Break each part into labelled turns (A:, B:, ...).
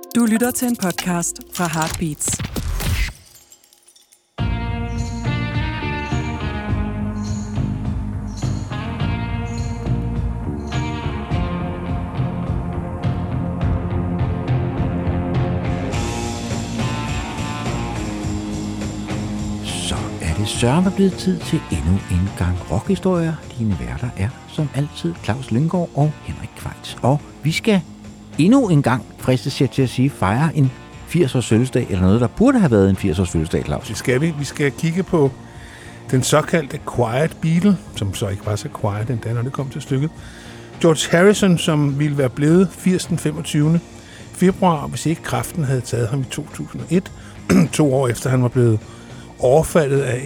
A: Du lytter til en podcast fra Heartbeats.
B: Sørme blevet tid til endnu en gang rockhistorier. Dine værter er som altid Claus Lynggaard og Henrik Kvejts. Og vi skal endnu en gang, fristes jeg til at sige, fejre en 80-års fødselsdag, eller noget, der burde have været en 80-års fødselsdag, Claus.
C: Det skal vi. Vi skal kigge på den såkaldte Quiet Beatle, som så ikke var så quiet endda, når det kom til stykket. George Harrison, som ville være blevet 80 den 25. februar, hvis ikke kræften havde taget ham i 2001, 2 år efter han var blevet overfaldet af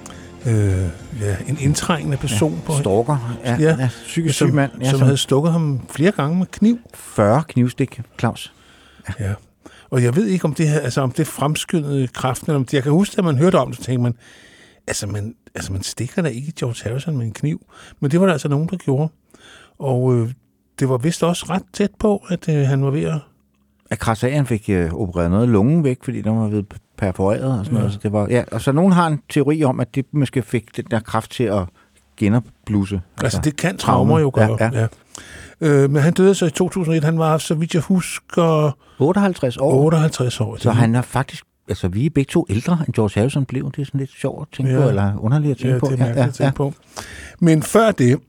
C: en indtrængende person.
B: Ja, stalker. Ja, psykisk syg mand.
C: Som havde stukket ham flere gange med kniv.
B: 40 knivstik, Claus.
C: Ja. Og jeg ved ikke, om det her, altså om det fremskyndede kræften, eller om det, jeg kan huske, at man hørte om det, så tænkte man, man stikker da ikke George Harrison med en kniv. Men det var der altså nogen, der gjorde. Og det var vist også ret tæt på, at han var ved
B: at Krassagen fik opereret noget af lungen væk, fordi den var ved perforeret og sådan noget. Så det var, og så nogen har en teori om, at det måske fik den der kraft til at genopblusse.
C: Altså det kan traumer jo gøre. Ja. Men han døde så i 2001. Han var, så vidt jeg husker,
B: 58 år.
C: 58 år.
B: Så han er faktisk, altså vi er begge to ældre, end George Harrison blev. Det er sådan lidt sjovt at tænke på, eller underligt at tænke på.
C: Det er mærkeligt at tænke på. Men før det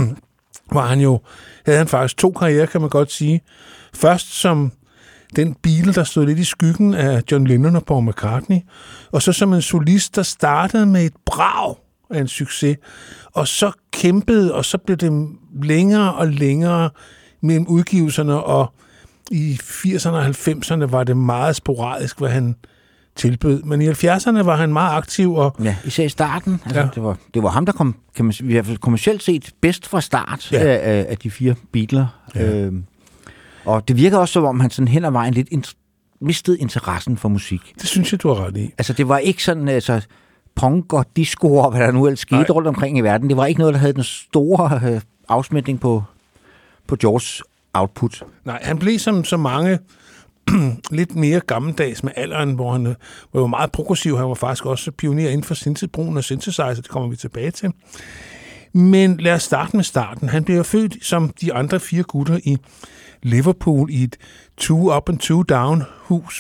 C: havde han faktisk 2 karrierer, kan man godt sige. Først som den Beatle, der stod lidt i skyggen af John Lennon og Paul McCartney, og så som en solist, der startede med et brag af en succes, og så kæmpede, og så blev det længere og længere mellem udgivelserne, og i 80'erne og 90'erne var det meget sporadisk, hvad han tilbød. Men i 70'erne var han meget aktiv. Og
B: ja, især i starten. Altså, det var ham, der kom, kan man sige, i hvert fald kommercielt set bedst fra start af de 4 Beatles. Ja. Og det virker også, som om han sådan hen ad vejen lidt mistede interessen for musik.
C: Det synes jeg, du har ret i.
B: Altså, det var ikke sådan, punk og disco og hvad der nu ellers skete rundt omkring i verden. Det var ikke noget, der havde den store afsmætning på Georges output.
C: Nej, han blev som så mange lidt mere gammeldags med alderen, hvor han var meget progressiv. Han var faktisk også pioner inden for brugen af synthesizer. Det kommer vi tilbage til. Men lad os starte med starten. Han blev født som de andre 4 gutter i Liverpool i et 2 up and 2 down hus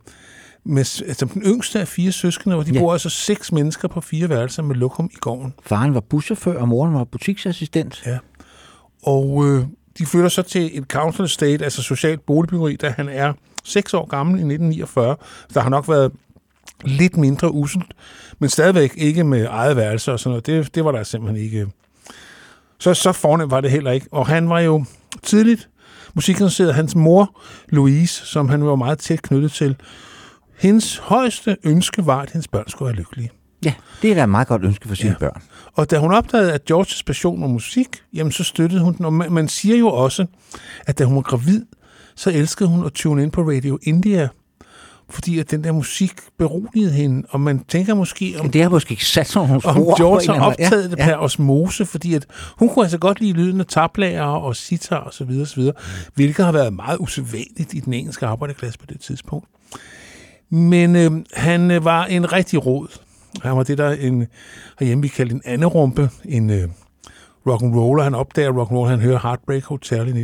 C: som den yngste af 4 søskende, hvor de bor altså 6 mennesker på 4 værelser med lokum i gården.
B: Faren var buschauffør, og moren var butiksassistent.
C: Ja. Og de flytter så til et council estate, altså socialt boligbyggeri, da han er 6 år gammel i 1949. Der har nok været lidt mindre uselt, men stadigvæk ikke med eget værelse og sådan noget. Det var der simpelthen ikke. Så fornemt var det heller ikke. Og han var jo tidligt musikinteresseret. Hans mor, Louise, som han var meget tæt knyttet til, hendes højeste ønske var, at hendes børn skulle være lykkelige.
B: Ja, det er da et meget godt ønske for sine børn.
C: Og da hun opdagede, at Georges passion var musik, jamen så støttede hun den. Og man siger jo også, at da hun var gravid, så elskede hun at tune ind på Radio India, fordi at den der musik beroligede hende, og man tænker måske
B: det har måske ikke sat sådan nogle spor.
C: Om George har optaget det per osmose, fordi at hun kunne altså godt lide lyden af tablager og sitar og så videre, hvilket har været meget usædvanligt i den engelske arbejderklasse på det tidspunkt. Men han var en rigtig rod. Han var det, der herhjemme vi kaldte en anderumpe, en rock'n'roller. Han opdager rock'n'roll, han hører Heartbreak Hotel i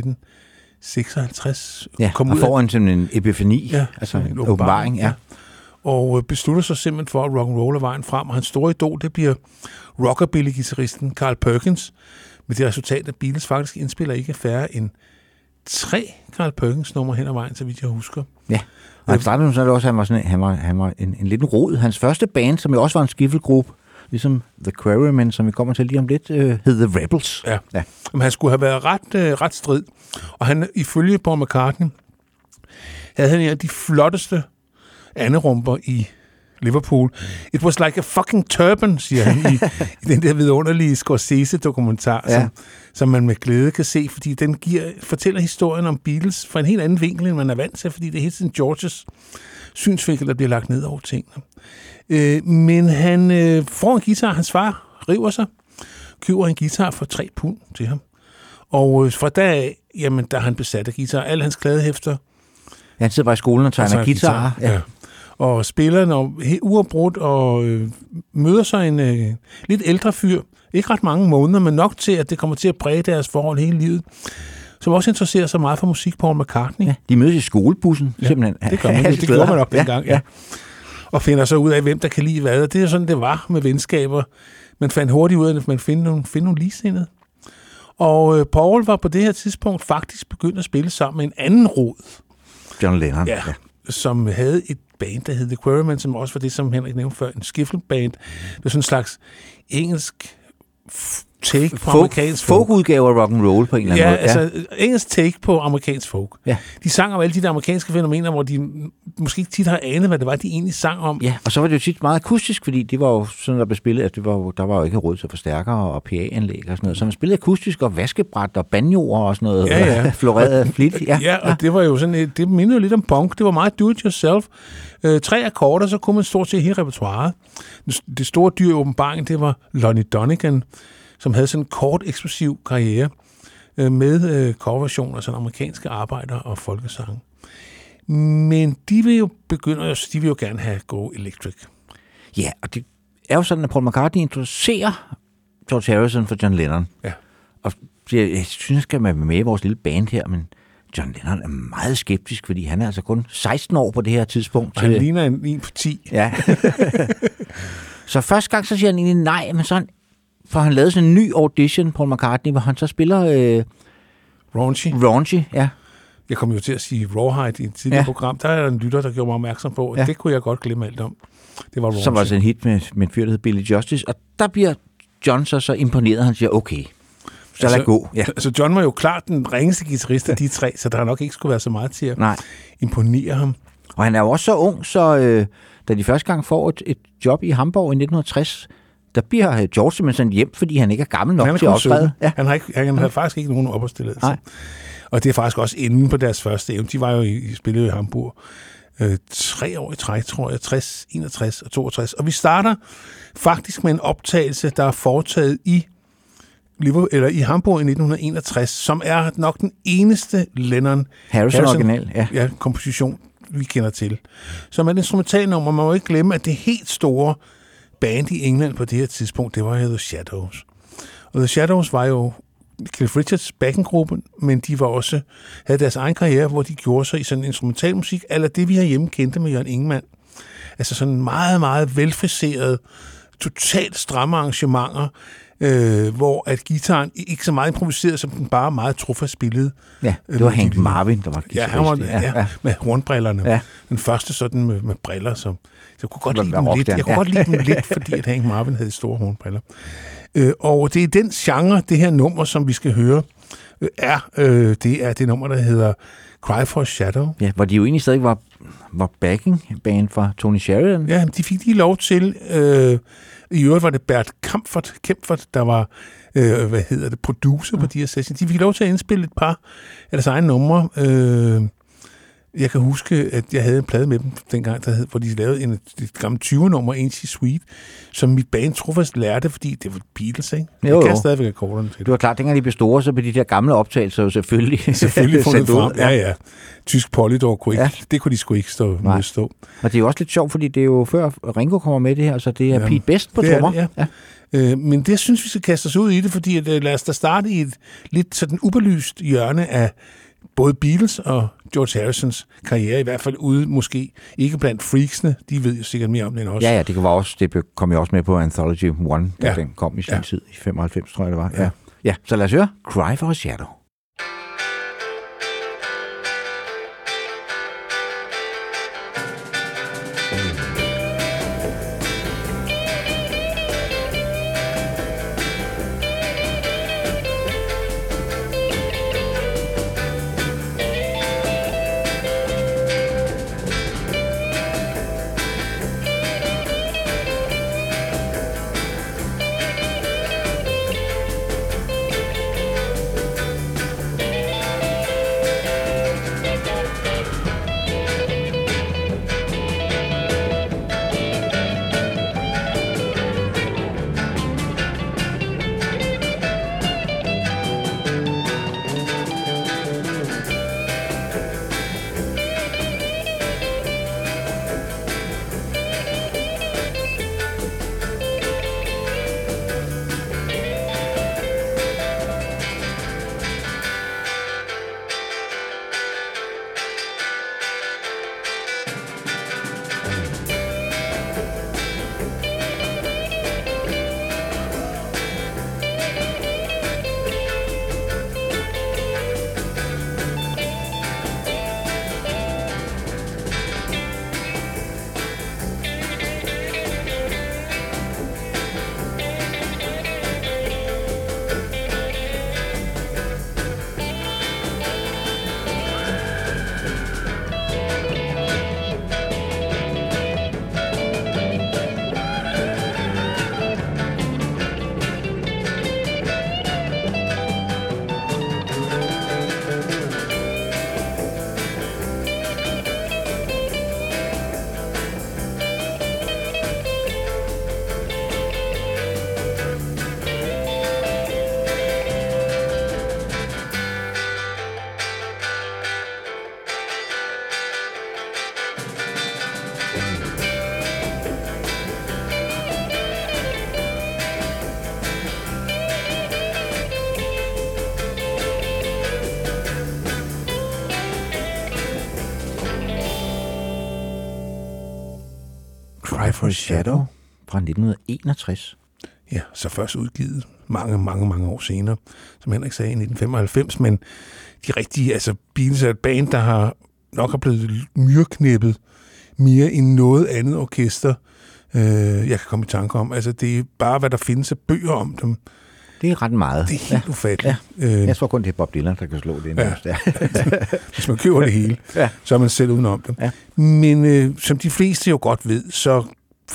C: 1956.
B: Ja, og får en epifani, altså en åbenbaring. Ja.
C: Og beslutter sig simpelthen for, at rock'n'roll er vejen frem. Og hans store idol, det bliver rockabilly-gitarristen Carl Perkins. Med det resultat, at Beatles faktisk indspiller ikke færre end 3 Carl Perkins-numre hen ad vejen, så vidt jeg husker. Ja.
B: Og han startede sådan også, han var en lille rod. Hans første band, som jo også var en skiffelgruppe, ligesom The Quarrymen, som vi kommer til lige om lidt, hed The Rebels. Ja.
C: Men han skulle have været ret strid. Og han, ifølge Paul McCartney, havde han en af de flotteste anderumper i Liverpool. It was like a fucking turban, siger han i den der vidunderlige Scorsese-dokumentar, som man med glæde kan se, fordi den fortæller historien om Beatles fra en helt anden vinkel, end man er vant til, fordi det er hele tiden Georges synsvinkel, der bliver lagt ned over tingene. Men han får en guitar, hans far river sig, køber en guitar for 3 pund til ham. Og fra da af, jamen, der han besat af guitar, alle hans kladehæfter
B: Han sidder bare i skolen og tegner guitar.
C: Ja. Og spiller når uafbrudt og møder så en lidt ældre fyr. Ikke ret mange måneder, men nok til, at det kommer til at præge deres forhold hele livet. Som også interesserer sig meget for musik, Paul McCartney.
B: Ja, de mødes i skolebussen, simpelthen.
C: Det gør man. Det gjorde man nok dengang, ja. Og finder så ud af, hvem der kan lide hvad. Og det er sådan, det var med venskaber. Man fandt hurtigt ud af, at man finder nogle ligesindede. Og Paul var på det her tidspunkt faktisk begyndt at spille sammen med en anden rod.
B: John Lennon.
C: Ja, som havde et band, der hed The Quarrymen, som også var det, som Henrik nævnte før, en skiffle-band. Det var sådan en slags engelsk take på amerikansk folk.
B: Folk-udgave af rock and roll på en eller anden måde.
C: Ja, altså engelsk take på amerikansk folk.
B: Ja.
C: De sang om alle de der amerikanske fænomener, hvor de måske ikke tit har anet, hvad det var, de egentlig sang om.
B: Ja, og så var det jo tit meget akustisk, fordi det var jo sådan, der blev spillet, at der var jo ikke råd til forstærkere og PA-anlæg og sådan noget. Så man spillede akustisk og vaskebræt og banjoer og sådan noget.
C: Ja.
B: Floreret flittigt.
C: Ja, og det var jo sådan, det mindede jo lidt om punk. Det var meget do-it-yourself. 3 akkorder, så kunne man stort set hele repertoiret. Det store dyr i åbenbaringen, det var Lonnie Donegan, som havde sådan en kort, eksplosiv karriere med coverversioner af sådan amerikanske arbejder og folkesange. Men de vil jo gerne have Go Electric.
B: Ja, og det er jo sådan, at Paul McCartney introducerer George Harrison for John Lennon.
C: Ja.
B: Og jeg synes, jeg skal være med i vores lille band her, men John Lennon er meget skeptisk, fordi han er altså kun 16 år på det her tidspunkt.
C: Og han ligner en på 10.
B: Ja. Så første gang, så siger han egentlig nej, men så får han lavet sådan en ny audition, Paul McCartney, hvor han så spiller Raunchy, ja.
C: Jeg kom jo til at sige Rawhide i et tidligere program. Der er en lytter, der gjorde mig opmærksom på, at det kunne jeg godt glemme alt om. Det var Raunchy.
B: Så var det en hit med en fyr, der hed Billy Justice, og der bliver John så imponeret, han siger, okay, så lad gå. Ja.
C: Altså John var jo klart den ringeste guitarist af de 3, så der nok ikke skulle være så meget til at imponere ham.
B: Og han er jo også så ung, så da de første gang får et job i Hamburg i 1960, der bliver George simpelthen hjem, fordi han ikke er gammel nok til at optræde.
C: Ja. Han har faktisk ikke nogen opholdstilladelse. Og det er faktisk også inde på deres første evne. De var jo spillet i Hamburg 3 år i træk, tror jeg, 60, 61 og 62. Og vi starter faktisk med en optagelse, der er foretaget i Hamburg i 1961, som er nok den eneste Lennon
B: Harrison original,
C: komposition, vi kender til. Som er et instrumentalnummer. Man må ikke glemme, at det helt store band i England på det her tidspunkt, det var jo The Shadows. Og The Shadows var jo Cliff Richards backendgruppe, men de var også, havde deres egen karriere, hvor de gjorde sig i sådan instrumentalmusik, eller det vi herhjemme kendte med Jørgen Ingemann. Altså sådan meget, meget velfriseret, totalt stramme arrangementer, hvor at gitaren ikke så meget improviseret, som den bare meget trofast spillede.
B: Ja, det var Hank Marvin, der var guitarist.
C: Med hornbrillerne. Ja. Den første sådan med briller, så jeg kunne godt lide dem lidt. Jeg kunne godt lide dem lidt, fordi at Hank Marvin havde store hornbriller. Og det er den genre, det her nummer, som vi skal høre, det er det nummer, der hedder Cry for a Shadow.
B: Ja, hvor de jo egentlig stadig var backing band fra Tony Sheridan.
C: Ja, de fik lige lov til. I øvrigt var det Bert Kempfert, der var producer på de her sessions. De fik lov til at indspille et par af deres egne numre. Jeg kan huske, at jeg havde en plade med dem dengang, hvor de lavede et gammelt 20-nummer, Ain't Sweet, som mit band trofast lærte, fordi det var Beatles, ikke?
B: Jo.
C: Jeg kan stadigvæk akkorderne til det.
B: Det var klart, dengang de blev store, så blev de der gamle optagelser jo selvfølgelig
C: fundet frem. Ja. Tysk Polydor det kunne de sgu ikke modstå.
B: Og det er jo også lidt sjovt, fordi det er jo før Ringo kommer med det her, så det er Pete Best på trommer.
C: Men det synes vi skal kaste os ud i det, fordi lad os da starte i et lidt sådan ubelyst hjørne af både Beatles og George Harrisons karriere, i hvert fald ude måske ikke blandt freaksene. De ved jo sikkert mere om det end os.
B: Ja, det kom jo også med på Anthology 1, da den kom i sin tid, i 95, tror jeg det var. Ja, så lad os høre Cry for a Shadow. Eye for a Shadow fra 1961.
C: Ja, så først udgivet mange år senere, som Henrik sagde, i 1995, men de rigtige, altså Beatles er et band, der har nok er blevet myreknippet mere end noget andet orkester, jeg kan komme i tanke om. Altså, det er bare, hvad der findes af bøger om dem.
B: Det er ret meget.
C: Det er helt ufatteligt.
B: Ja. Jeg tror kun, det er Bob Dylan, der kan slå det.
C: Ja. Hvis man køber det hele, så er man selv udenom dem. Ja. Men som de fleste jo godt ved, så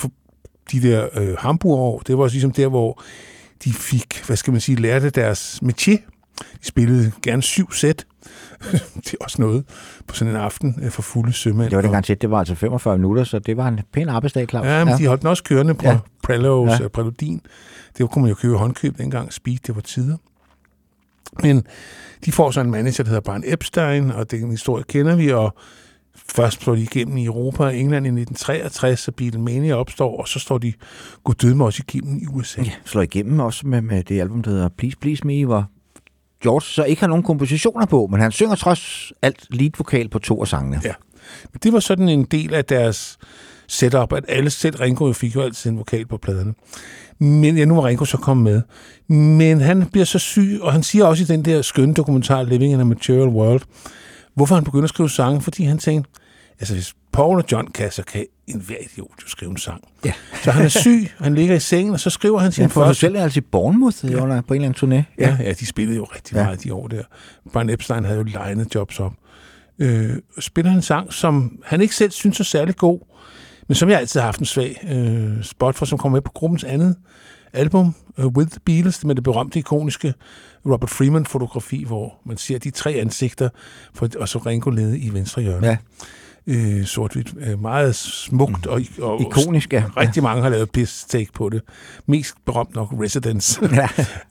C: de der Hamburg-år, det var også ligesom der, hvor de fik, lærte deres métier. De spillede gerne 7 sæt. Det er også noget på sådan en aften for fulde sømænd.
B: Det var dengang det var altså 45 minutter, så det var en pæn arbejdsdag, Claus.
C: Ja, men de holdt den også kørende på Prelos og Preludin. Det kunne man jo købe håndkøb dengang. Speed, det var tider. Men de får så en manager, der hedder Brian Epstein, og den historie kender vi, og først slår de igennem i Europa og England i 1963, så Beatlemania opstår, og så står de guddødme også igennem i USA.
B: Ja, slår igennem også med det album, der hedder Please Please Me, hvor George så ikke har nogen kompositioner på, men han synger trods alt lead-vokal på 2 af sangene.
C: Ja, men det var sådan en del af deres setup, at alle, selv Ringo fik jo altid en vokal på pladerne. Men nu var Ringo så kommet med. Men han bliver så syg, og han siger også i den der skønne dokumentar Living in a Material World, hvorfor han begynder at skrive sange, fordi han tænkte, altså hvis Paul og John kan, så kan enhver idiot jo skrive en sang. Ja. Så han er syg, han ligger i sengen, og så skriver han sin første...
B: selv er altså i Bournemouth på en eller anden turné.
C: Ja, de spillede jo rigtig meget de år der. Brian Epstein havde jo legnet jobs op. Spiller en sang, som han ikke selv synes er særlig god, men som jeg altid har haft en svag spot for, som kommer med på gruppens andet album, With the Beatles, med det berømte, ikoniske Robert Freeman-fotografi, hvor man ser de 3 ansigter, og så Ringo nede i venstre hjørne. Ja. Sort-hvidt. Meget smukt og
B: ikonisk, ja.
C: Rigtig mange har lavet piss-take på det. Mest berømt nok Residence. Ja.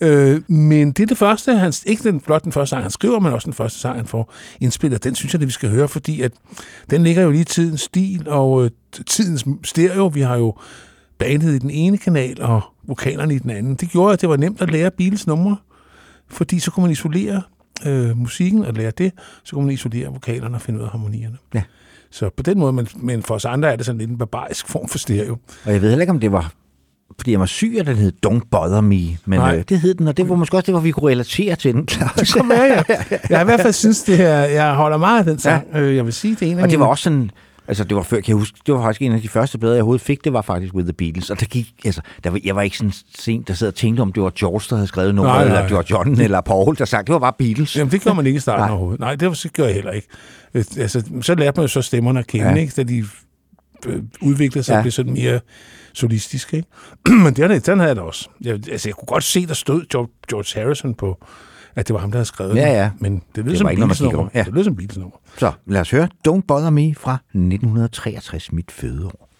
C: Men det er det første, ikke blot den første sang, han skriver, men også den første sang, han får indspillet. Den synes jeg, det vi skal høre, fordi at den ligger jo lige i tidens stil, og tidens stereo. Vi har jo bandet i den ene kanal, og vokalerne i den anden. Det gjorde, at det var nemt at lære Beatles numre, fordi så kunne man isolere musikken og lære det, så kunne man isolere vokalerne og finde ud af harmonierne. Ja. Så på den måde, men for os andre er det sådan lidt en barbarisk form for stereo.
B: Og jeg ved heller ikke, om det var, fordi jeg var syg, at den hed Don't Bother Me, men det hed den, og det var måske også det, hvor vi kunne relatere til den.
C: Det kom med, ja. Jeg har i hvert fald synes, det her, jeg holder meget af den sang. Jeg vil sige, det er en af
B: og det var også sådan, altså det var før, kan jeg huske, det var faktisk en af de første blade, jeg overhovedet fik, det var faktisk With the Beatles, og der gik, altså, jeg var ikke sådan sent, der sad og tænkte, om det var George, der havde skrevet noget, eller det var John eller Paul, der sagde, det var bare Beatles.
C: Jamen det gjorde man ikke i starten overhovedet. Nej, det gjorde jeg heller ikke. Altså, så lærte man jo så stemmerne at kende, ikke? Da de udviklede sig og blev sådan mere solistiske, ikke? Men den havde jeg da også. Jeg kunne godt se, der stod George Harrison på, at det var ham, der havde skrevet det. Men det lød som Beatles-nummer. Det lød som Beatles-nummer.
B: Så lad os høre Don't Bother Me fra 1963, mit fødeår.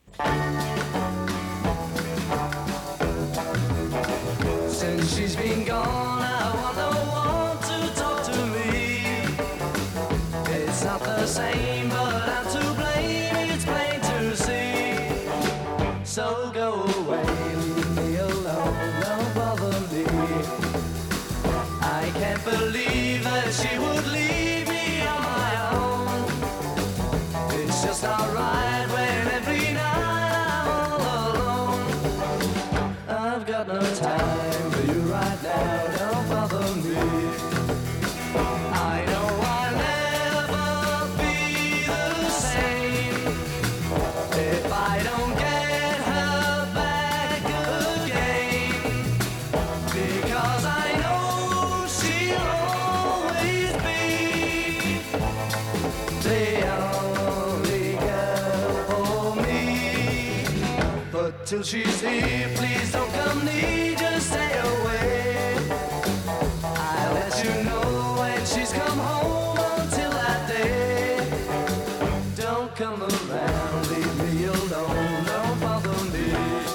D: Till she's here, please don't come near, just stay away. I'll let you know when she's come home. Until that day, don't come around, leave me alone, don't bother me.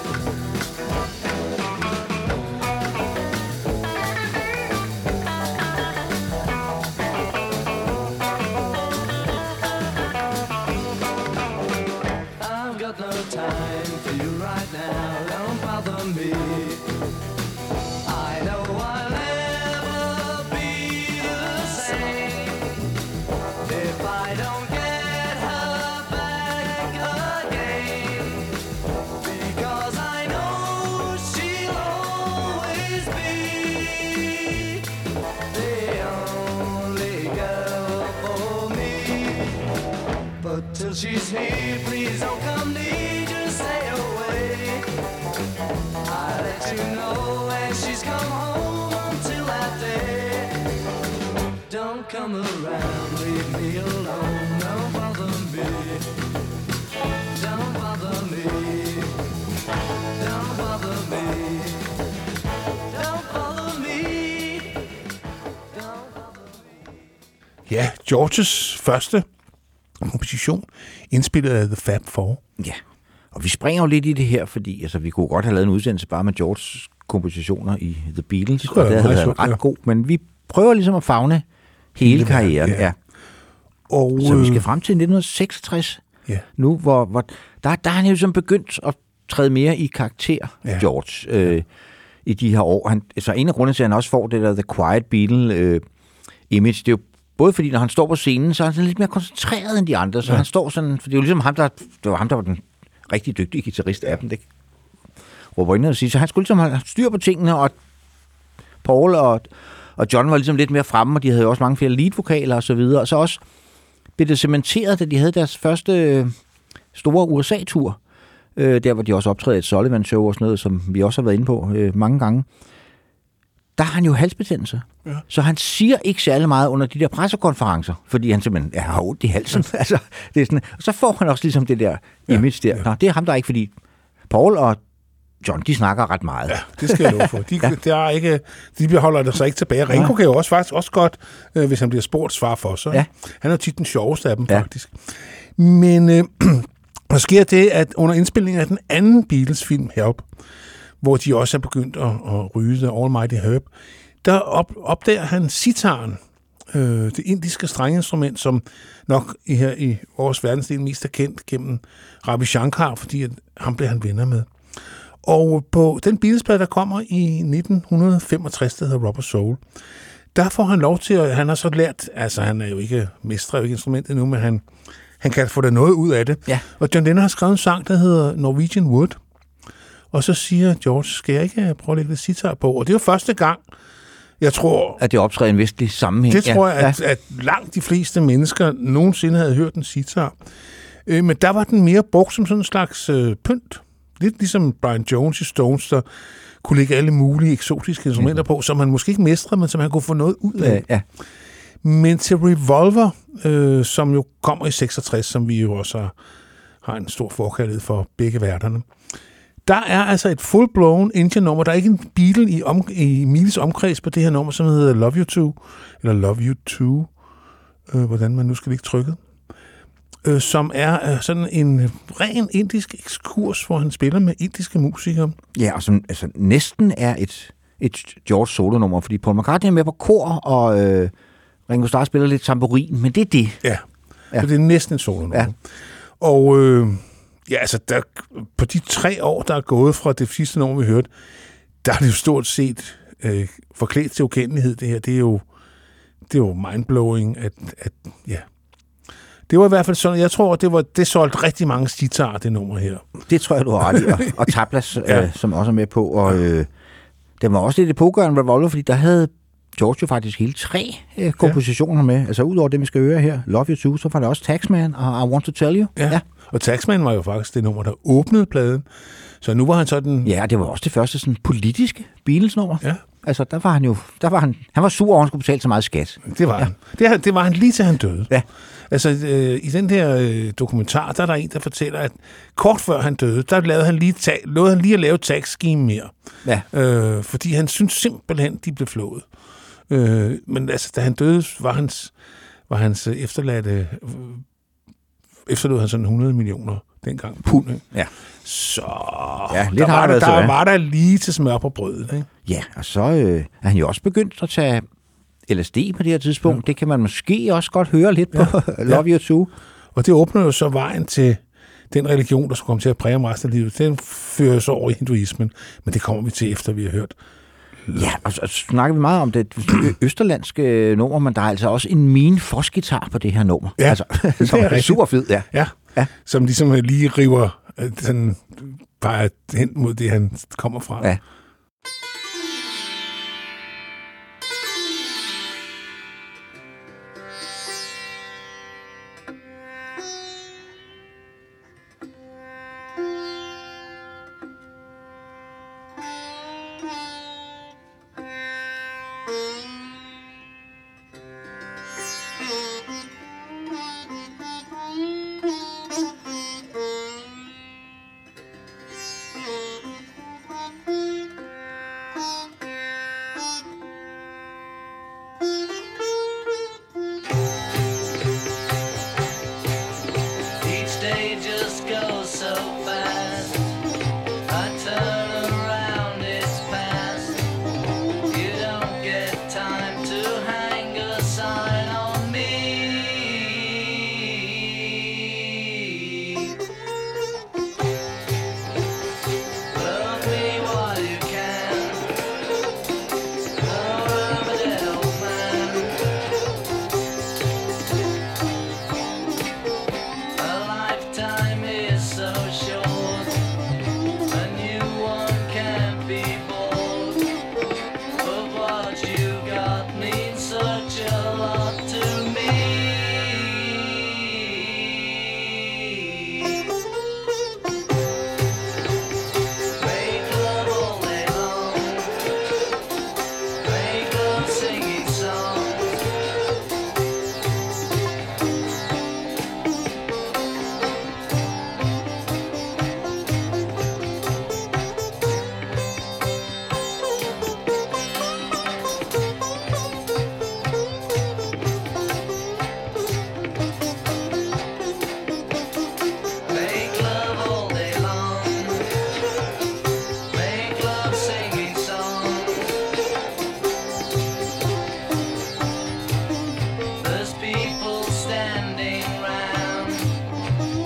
D: I've got no time for you right now, don't bother me. I know I'll never be the same if I don't get her back again. But till she's here, please don't come near, just stay away. I'll let you know when she's come home until that day. Don't come around, leave me alone, don't bother me. Don't bother me. Don't bother me. Don't bother me. Don't bother me.
C: Ja, Georges første komposition, indspillet af The Fab Four.
B: Ja, og vi springer jo lidt i det her, fordi altså, vi kunne godt have lavet en udsendelse bare med Georges kompositioner i The Beatles, og det havde været ret god, men vi prøver ligesom at favne hele karrieren. Ja.
C: Og,
B: Så vi skal frem til 1966, nu, hvor der er han jo ligesom begyndt at træde mere i karakter, George, i de her år. Så en af grundene til, at han også får det der The Quiet Beatle image, det er jo både fordi, når han står på scenen, så er han sådan lidt mere koncentreret end de andre, så han står sådan, for det er jo ligesom ham, det var ham, der var den rigtig dygtige guitarist af dem, det råber ind og sige, så han skulle ligesom have styr på tingene, og Paul og John var ligesom lidt mere fremme, og de havde jo også mange flere leadvokaler og så videre, og så også blev det cementeret, da de havde deres første store USA-tur, der hvor de også optræder et Sullivan-show og sådan noget, som vi også har været inde på mange gange. Der har han jo halsbetændelse. Ja. Så han siger ikke særlig meget under de der pressekonferencer, fordi han simpelthen har ondt i halsen. Altså, det er sådan, og så får han også ligesom det der image der. Nå, det er ham, der ikke, fordi Paul og John, de snakker ret meget.
C: Ja, det skal jeg love for. De beholder det så ikke tilbage. Ringo kan jo også godt, hvis han bliver spurgt, svare for sig. Ja. Han er tit den sjoveste af dem, faktisk. Men der sker det, at under indspilningen af den anden Beatles-film, Help, hvor de også er begyndt at ryge The Almighty Herb, der opdager han sitaren, det indiske strengeinstrument, som nok her i vores verdensdel mest er kendt gennem Ravi Shankar, fordi at ham blev han venner med. Og på den Beatles-plade, der kommer i 1965, der hedder Rubber Soul, der får han lov til, at han har så lært, altså han er jo ikke mestrer ikke instrumentet endnu, men han kan få da noget ud af det. Ja. Og John Lennon har skrevet en sang, der hedder Norwegian Wood, og så siger George, skal jeg ikke prøve at lægge lidt sitar på? Og det er jo første gang, jeg tror...
B: At det optræder i en vestlig sammenhæng.
C: Det tror jeg, at langt de fleste mennesker nogensinde havde hørt en sitar. Men der var den mere brugt som sådan en slags pynt. Lidt ligesom Brian Jones i Stones, der kunne lægge alle mulige eksotiske instrumenter på, som han måske ikke mestrede, men som han kunne få noget ud af. Ja. Men til Revolver, som jo kommer i 66, som vi jo også har en stor forkærlighed for begge værterne, der er altså et full-blown Indian-nummer. Der er ikke en Beatle i Miles omkreds på det her nummer, som hedder Love You To, eller Love You To, hvordan man nu skal lægge trykket, som er sådan en ren indisk ekskurs, hvor han spiller med indiske musikere.
B: Ja, og som altså, næsten er et George solo-nummer, fordi Paul McCartney er med på kor, og Ringo Starr spiller lidt tamburin, men det er det.
C: Ja. Så det er næsten et solo-nummer. Ja. Og... ja, altså, på de 3 år, der er gået fra det sidste nummer, vi hørte, der er det jo stort set forklædt til ukendelighed, det her. Det er jo mindblowing, at ja. Det var i hvert fald sådan, jeg tror, det solgte rigtig mange sitarer, det nummer her.
B: Det tror jeg, du har ret i. Og Tablas, som også er med på. Og det var også lidt epokegørende Revolver, fordi der havde George jo faktisk hele 3 kompositioner med. Altså udover det, vi skal høre her, Love You To, så var der også Taxman og I Want To Tell You.
C: Ja. Og Taxman var jo faktisk det nummer, der åbnede pladen. Så nu var han sådan...
B: Ja, det var også det første sådan politiske Beatles-nummer. Ja. Altså, han var sur over, at han skulle betale så meget skat.
C: Det var han. Det var han lige til han døde. Ja. Altså, i den der dokumentar, der er der en, der fortæller, at kort før han døde, der lovede han lige at lave tax scheme mere. Ja. Fordi han synes simpelthen, de blev flået. Men altså, da han døde, var hans efterlod han sådan 100 millioner dengang.
B: Pund. Ja.
C: Så
B: der
C: var der lige til smør på brødet. Ikke?
B: Ja, og så er han jo også begyndt at tage LSD på det her tidspunkt. Ja. Det kan man måske også godt høre lidt på Love You To.
C: Og det åbner jo så vejen til den religion, der skulle komme til at præge ham resten af livet. Den fører så over i hinduismen, men det kommer vi til, efter vi har hørt.
B: Ja, og så snakker vi meget om det østerlandske nummer, men der er altså også en Mine Foss-guitar på det her nummer.
C: Ja,
B: altså, som er super fed,
C: ja. Som ligesom lige river sådan, bare hen mod det, han kommer fra. Ja.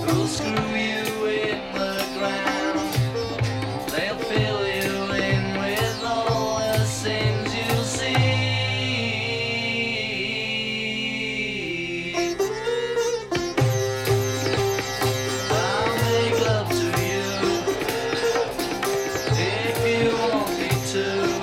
D: will screw you in the ground. They'll fill you in with all the sins you'll see. I'll make love to you if you want me to.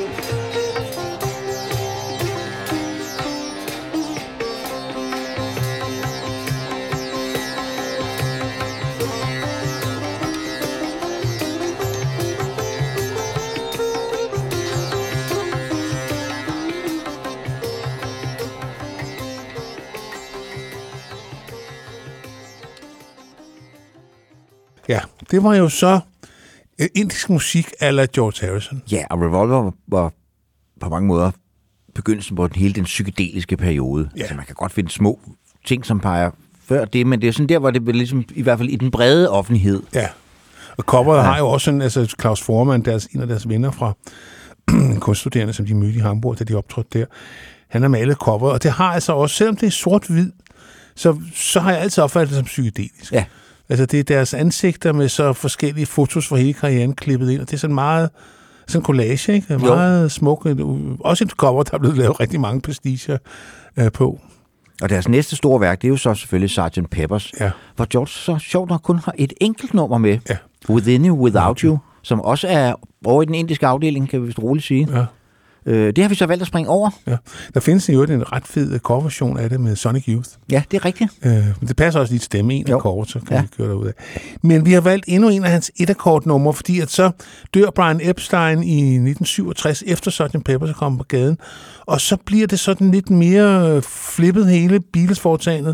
C: Ja, det var jo så indisk musik eller George Harrison.
B: Ja, og Revolver var på mange måder begyndelsen på hele den psykedeliske periode.
C: Ja.
B: Altså, man kan godt finde små ting, som peger før det, men det er sådan der, hvor det blev ligesom, i hvert fald i den brede offentlighed.
C: Ja, og coveret har jo også sådan, altså Claus Forman, en af deres venner fra kunststuderende, som de mødte i Hamburg, da de optrådte der, han har malet coveret, og det har altså også, selvom det er sort-hvid, så har jeg altid opfattet det som psykedelisk.
B: Ja.
C: Altså det er deres ansigter med så forskellige fotos fra hele karrieren klippet ind, og det er sådan meget sådan en collage, ikke? Det er meget smuk. Også et cover, der er blevet lavet rigtig mange pasticher på.
B: Og deres næste store værk, det er jo så selvfølgelig Sgt. Peppers,
C: Ja.
B: hvor George så sjovt nok kun har et enkelt nummer med,
C: Ja.
B: Within You, Without You, som også er over i den indiske afdeling, kan vi vist roligt sige.
C: Ja.
B: Det har vi så valgt at springe over.
C: Ja. Der findes jo en ret fed coverversion af det med Sonic Youth.
B: Ja, det er rigtigt.
C: Men det passer også lige til stemme, en
B: Jo.
C: akkord, så kan
B: Ja.
C: vi køre derud af. Men vi har valgt endnu en af hans et-akkordnumre, fordi at så dør Brian Epstein i 1967, efter Sgt. Pepper så kommer på gaden, og så bliver det sådan lidt mere flippet hele Beatles-foretagendet.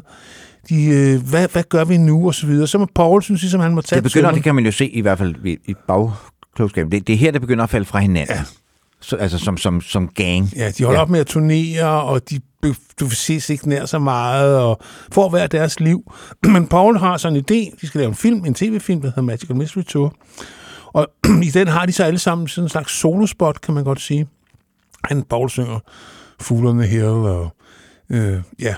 C: Hvad gør vi nu, og så videre. Så må Paul, synes ligesom, han må tage
B: Det begynder, det kan man jo se i hvert fald i bagklogskaben. Det er her, det begynder at falde fra hinanden.
C: Ja.
B: Så, altså som gang.
C: Ja, de holder op med at turnere, og du ses ikke nær så meget, og får hver deres liv. Men Paul har sådan en idé, de skal lave en film, en tv-film, der hedder Magical Mystery Tour. Og i den har de så alle sammen sådan en slags solospot, kan man godt sige. Paul synger Fool on the Hill, og ja.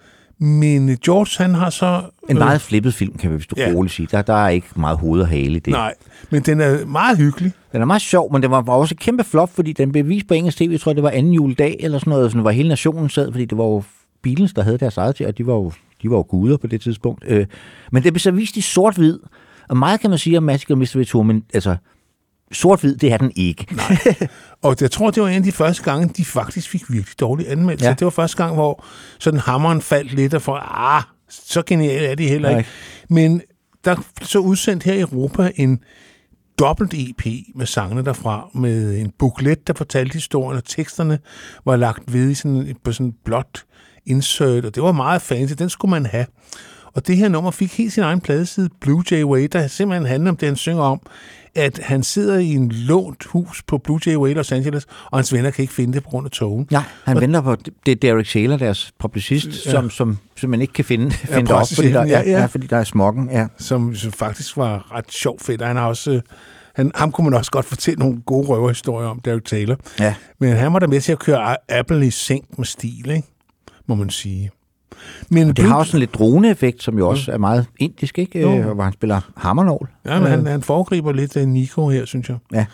C: Men George, han har så...
B: En meget flippet film, kan vi vist roligt sige. Der er ikke meget hoved og hale i det.
C: Nej, men den er meget hyggelig.
B: Den er meget sjov, men det var også et kæmpe flop, fordi den blev vist på engelsk tv. Jeg tror, det var anden juledag eller sådan noget. Sådan, hvor hele nationen sad, fordi det var jo Beatles, der havde deres eget til, og de var jo guder på det tidspunkt. Men det blev så vist i sort-hvid. Og meget kan man sige om Magical Mystery Tour, men altså, sort-hvid, det er den ikke.
C: Nej. Og jeg tror, det var en af de første gange, de faktisk fik virkelig dårlige anmeldelser.
B: Ja.
C: Det var første gang, hvor sådan hammeren faldt lidt, og for, så genialt er det heller ikke. Men der blev så udsendt her i Europa en dobbelt EP med sangene derfra, med en booklet, der fortalte historien, og teksterne var lagt ved på sådan blåt insert, og det var meget fancy. Den skulle man have. Og det her nummer fik helt sin egen pladeside, Blue Jay Way, der simpelthen handler om det, han synger om, at han sidder i en lånt hus på Blue Jay Way, Los Angeles, og hans venner kan ikke finde det på grund af togen.
B: Ja, han venter på, det er Derek Shaler, deres publicist, som man ikke kan finde op, fordi fordi der er smokken. Ja.
C: Som faktisk var ret sjov fedt, og han har også... ham kunne man også godt fortælle nogle gode røverhistorier om, Derek Taylor.
B: Ja.
C: Men han var der med til at køre Apple i sænk med stil, ikke? Må man sige. Men
B: det har også en lidt droneeffekt, som jo også er meget indisk, ikke? Hvor han spiller hammernål.
C: Ja, men han foregriber lidt Nico her, synes jeg.
B: Ja.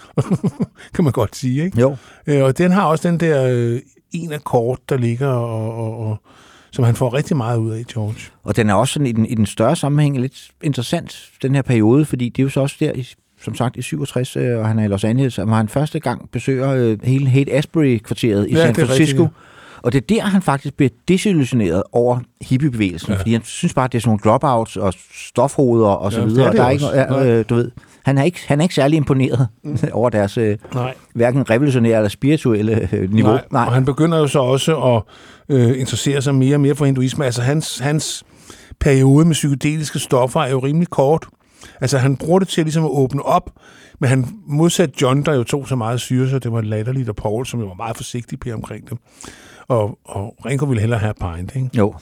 C: Kan man godt sige, ikke?
B: Jo.
C: Og den har også den der en akkord, der ligger, og som han får rigtig meget ud af, George.
B: Og den er også sådan, i den større sammenhæng lidt interessant, den her periode, fordi det er jo så også der, som sagt, i 67, og han er i Los Angeles, og han første gang besøger hele Haight-Ashbury-kvarteret i San Francisco. Rigtigt, ja. Og det er der, han faktisk bliver desillusioneret over hippiebevægelsen, fordi han synes bare, at det er sådan nogle dropouts og stofhoveder og så videre. Og der er ikke, du ved, han er ikke særlig imponeret over deres hverken revolutionære eller spirituelle niveau.
C: Nej. Og han begynder jo så også at interessere sig mere og mere for hinduisme. Altså hans periode med psykedeliske stoffer er jo rimelig kort. Altså han bruger det til ligesom at åbne op, men han modsat John, der jo tog så meget syre, så det var latterligt, og Paul, som jo var meget forsigtig på omkring det. Og Ringo ville hellere have pint, ikke?
B: Jo.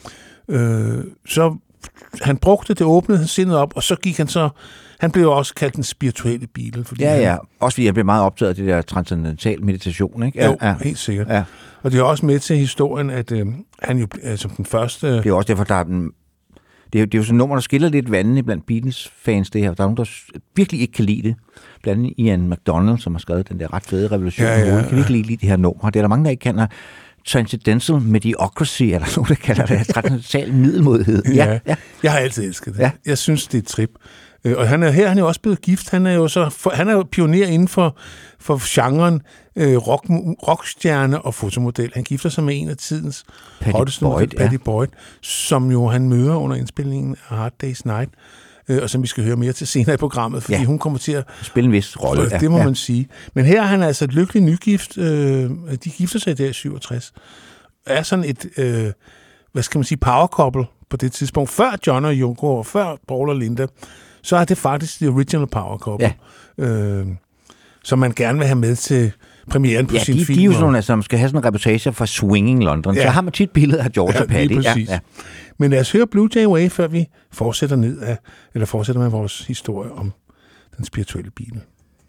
C: Så han brugte det, åbnede sindet op, og så gik han blev jo også kaldt den spirituelle Beatle. Fordi
B: også fordi han blev meget optaget af det der transcendental meditation, ikke?
C: Jo, helt sikkert. Ja. Og det er også med til historien, at han jo som den første...
B: Det er også derfor, Det er jo sådan et nummer, der skiller lidt vandene blandt Beatles-fans, det her. Der er nogen, der virkelig ikke kan lide det. Blandt andet Ian MacDonald, som har skrevet den der ret fede revolution. Ja. Kan virkelig ikke lide det her nummer. Det er der mange, der ikke kan. Transcendental Mediocrity, eller nogen, der kalder det. Transcendental middelmodighed. Ja.
C: Jeg har altid elsket det. Ja. Jeg synes, det er et trip. Og han er jo også blevet gift. Han er jo pioner inden for genren rockstjerne og fotomodel. Han gifter sig med en af tidens Patty Boyd, som jo han møder under indspilningen af Hard Day's Night, og som vi skal høre mere til senere i programmet, fordi hun kommer til at
B: spille en vis rolle.
C: Det må man sige. Men her er han altså et lykkelig nygift. De gifter sig der i 67. Er sådan et, hvad skal man sige, power couple på det tidspunkt. Før John og Yoko, og før Paul og Linda, så er det faktisk the original power couple, som man gerne vil have med til premieren på sin film.
B: De er jo sådan nogle, som skal have sådan en reportage fra Swinging London. Så har man tit billeder af George og Patty.
C: Ja. Men lad os høre Blue Jay Way, før vi fortsætter med vores historie om den spirituelle Beatle.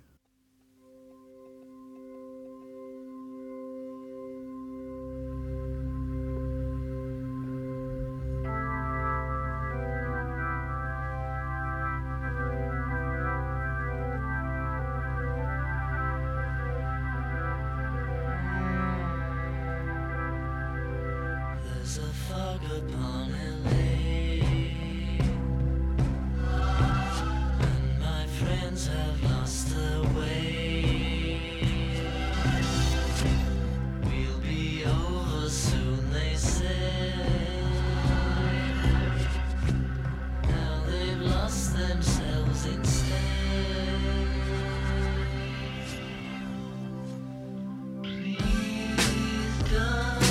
D: There's a fog upon LA, and my friends have lost their way. We'll be over soon, they said. Now they've lost themselves instead. Please don't.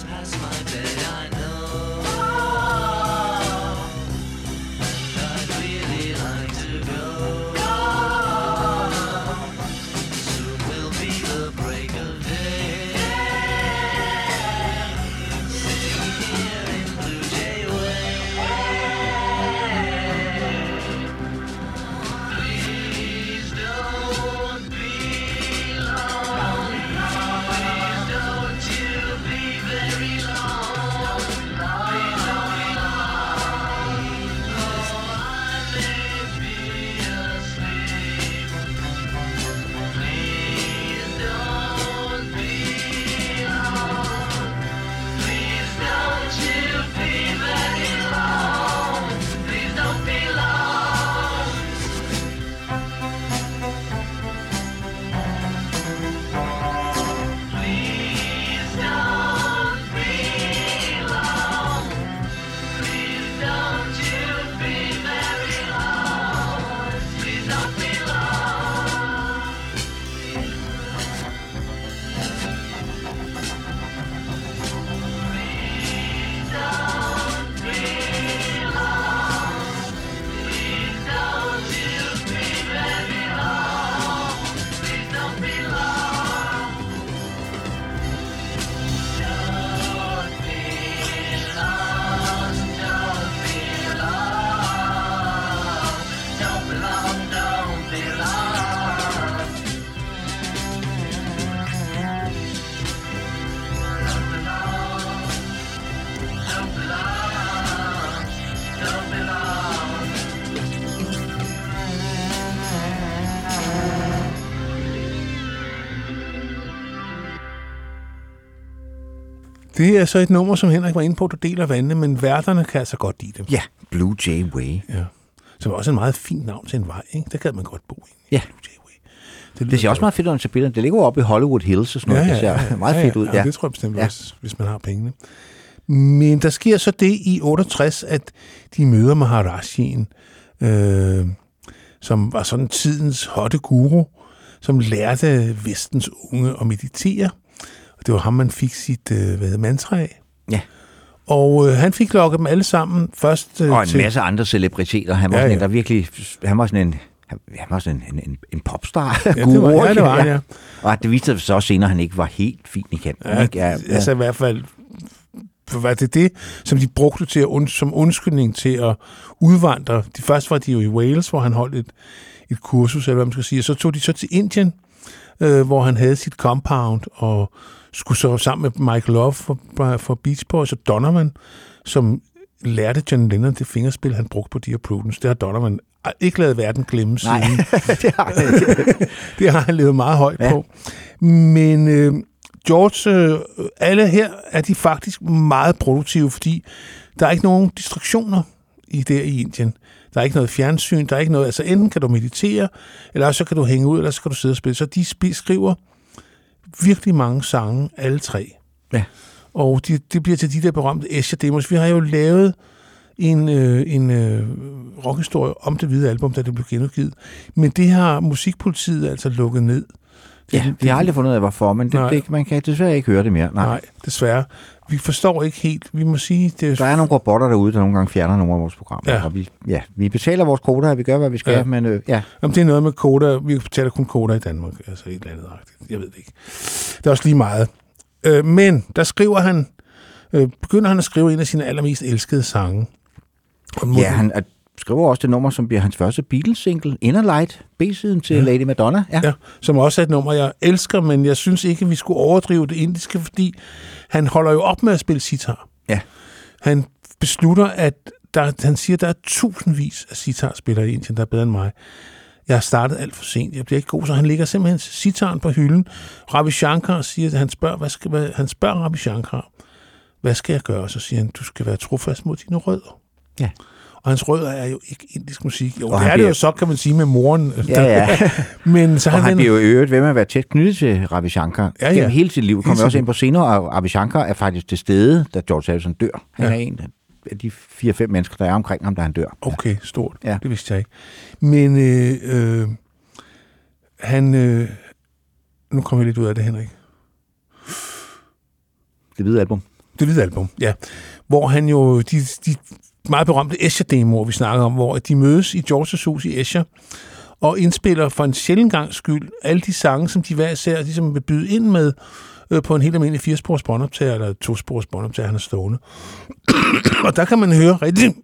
D: My bed, I know, and I'd
C: Det er så et nummer, som Henrik var inde på, der deler vandene, men værterne kan altså godt lide dem.
B: Ja, Blue Jay Way.
C: Ja. Som er også en meget fin navn til en vej, ikke? Der kan man godt bo i.
B: Ja.
C: Blue Jay Way.
B: Det ser også meget fedt ud, når billeder. Det ligger jo oppe i Hollywood Hills og sådan noget. Det ser meget fedt ud.
C: Ja, det tror jeg bestemt også, hvis man har pengene. Men der sker så det i 68, at de møder Maharajien, som var sådan tidens hotte guru, som lærte vestens unge at meditere. Og det var ham, man fik sit mantra af.
B: Ja.
C: Og han fik lokket dem alle sammen først
B: og en masse andre celebriteter. Han var sådan en, der virkelig... Han var sådan en popstar.
C: Ja, det var han, ja.
B: Og det viste sig så også senere, at han ikke var helt fin i kanten.
C: Ja, ikke? Altså i hvert fald... Var det, som de brugte til som undskyldning til at udvandre. Først var de jo i Wales, hvor han holdt et kursus, eller hvad man skal sige. Og så tog de så til Indien, hvor han havde sit compound, og skulle så sammen med Michael Love for Beach Boys og Donovan, som lærte John Lennon det fingerspil, han brugte på Dear Prudence. Det har Donovan ikke ladet verden glemme siden.
B: Nej,
C: det har han levet meget højt på. Men George, alle her er de faktisk meget produktive, fordi der er ikke nogen distraktioner i Indien. Der er ikke noget fjernsyn, der er ikke noget, altså enten kan du meditere, eller så kan du hænge ud, eller så kan du sidde og spille. Så de skriver virkelig mange sange, alle tre.
B: Ja.
C: Og det bliver til de der berømte Escher-demos. Vi har jo lavet en rockhistorie om det hvide album, da det blev genudgivet. Men det har musikpolitiet altså lukket ned.
B: Vi har aldrig fundet ud af, hvorfor, men man kan desværre ikke høre det mere.
C: Nej, desværre. Vi forstår ikke helt. Vi må sige...
B: Der er nogle robotter derude, der nogle gange fjerner nogle af vores programmer. Ja. Og vi betaler vores koder, og vi gør, hvad vi skal, men
C: Jamen, det er noget med koder. Vi betaler kun koder i Danmark. Altså et eller andet agtigt. Jeg ved det ikke. Det er også lige meget. Men der skriver han... begynder han at skrive en af sine allermest elskede sange.
B: Ja, han skriver også det nummer, som bliver hans første Beatles-single, Inner Light, B-siden til Lady Madonna. Ja,
C: som også er et nummer, jeg elsker, men jeg synes ikke, vi skulle overdrive det indiske, fordi han holder jo op med at spille sitar.
B: Ja.
C: Han beslutter, at han siger, at der er tusindvis af sitarspillere i Indien, der er bedre end mig. Jeg har startet alt for sent, jeg bliver ikke god, så han lægger simpelthen sitaren på hylden. Ravi Shankar siger, at han spørger Ravi Shankar, hvad skal jeg gøre? Så siger han, du skal være trofast mod dine rødder. Ja. Og hans rødder er jo ikke indisk musik. Jo, det er det jo så, kan man sige, med moren.
B: Ja.
C: Men så
B: han bliver jo øvrigt ved med at være tæt knyttet til Ravi Shankar. Ja. Gennem hele sit liv. Kommer også ind på senere, og Ravi Shankar er faktisk til stede, da George Harrison dør. Han er en af de 4-5 mennesker, der er omkring ham, da han dør.
C: Okay, stort. Ja. Det vidste jeg ikke. Men han... nu kommer jeg lidt ud af det, Henrik.
B: Det hvide album,
C: ja. Hvor han jo... De meget berømte Escher-demoer, vi snakker om, hvor de mødes i Georges hus i Escher, og indspiller for en sjælden gangs skyld alle de sange, som de hver især ligesom vil byde ind med på en helt almindelig 4-spors båndoptager, eller 2-spors båndoptager, han er stående. Og der kan man høre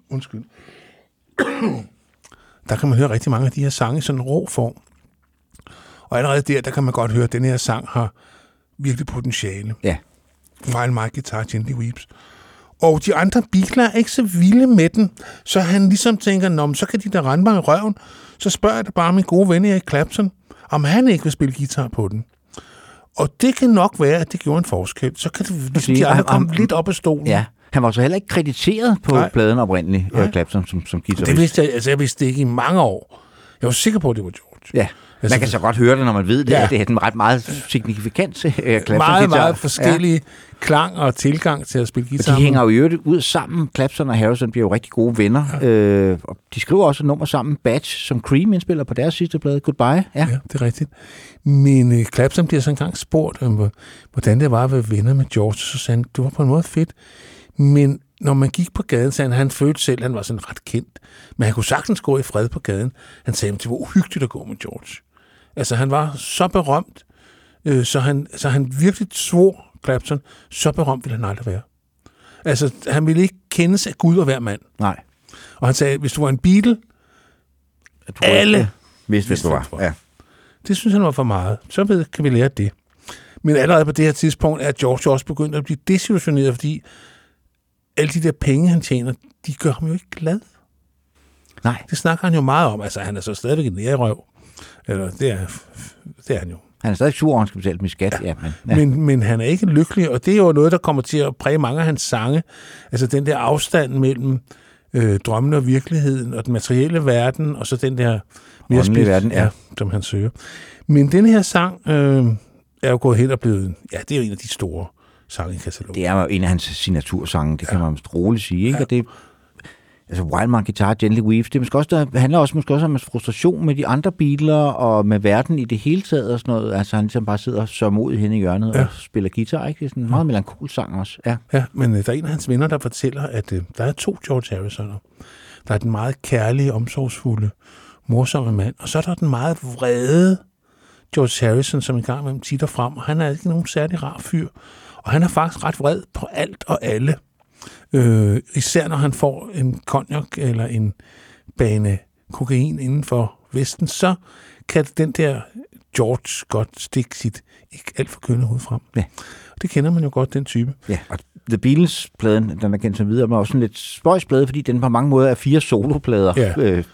C: rigtig mange af de her sange i sådan en rå form. Og allerede der kan man godt høre, at den her sang har virkelig potentiale.
B: Ja.
C: While My Guitar Gently Weeps. Og de andre Beatles er ikke så vilde med den, så han ligesom tænker, så kan de da rende mig i røven. Så spørger jeg da bare min gode ven Eric Clapton, om han ikke vil spille guitar på den. Og det kan nok være, at det gjorde en forskel. Så kan det ligesom de andre komme lidt op af stolen.
B: Ja, han var så heller ikke krediteret på pladen oprindeligt, Eric Clapton, som guitarist.
C: Det vidste jeg vidste det ikke i mange år. Jeg var sikker på, at det var George.
B: Ja. Man kan så godt høre det, når man ved det. Ja. Det er den ret meget signifikant til Clapton.
C: Meget forskellige klang og tilgang til at spille guitar.
B: Og de hænger jo i øvrigt ud sammen. Clapton og Harrison bliver jo rigtig gode venner. Ja. Og de skriver også et nummer sammen, Badge, som Cream indspiller på deres sidste plade, Goodbye. Ja,
C: det er rigtigt. Men Clapton bliver så engang spurgt om, hvordan det var at være venner med George. Så sagde han, det var på en måde fedt. Men når man gik på gaden, så han følte selv, han var sådan ret kendt. Men han kunne sagtens gå i fred på gaden. Han sagde, at det var uhyggeligt at gå med George. Altså, han var så berømt, så han virkelig svor, Clapton, så berømt ville han aldrig være. Altså, han ville ikke kendes af Gud og hver mand.
B: Nej.
C: Og han sagde, hvis du var en Beatle, alle
B: vidste, du var. Ja.
C: Det synes han var for meget. Så kan vi lære det. Men allerede på det her tidspunkt er George også begyndt at blive desillusioneret, fordi alle de der penge, han tjener, de gør ham jo ikke glad.
B: Nej.
C: Det snakker han jo meget om. Altså, han er så stadigvæk en nærrøv. Eller det er han jo.
B: Han er stadig sur, og han skal betale med skat. Ja.
C: Men han er ikke lykkelig, og det er jo noget, der kommer til at præge mange af hans sange. Altså den der afstand mellem drømmen og virkeligheden, og den materielle verden, og så den der mere
B: verden, ja.
C: som han søger. Men den her sang er jo gået hen og blevet, det er jo en af de store sange i katalogen.
B: Det er jo en af hans signatursange, det kan man roligt sige, ikke? Ja. Og det, altså Wild My Guitar Gently Weeps, det handler også om hans frustration med de andre Beatles og med verden i det hele taget og sådan noget. Altså han ligesom bare sidder så mod hende i hjørnet og spiller guitar, ikke? Det er sådan en meget melankolisk sang også. Ja,
C: men der er en af hans venner, der fortæller, at der er 2 George Harrisoner. Der er den meget kærlige, omsorgsfulde, morsomme mand, og så er der den meget vrede George Harrison, som en gang imellem titter frem, og han er ikke nogen særlig rar fyr. Og han er faktisk ret vred på alt og alle. Især når han får en cognac eller en bane kokain inden for Vesten, så kan den der George godt stikke sit ikke alt for kønne hoved frem. Ja. Det kender man jo godt, den type.
B: Ja, og The Beatles-pladen, den er kendt som videre, men også en lidt spøjsplade, fordi den på mange måder er 4 soloplader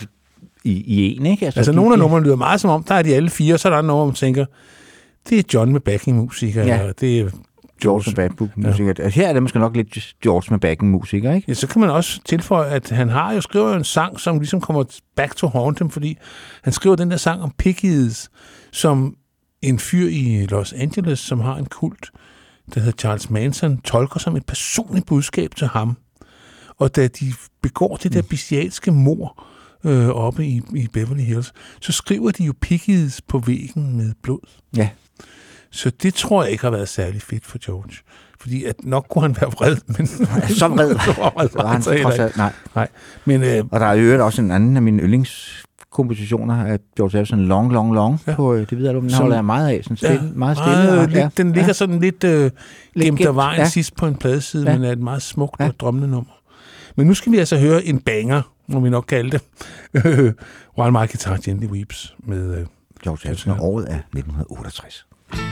B: i en, ikke?
C: Altså nogle af numrene lyder meget som om, der er de alle 4, så er der andre numre, man tænker, det er John med backing-musikere, og det er
B: George med backing-musikere. Ja. Her er det måske nok lidt George med backing-musikere, ikke?
C: Ja, så kan man også tilføje, at han skriver jo en sang, som ligesom kommer back to haunt him, fordi han skriver den der sang om Piggies, som en fyr i Los Angeles, som har en kult, der hedder Charles Manson, tolker som et personligt budskab til ham. Og da de begår det der bestialske mord oppe i Beverly Hills, så skriver de jo Piggies på væggen med blod.
B: Ja.
C: Så det tror jeg ikke har været særlig fedt for George. Fordi at nok kunne han være vred, men...
B: Så vred. Nej.
C: Men,
B: og der er jo også en anden af mine yndlingskompositioner af George Harrison, Long, Long, Long, på det hvide album. Den holder jeg meget af. Sådan stille, meget stille.
C: Den ligger sådan lidt gemt af vejen sidst på en pladeside, men er et meget smukt og drømmende nummer. Men nu skal vi altså høre en banger, må vi nok kalde det. While My Guitar Gently Weeps med
B: George Harrison, og året er 1968.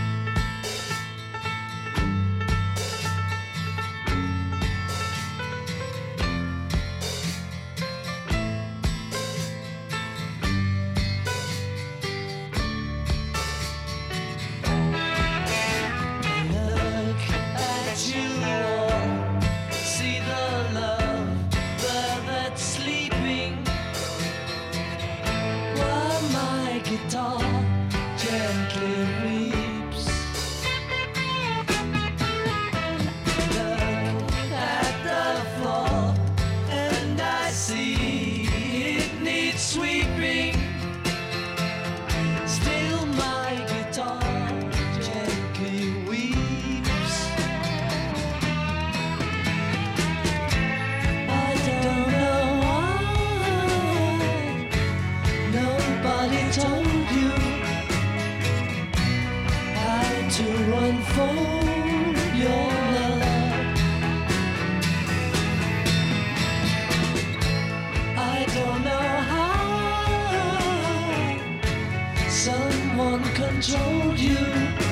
D: Controlled you,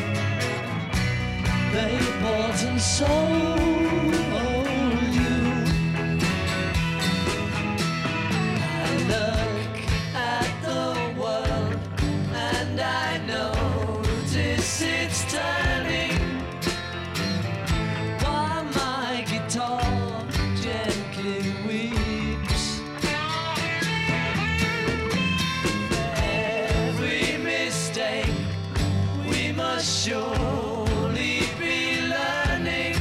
D: they bought and sold you. I look at the world and I notice it's turning. While my guitar gently weeps. Every mistake we must surely be learning.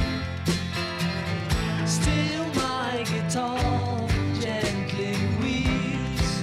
D: Still my guitar gently weeps.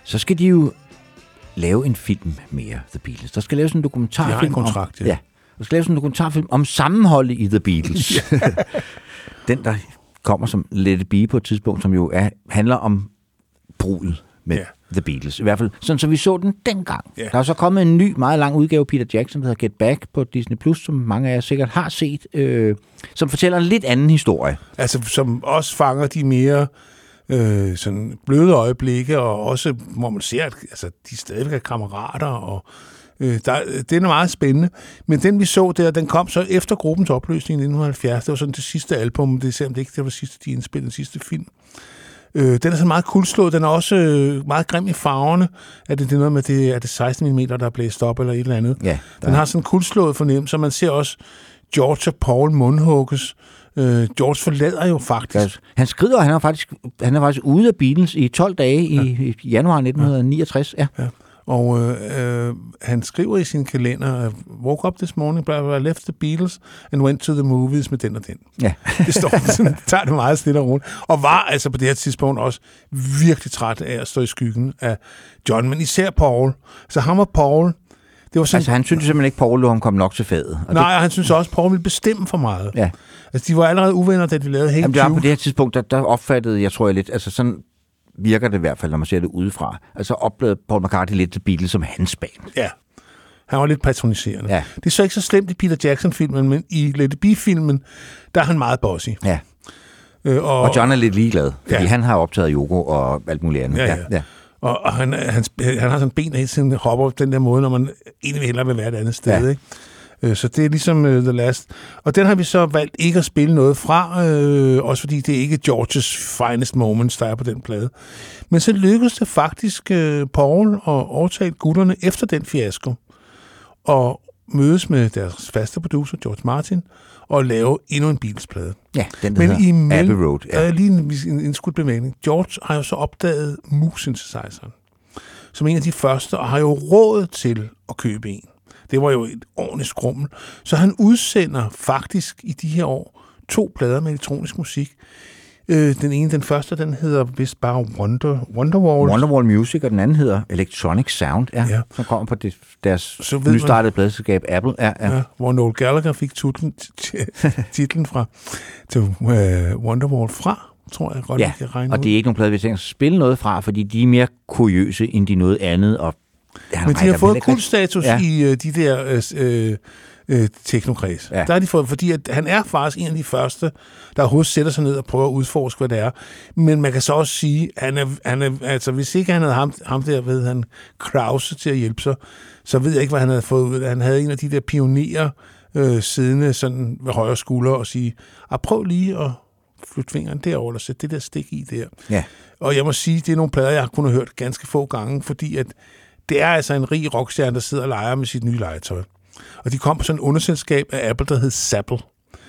B: så skal de jo lave en film mere, The Beatles. Der skal laves en dokumentarfilm.
C: De har en kontrakt,
B: ja. Der skal laves en dokumentarfilm om sammenholdet i The Beatles. Den, der kommer som Let It Be på et tidspunkt, som jo handler om brudet med The Beatles. I hvert fald sådan, så vi så den dengang. Der er så kommet en ny, meget lang udgave af Peter Jackson, der hedder Get Back på Disney+, som mange af jer sikkert har set, som fortæller en lidt anden historie.
C: Altså, som også fanger de mere sådan bløde øjeblikke, og også, hvor man ser, at altså, de stadigvæk er kammerater, og det er meget spændende. Men den, vi så der, den kom så efter gruppens opløsning i 1970. Det var sådan det sidste album, det ser om det ikke, det var sidste, de indspillede den sidste film. Den er sådan meget kulslået. Den er også meget grim i farverne. Er det noget med, er det 16 mm, der er blæst op, eller et eller andet?
B: Ja,
C: den har sådan en kulslået fornemmelse, så man ser også George og Paul mundhugges. George forlader jo faktisk.
B: Han skrider, og han er faktisk ude af Beatles i 12 dage i januar 1969. Ja.
C: Og han skriver i sin kalender, woke up this morning, I left the Beatles and went to the movies med den og den.
B: Ja.
C: Det står sådan, tager det meget stille og roligt. Og var altså på det her tidspunkt også virkelig træt af at stå i skyggen af John, men især Paul. Så ham og Paul, det var sådan...
B: Altså han syntes simpelthen ikke, Paul lå ham kom nok til fadet.
C: Nej, han synes også, Paul ville bestemme for meget.
B: Ja.
C: Altså de var allerede uvenner, da de lavede Hey Jude.
B: Det var på det her tidspunkt, der opfattede jeg, tror jeg lidt, altså sådan virker det i hvert fald, når man ser det udefra. Altså oplevede Paul McCartney lidt til Beatles som hans band.
C: Ja, han var lidt patroniserende.
B: Ja.
C: Det er så ikke så slemt i Peter Jackson-filmen, men i Let It Be-filmen, der er han meget bossy.
B: Ja. Og John er lidt ligeglad, fordi han har optaget Yoko og alt muligt andet.
C: Ja. Og han har sådan ben, der hele tiden hopper den der måde, når man egentlig hellere vil være et andet sted, ikke? Så det er ligesom The Last. Og den har vi så valgt ikke at spille noget fra, også fordi det er ikke Georges finest moments, der er på den plade. Men så lykkedes det faktisk Paul at overtale gutterne efter den fiasko, og mødes med deres faste producer, George Martin, og lave endnu en Beatles-plade.
B: Ja, den der hedder Abbey Road. Ja.
C: Lige en skudt bemærkning. George har jo så opdaget Moog-synthesizeren som en af de første, og har jo råd til at købe en. Det var jo et ordentligt skrummel. Så han udsender faktisk i de her år 2 plader med elektronisk musik. Den første, den hedder vist bare Wonderwall.
B: Wonderwall Music, og den anden hedder Electronic Sound, som kommer på deres nystartede pladeselskab Apple. Ja.
C: Hvor Noel Gallagher fik titlen fra til Wonderwall fra, tror jeg godt, vi kan regne
B: og det er ikke nogen plade, vi tænker at spille noget fra, fordi de er mere kuriøse, end de noget andet, og
C: men de har fået kultstatus i de der teknokreds. Ja. Der har de fået, fordi at han er faktisk en af de første, der overhovedet sætter sig ned og prøver at udforske, hvad det er. Men man kan så også sige, han er altså hvis ikke han havde ham der, ved han, Krause til at hjælpe sig, så ved jeg ikke, hvad han havde fået ud af. Han havde en af de der pionerer siddende sådan ved højre skulder og sige, prøv lige at flytte fingeren derover, eller sætte det der stik i der.
B: Ja.
C: Og jeg må sige, det er nogle plader, jeg har kun hørt ganske få gange, fordi at det er altså en rig rockstjerne, der sidder og leger med sit nye legetøj. Og de kom på sådan et underselskab af Apple, der hed Zapple.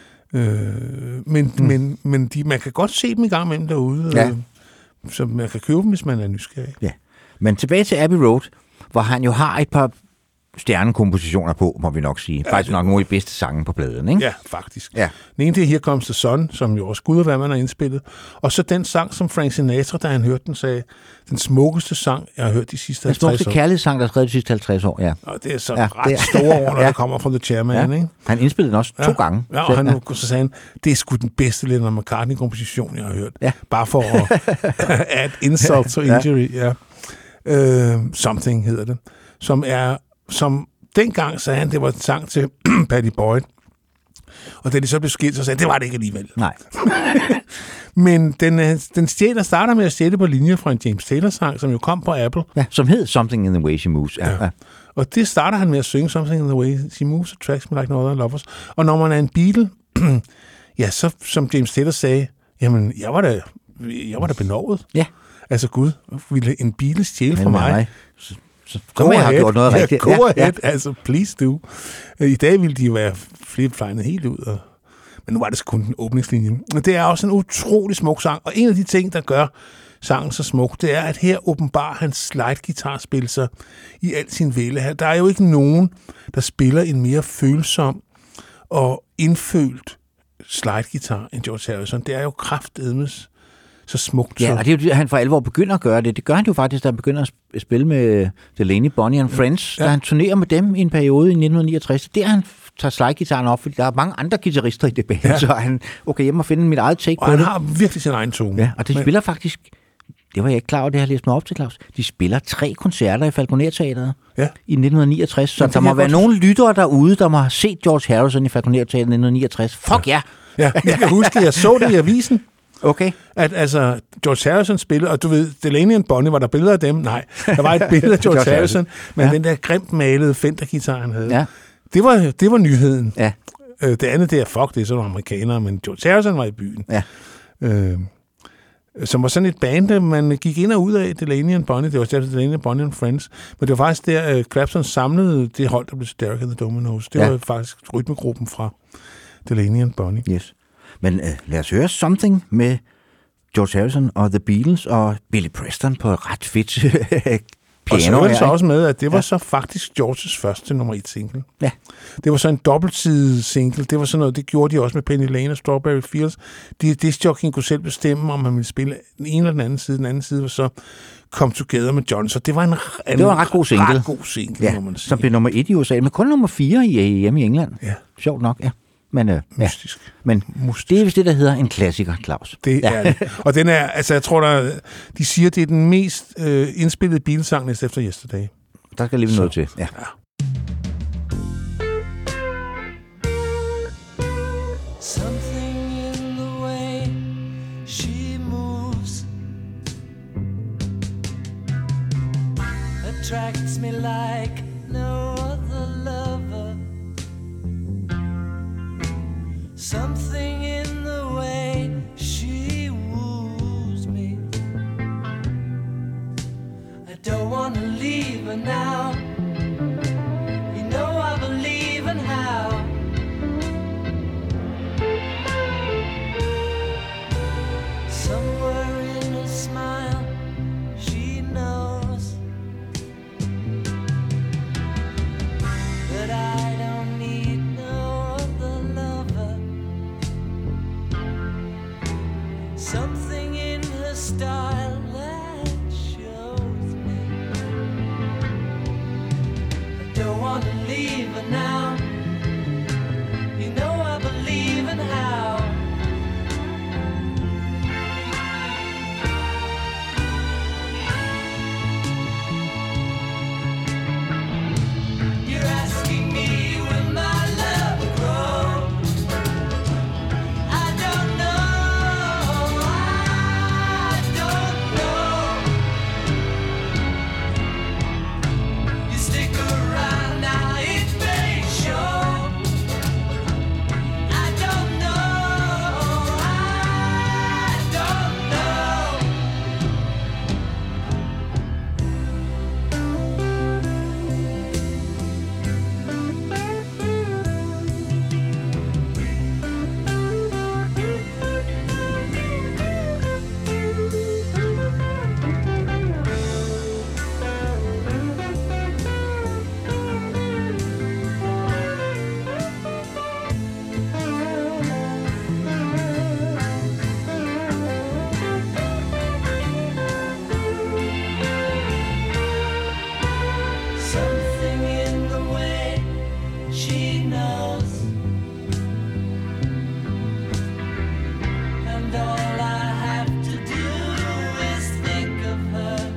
C: Men man kan godt se dem i gang med dem derude. Så man kan købe dem, hvis man er nysgerrig.
B: Ja. Men tilbage til Abbey Road, hvor han jo har et par stjernekompositioner på, må vi nok sige. Faktisk nok nogle af de bedste sange på pladen, ikke?
C: Ja, faktisk. Ja. Den ene, det er Here Comes the Sun, som jo også Gud og hvad man har indspillet. Og så den sang, som Frank Sinatra, da han hørte den, sagde, den smukkeste sang, jeg har hørt de sidste 50 år.
B: Den smukkeste kærlighedssang, der er skrevet de sidste 50 år, ja.
C: Og det er så ret store ord, når der kommer fra The Chairman, ikke?
B: Han indspillede den også 2 gange.
C: Ja, og så sagde han, det er sgu den bedste Lennon McCartney-komposition, jeg har hørt.
B: Ja.
C: Bare for at add insult to injury, Something hedder det. Som dengang sagde han, det var en sang til Patty Boyd. Og da de så blev skilt, så sagde han, det var det ikke alligevel.
B: Nej.
C: Men den starter med at stjæle på linjer fra en James Taylor-sang, som jo kom på Apple.
B: Ja, som hed Something in the Way She Moves. Ja.
C: Og det starter han med at synge Something in the Way She Moves, attracts me like no other lovers. Og når man er en Beatle, så som James Taylor sagde, jamen, jeg var da benovet.
B: Ja.
C: Altså Gud, ville en Beatle stjæle fra mig?
B: Så må jeg have gjort noget rigtigt.
C: Go ahead, altså please do. I dag ville de jo være flip-flynet helt ud. Men nu var det kun en åbningslinje. Men det er også en utrolig smuk sang. Og en af de ting, der gør sangen så smuk, det er, at her åbenbarer han slide-guitar-spil sig i al sin vælde. Der er jo ikke nogen, der spiller en mere følsom og indfølt slide-guitar end George Harrison. Det er jo kraftedmes så smukt.
B: Ja, og det er jo, han for alvor begynder at gøre det. Det gør han jo faktisk, da han begynder at spille med Delaney, Bonnie and Friends, da han turnerer med dem i en periode i 1969. Der han tager slidegitaren op, fordi der er mange andre guitarister i det band, så han, okay, jeg må finde mit eget take
C: og
B: på
C: han
B: det.
C: har virkelig sin egen tone.
B: Ja, og det spiller faktisk, det var jeg ikke klar over, det har jeg læst mig op til, Claus. De spiller 3 koncerter i Falconer Teatret i 1969, så der må være nogle lyttere derude, der må have set George Harrison i Falconer Teatret i 1969. Fuck ja!
C: Ja, jeg kan huske, jeg så det i avisen.
B: Okay.
C: At altså, George Harrison spillede, og du ved, Delaney og Bonnie, var der billeder af dem? Nej, der var et billede af George Harrison, men den der grimt malede Fender-guitar, han havde. Ja. Det var nyheden. Ja. Det andet, det er, fuck, det er sådan nogle amerikanere, men George Harrison var i byen. Ja. Som var sådan et band, man gik ind og ud af, Delaney and Bonnie. Det var stadig Delaney and Bonnie and Friends. Men det var faktisk der, Clapton samlede det hold, der blev Derek and the Dominos. Det var faktisk rytmegruppen fra Delaney and Bonnie.
B: Yes. Men lad os høre Something med George Harrison og The Beatles og Billy Preston på ret fedt piano.
C: Og så var det så også med, at det var så faktisk Georges første nummer 1 single. Ja. Det var så en dobbeltsidig single. Det var sådan noget, det gjorde de også med Penny Lane og Strawberry Fields. Discjockeyen kunne selv bestemme, om man ville spille den ene eller den anden side. Den anden side var så Come Together med John. Så det var en
B: ret god single.
C: Ret god single, må man sige.
B: Som blev nummer 1 i USA, men kun nummer 4 hjemme i England. Ja. Sjovt nok, ja. Men, mystisk. Ja. Men det er vist det, der hedder en klassiker, Claus.
C: Det er det. Og den er, altså jeg tror, de siger, det er den mest indspillede Beatles-sang næste efter Yesterday.
B: Der skal lige noget til. Ja.
D: Something in the way she moves attracts me like no other lover. Something in the way she woos me. I don't want to leave her now. You know I believe in how. Somewhere in her smile, she knows that I don't need no other lover. Something in her style that shows me I don't want to leave her now. You know I believe in how. You're asking me, will my love grow? I don't know, I don't know. You stick around now, it may show. I don't know, I don't know. Something in the way she knows, and all I have to do is think of her.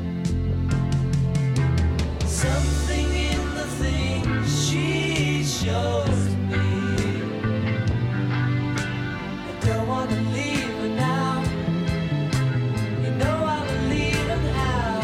D: Something in the things she shows me. I don't want to leave her now. You know I believe in how.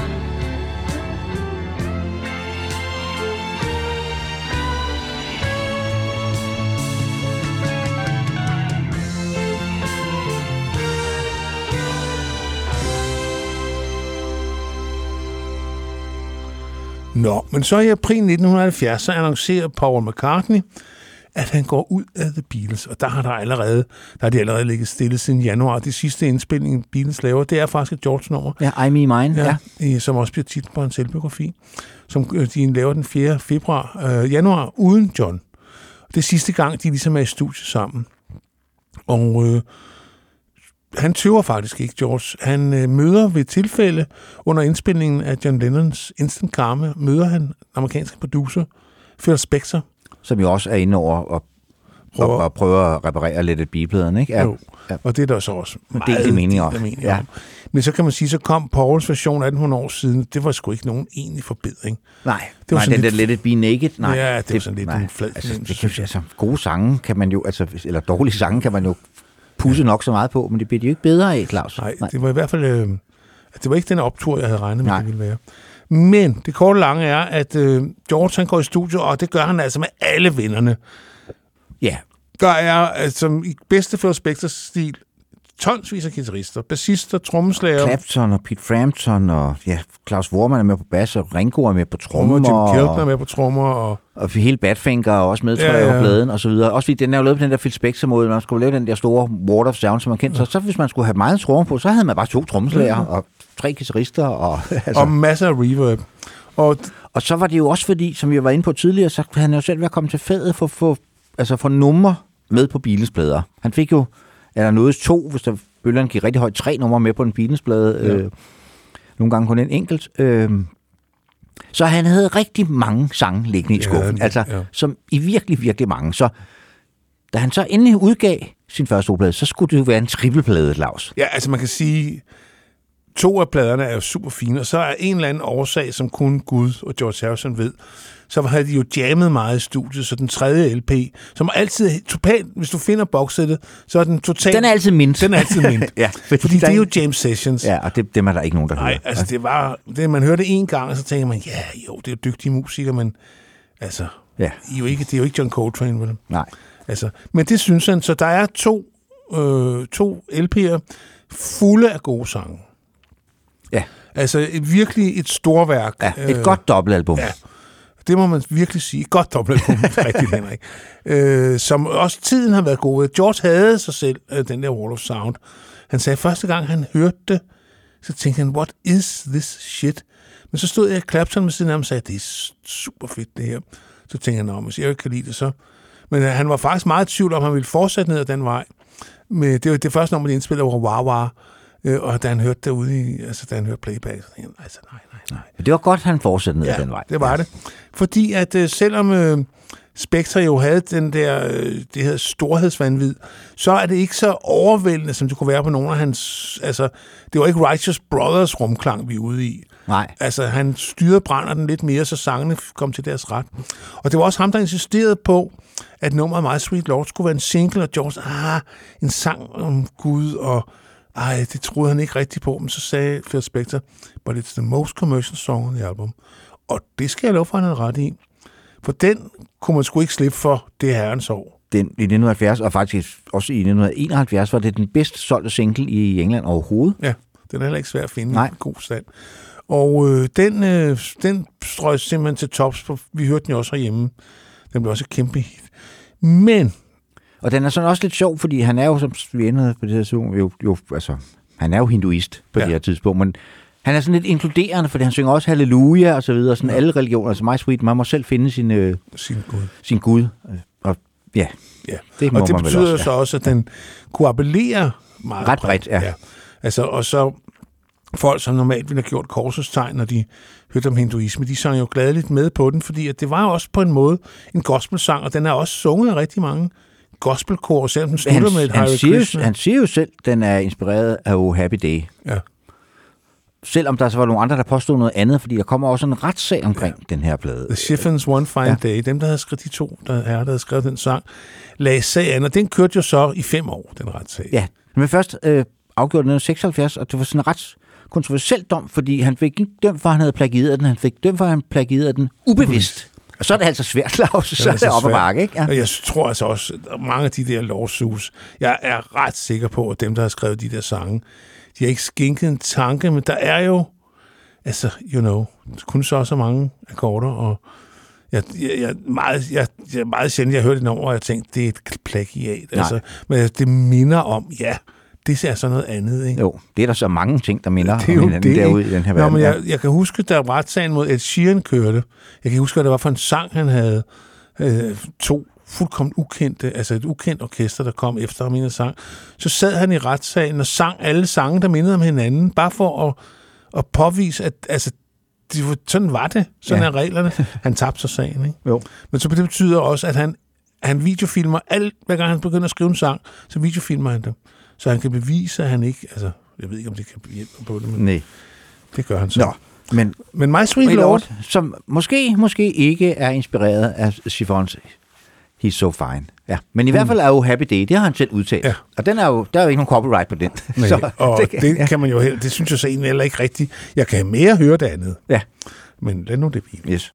C: Nå, men så i april 1970, så annoncerer Paul McCartney, at han går ud af The Beatles, og der har de allerede ligget stille siden januar. Det sidste indspilning, Beatles laver, det er faktisk et George-nummer.
B: Ja, I Me Mine,
C: ja. Som også bliver titlen på en selvbiografi, som de laver den 4. januar uden John. Det er sidste gang, de ligesom er i studie sammen. Og han tøver faktisk ikke, George. Han møder ved tilfælde under indspilningen af John Lennons Instant Karma, møder han den amerikanske producer, Phil Spector.
B: Som jo også er inde over og prøver at reparere lidt af bipladerne, ikke? Ja.
C: Jo, og det er der så også meget
B: det er meninger om.
C: Ja. Men så kan man sige, så kom Pauls version 1800 år siden, det var sgu ikke nogen egentlig forbedring.
B: Nej, det var den der Let It Be Naked. Nej,
C: ja, det var sådan lidt en flad
B: altså, gode sange kan man jo, altså, eller dårlige sange kan man jo pusse nok så meget på, men det bliver de jo ikke bedre af, Claus.
C: Nej, det var i hvert fald, det var ikke den optur, jeg havde regnet med, det ville være. Men det korte lange er, at George han går i studio, og det gør han altså med alle vennerne.
B: Ja.
C: Der er, som i bedste Phil Spector-stil, tonsvis af guitarister, bassister, trommeslager.
B: Clapton og Pete Frampton, og Klaus Voormann er med på bas, og Ringo er med på trommer.
C: Jim Keltner er med på trommer.
B: Og hele Badfinger er også med, tror jeg, på pladen, og så videre. Også fordi den er jo lavet på den der Phil Spector-måde, man skulle lave den der store Ward of Sound, som man kendte. Så hvis man skulle have meget trommer på, så havde man bare 2 trommeslager og 3 guitarister.
C: Og masser af reverb.
B: Og så var det jo også fordi, som vi var inde på tidligere, så han jo selv været kommet til fadet for numre med på Beatles-plader. Han fik jo, eller noget 2, hvis der bølgerne gik rigtig højt, 3 numre med på en Beatles-plade. Nogle gange kun en enkelt. Så han havde rigtig mange sange liggende i skuffen. Som i virkelig, virkelig mange. Så da han så endelig udgav sin første plade, så skulle det jo være en trippelplade, Claus.
C: Ja, altså man kan sige, 2 af pladerne er jo super fine, og så er en eller anden årsag, som kun Gud og George Harrison ved, så havde de jo jammet meget i studiet, så den 3. LP, som altid totalt, hvis du finder boxsættet, så er den totalt...
B: Den er altid mint.
C: Ja, fordi det er jo James Sessions.
B: Ja, og dem er der ikke nogen, der hører.
C: Nej, altså det var... man hørte det en gang, og så tænker man, ja, jo, det er jo dygtige musikere, men altså, det er jo ikke John Coltrane, vel?
B: Nej.
C: Altså, men det synes han, så der er 2 LP'er fulde af gode sange.
B: Ja.
C: Altså virkelig et storværk.
B: Ja, et godt dobbeltalbum.
C: Ja, det må man virkelig sige. Et godt dobbeltalbum, rigtigt, Henrik. Som også tiden har været god. George havde sig selv den der Wall of Sound. Han sagde, første gang han hørte det, så tænkte han, what is this shit? Men så stod jeg Clapton med siden af ham og sagde, det er super fedt det her. Så tænkte han, hvis jeg ikke kan lide det, så... Men han var faktisk meget i tvivl om, han ville fortsætte ned ad den vej. Men det var det første nummer, de indspillede over Wah-Wah. Og da han hørte derude da han hørte playback, så tænkte han, nej.
B: Det var godt, han fortsatte ned ad den vej.
C: Det var det. Fordi at selvom Spector jo havde den der, det her storhedsvanvid, så er det ikke så overvældende, som det kunne være på nogle af hans... Altså, det var ikke Righteous Brothers rumklang, vi er ude i.
B: Nej.
C: Altså, han styrede brænderen lidt mere, så sangene kom til deres ret. Og det var også ham, der insisterede på, at nummeret My Sweet Lord skulle være en single, og George, en sang om Gud, og det troede han ikke rigtigt på, men så sagde Phil Spector, but it's the most commercial song on the album. Og det skal jeg love for, han havde ret i. For den kunne man sgu ikke slippe for det herrens år.
B: I 1970, og faktisk også i 1971, var det den bedst solgte single i England overhovedet.
C: Ja, den er heller ikke svær at finde i god stand. Og den strøg simpelthen til tops, for vi hørte den jo også herhjemme. Den blev også et kæmpe hit. Men...
B: Og den er sådan også lidt sjov, fordi han er jo, som vi endte på det her tidspunkt, han er jo hinduist på det her tidspunkt, men han er sådan lidt inkluderende, fordi han synger også halleluja og så videre, sådan alle religioner, altså My Sweet, man må selv finde sin Gud. Og det må
C: og det
B: man
C: betyder
B: også,
C: så også, at den kunne appellere meget
B: ret bredt. Ja.
C: Altså, og så folk, som normalt ville have gjort korsets tegn, når de hørte om hinduisme, de sang jo gladeligt med på den, fordi at det var også på en måde en gospelsang, og den er også sunget af rigtig mange gospelkor, selvom den slutter med et Hare Krishna.
B: Han siger jo selv, den er inspireret af Oh Happy Day. Ja. Selvom der så var nogle andre, der påstod noget andet, fordi der kommer også en retssag omkring den her plade.
C: The Chiffons One Fine Day, dem der havde skrevet, de 2, der havde skrevet den sang, lagde sag an, og den kørte jo så i 5 år, den retssag.
B: Ja, men først afgjort den i 76, og det var sådan en ret kontroversiel dom, fordi han fik ikke dømt for, at han havde plagieret den, han fik dømt for, at han plagierede den ubevidst. Og så er det altså svært, Claus. Så er det op ad bakke, ikke? Ja.
C: Og jeg tror altså også, at mange af de der lawsuits, jeg er ret sikker på, at dem, der har skrevet de der sange, de har ikke skænket en tanke, men der er jo, kun så mange akkorder, og jeg meget sjældent, jeg hørte det nummer, og jeg tænkte, det er et plagiat. Altså, men det minder om, det er så noget andet, ikke?
B: Jo, det er der så mange ting, der minder om hinanden derude i den her verden.
C: Men jeg kan huske, da retssagen mod Ed Sheeran kørte, jeg kan huske, hvad det var for en sang, han havde 2 fuldkommen ukendte, altså et ukendt orkester, der kom efter ham ind og sang, så sad han i retssagen og sang alle sange, der mindede om hinanden, bare for at påvise, at altså, sådan var det. Sådan er reglerne. Han tabte sig sagen, ikke?
B: Jo.
C: Men så det betyder også, at han videofilmer alt, hver gang han begynder at skrive en sang, så videofilmer han det. Så han kan bevise, at han ikke, altså, jeg ved ikke, om det kan hjælpe på det, men
B: Nej.
C: det gør han så.
B: Nå,
C: Men My Sweet Lord,
B: som måske ikke er inspireret af Chiffons He's So Fine. Ja. Men i hvert fald er jo Happy Day, det har han selv udtalt.
C: Ja.
B: Og den er jo, der er jo ikke nogen copyright på den.
C: nej, og det kan man jo det synes jeg så egentlig heller ikke rigtigt. Jeg kan mere høre det andet.
B: Ja.
C: Men lad nu det blive.
B: Yes.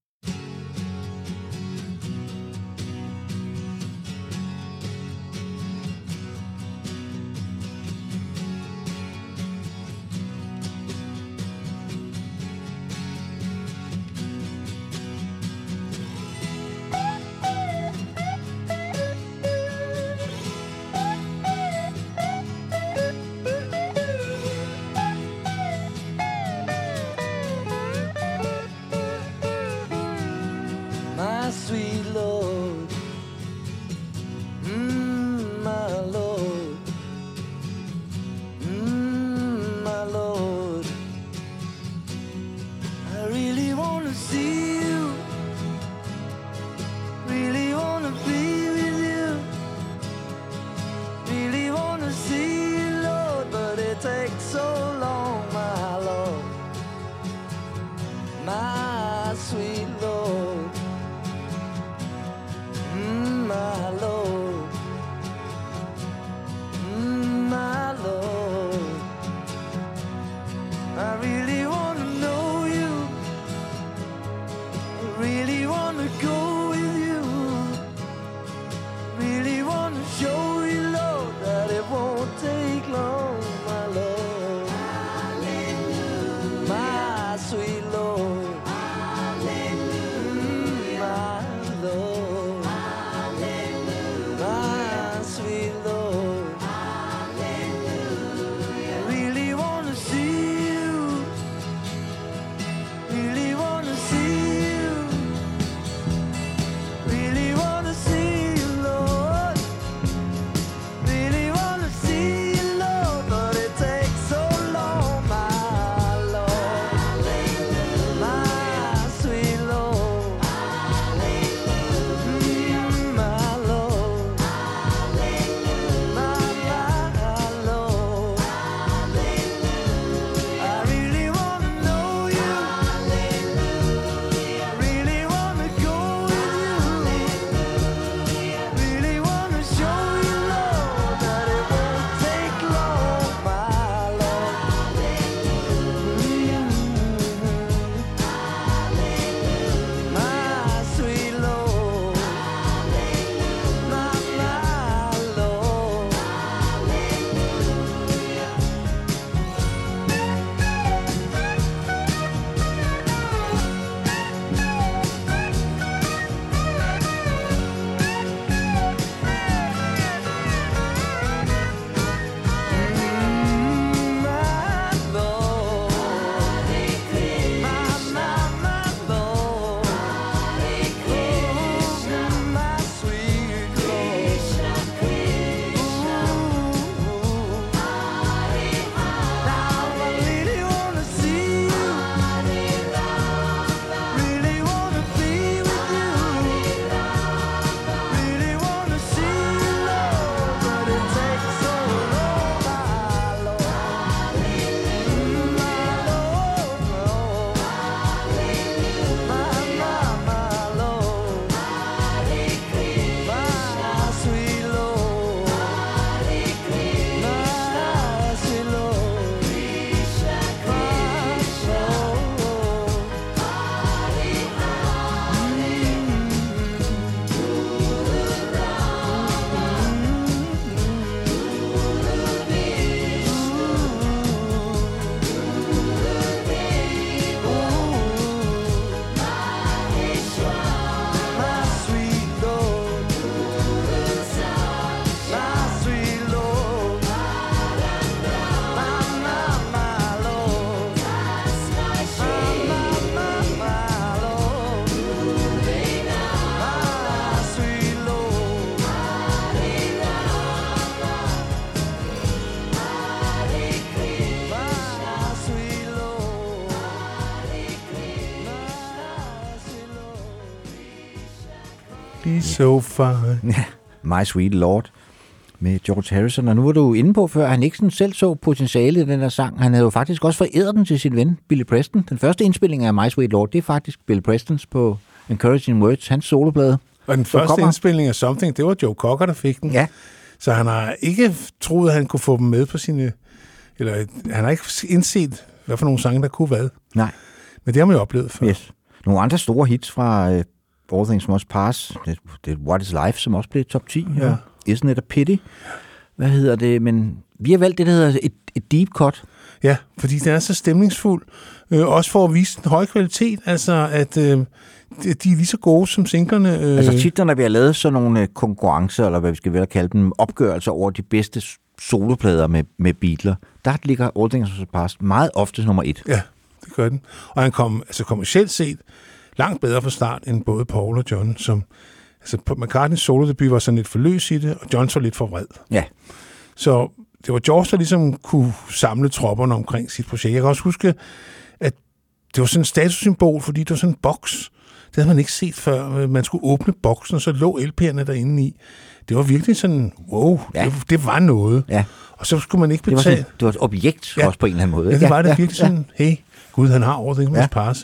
C: she's so fine.
B: Ja, My Sweet Lord med George Harrison. Og nu var du inde på før, at han ikke sådan selv så potentiale i den her sang. Han havde jo faktisk også foræret den til sin ven, Billy Preston. Den første indspilling af My Sweet Lord, det er faktisk Billy Prestons på Encouraging Words, hans soloplade.
C: Og den første indspilning af Something, det var Joe Cocker, der fik den.
B: Ja.
C: Så han har ikke troet, at han kunne få dem med på sine... Eller han har ikke indset, hvad for nogle sange, der kunne være.
B: Nej.
C: Men det har man jo oplevet før.
B: Yes. Nogle andre store hits fra All Things Must Pass. Det What Is Life, som også blev top 10. Ja. Isn't It a Pity? Hvad hedder det? Men vi har valgt det, der hedder et deep cut.
C: Ja, fordi den er så stemningsfuld. Også for at vise den høje kvalitet. Altså, at de er lige så gode som singlerne.
B: Altså tit, når vi har lavet sådan nogle konkurrencer, eller hvad vi skal vel kalde dem, opgørelser over de bedste soloplader med Beatles, der ligger All Things Must Pass meget ofte nummer 1.
C: Ja, det gør den. Og han kom kommercielt set langt bedre fra start end både Paul og John, som... Altså, McCartneys solodebut var sådan lidt for løs i det, og John var lidt for vred.
B: Ja.
C: Så det var George, der ligesom kunne samle tropperne omkring sit projekt. Jeg kan også huske, at det var sådan et statussymbol, fordi det var sådan en boks. Det havde man ikke set før. Man skulle åbne boksen, og så lå LP'erne derinde i. Det var virkelig sådan, wow, ja. det var noget. Ja. Og så skulle man ikke betale.
B: Det var et objekt også på en eller anden måde.
C: Ja, det var det virkelig sådan, hey, Gud, han har All Things Must Pass,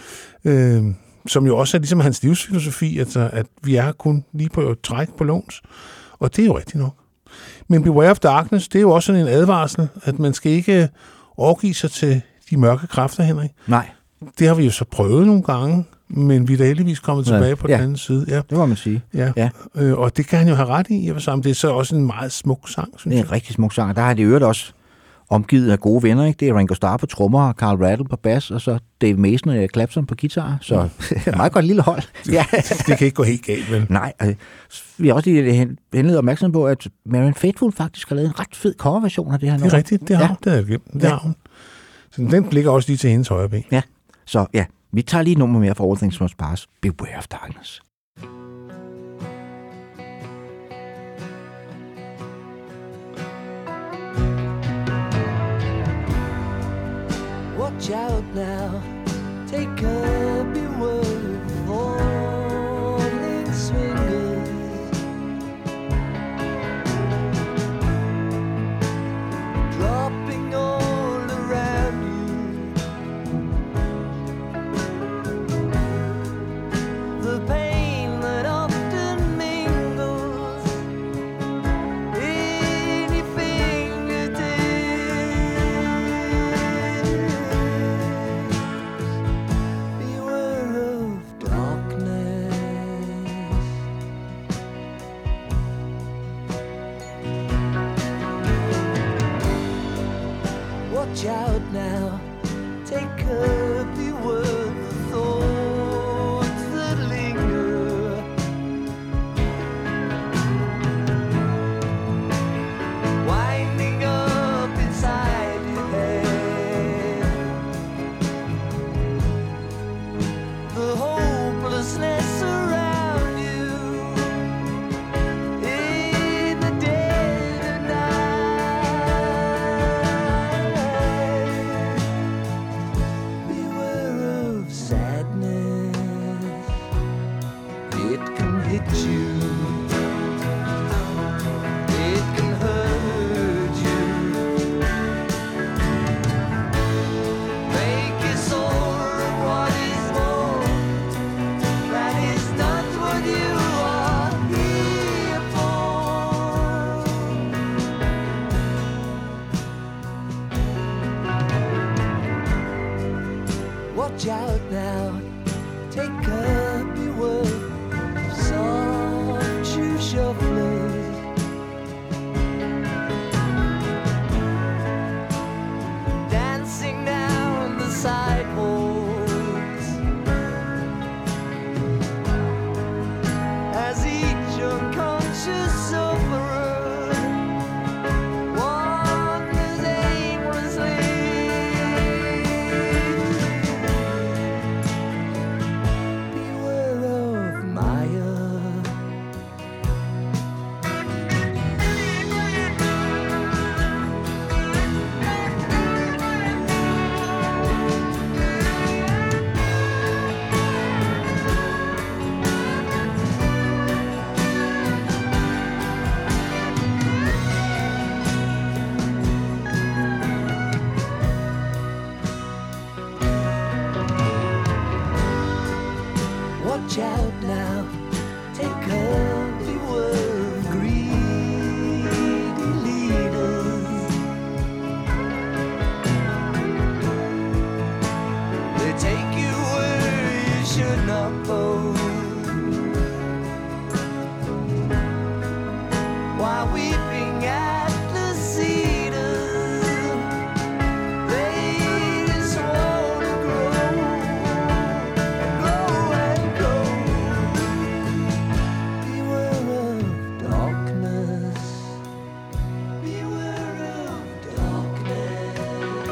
C: ikke? Som jo også er ligesom hans livsfilosofi, altså, at vi er kun lige på et træk på låns. Og det er jo rigtigt nok. Men Beware of Darkness, det er jo også sådan en advarsel, at man skal ikke overgive sig til de mørke kræfter, Henrik.
B: Nej.
C: Det har vi jo så prøvet nogle gange, men vi er da heldigvis kommet tilbage på den anden side. Ja.
B: Det må man sige.
C: Ja. Og det kan han jo have ret i. Det er så også en meget smuk sang, synes jeg.
B: Det er en rigtig smuk sang, og der har de øvrigt også omgivet af gode venner, ikke? Det er Ringo Starr på trommer, Carl Rattle på bas, og så Dave Mason og Eric Clapton på guitar. Så meget godt lille hold.
C: Ja. Det kan ikke gå helt galt, vel?
B: Nej. Vi har også lige henledet opmærksom på, at Marianne Faithfull faktisk har lavet en ret fed coverversion af det her nummer.
C: Det er rigtigt. Det har jeg glemt. Det har hun. Så den ligger også lige til hendes højre ben.
B: Ja. Så ja, vi tager lige et nummer mere fra All Things Must Pass. Beware of Darkness.
D: Watch out now, take up your word, falling swingers. Dropping all around you. The pain that often mingles in your fingertips. Watch out now, take up the word, the thoughts that linger. Winding up inside your head. The hopelessness around you in the dead of night. while weeping at the cedars. They just wanna grow and grow. Beware of darkness. Beware of darkness.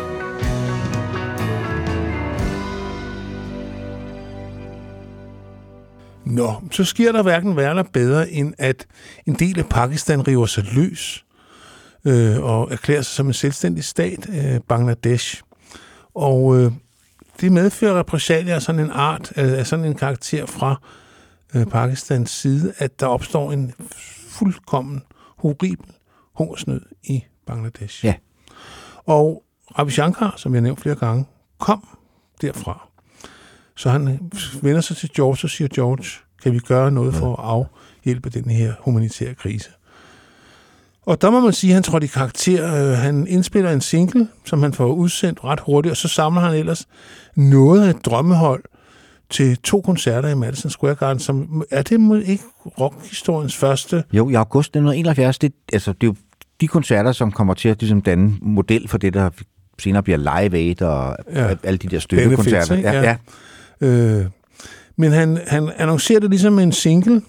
C: Nå, så sker der hverken værre eller bedre, end at en del af Pakistan river sig løs og erklærer sig som en selvstændig stat, Bangladesh. Og det medfører repressalier af sådan en art, af sådan en karakter fra Pakistans side, at der opstår en fuldkommen horribel hungersnød i Bangladesh.
B: Ja.
C: Og Ravi Shankar, som jeg nævnte flere gange, kom derfra. Så han vender sig til George og siger, George, kan vi gøre noget for at afhjælpe den her humanitære krise? Og der må man sige, at han trådte i karakter. Han indspiller en single, som han får udsendt ret hurtigt, og så samler han ellers noget af et drømmehold til 2 koncerter i Madison Square Garden, som er det ikke rockhistoriens første?
B: Jo, i august 1971, det er jo de koncerter, som kommer til at ligesom danne model for det, der senere bliver Live Aid og alle de der støttekoncerter.
C: Ja. Men han annoncerer det ligesom en single,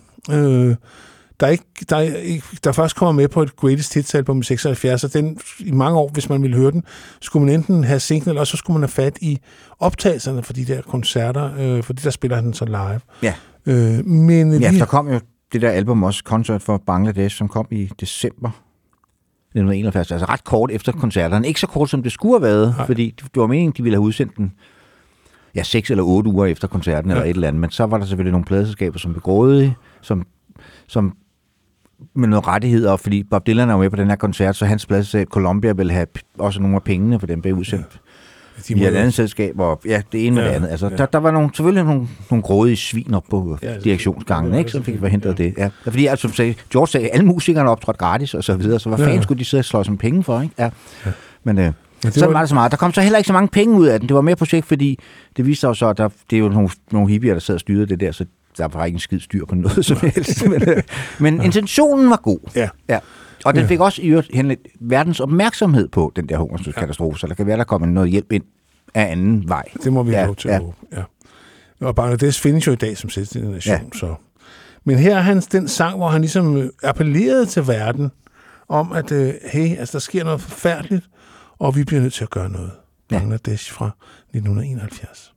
C: der først kommer med på et Greatest Hits album i 76, og den i mange år, hvis man ville høre den, skulle man enten have single, eller så skulle man have fat i optagelserne for de der koncerter, fordi der spiller han den så live.
B: Ja.
C: Men
B: der kom jo det der album også, Concert for Bangladesh, som kom i december 1971, altså ret kort efter koncerterne. Ikke så kort, som det skulle have været, fordi det var meningen, de ville have udsendt den 6 eller 8 uger efter koncerten eller et eller andet, men så var der selvfølgelig nogle pladeselskaber, som blev grådige, som med noget rettigheder, fordi Bob Dylan er jo med på den her koncert, så hans pladeselskab Columbia vil have også nogle af pengene for dem blev udsendt. I et andet selskab, og det ene med det andet. Altså, der var selvfølgelig nogle grådige svin op på direktionsgangen, ikke? Så fik vi hentet det. Ja. Fordi, altså, som George sagde, alle musikerne optrådte gratis og så videre, så hvad fanden skulle de sidde og slå som penge for, ikke? Ja. Men sådan var det så meget. Der kom så heller ikke så mange penge ud af den. Det var mere projekt, fordi det viste sig så, at det er jo nogle hippier, der sad og styrede det der, så der var ikke en skid styr på noget som helst. Men intentionen var god. Ja. Og den fik også i øvrigt verdens opmærksomhed på den der hungersnødskatastrofe, så der kan være, der kommer noget hjælp ind af anden vej.
C: Det må vi have lov til at håbe. Ja. Og Bangladesh findes jo i dag som selvstændig nation. Så. Men her er den sang, hvor han ligesom appellerede til verden om, at altså, der sker noget forfærdeligt, og vi bliver nødt til at gøre noget. Bangladesh fra 1971.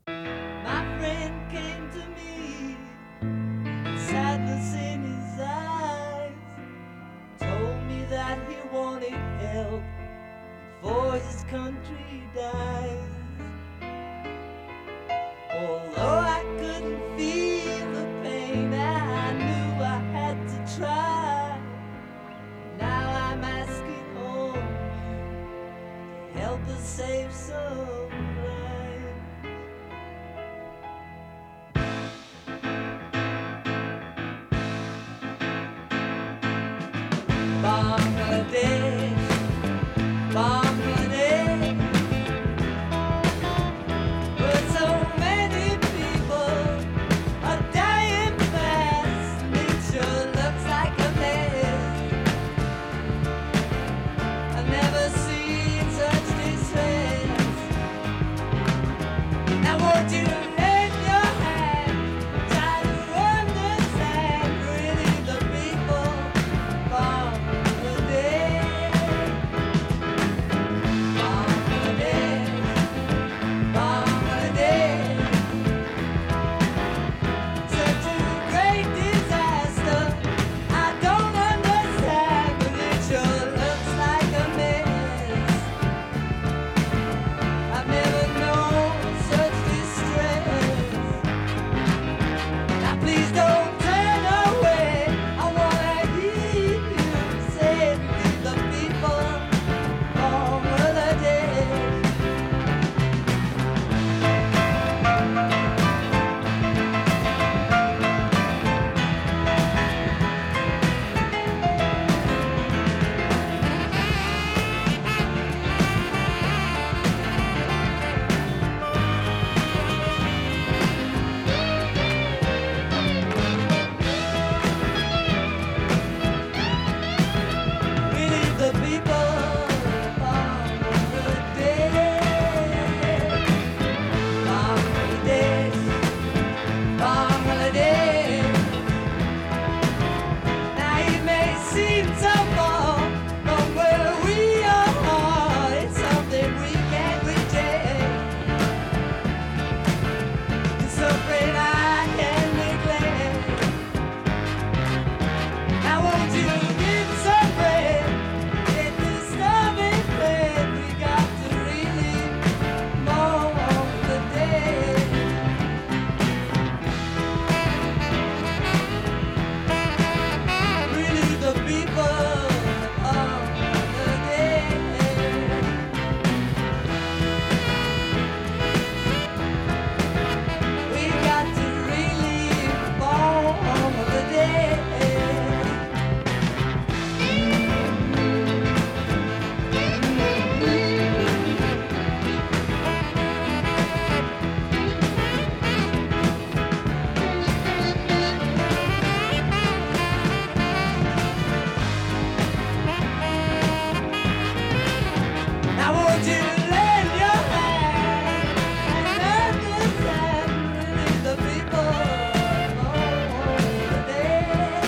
D: Country dies. Although I couldn't feel the pain, I knew I had to try. Now I'm asking home to help us save some lives. Bangladesh, Bangladesh. Bangladesh. the people of the dead. Bangladesh, Bangladesh. Now it may seem so far from where we are, it's something we can't reject. It's something I can neglect. Now won't you give some bread? Get this starving bread. We got to really mourn the dead. Really the people of the dead. We got to really mourn the dead. Now won't you lend your hand and understand really the people of the dead.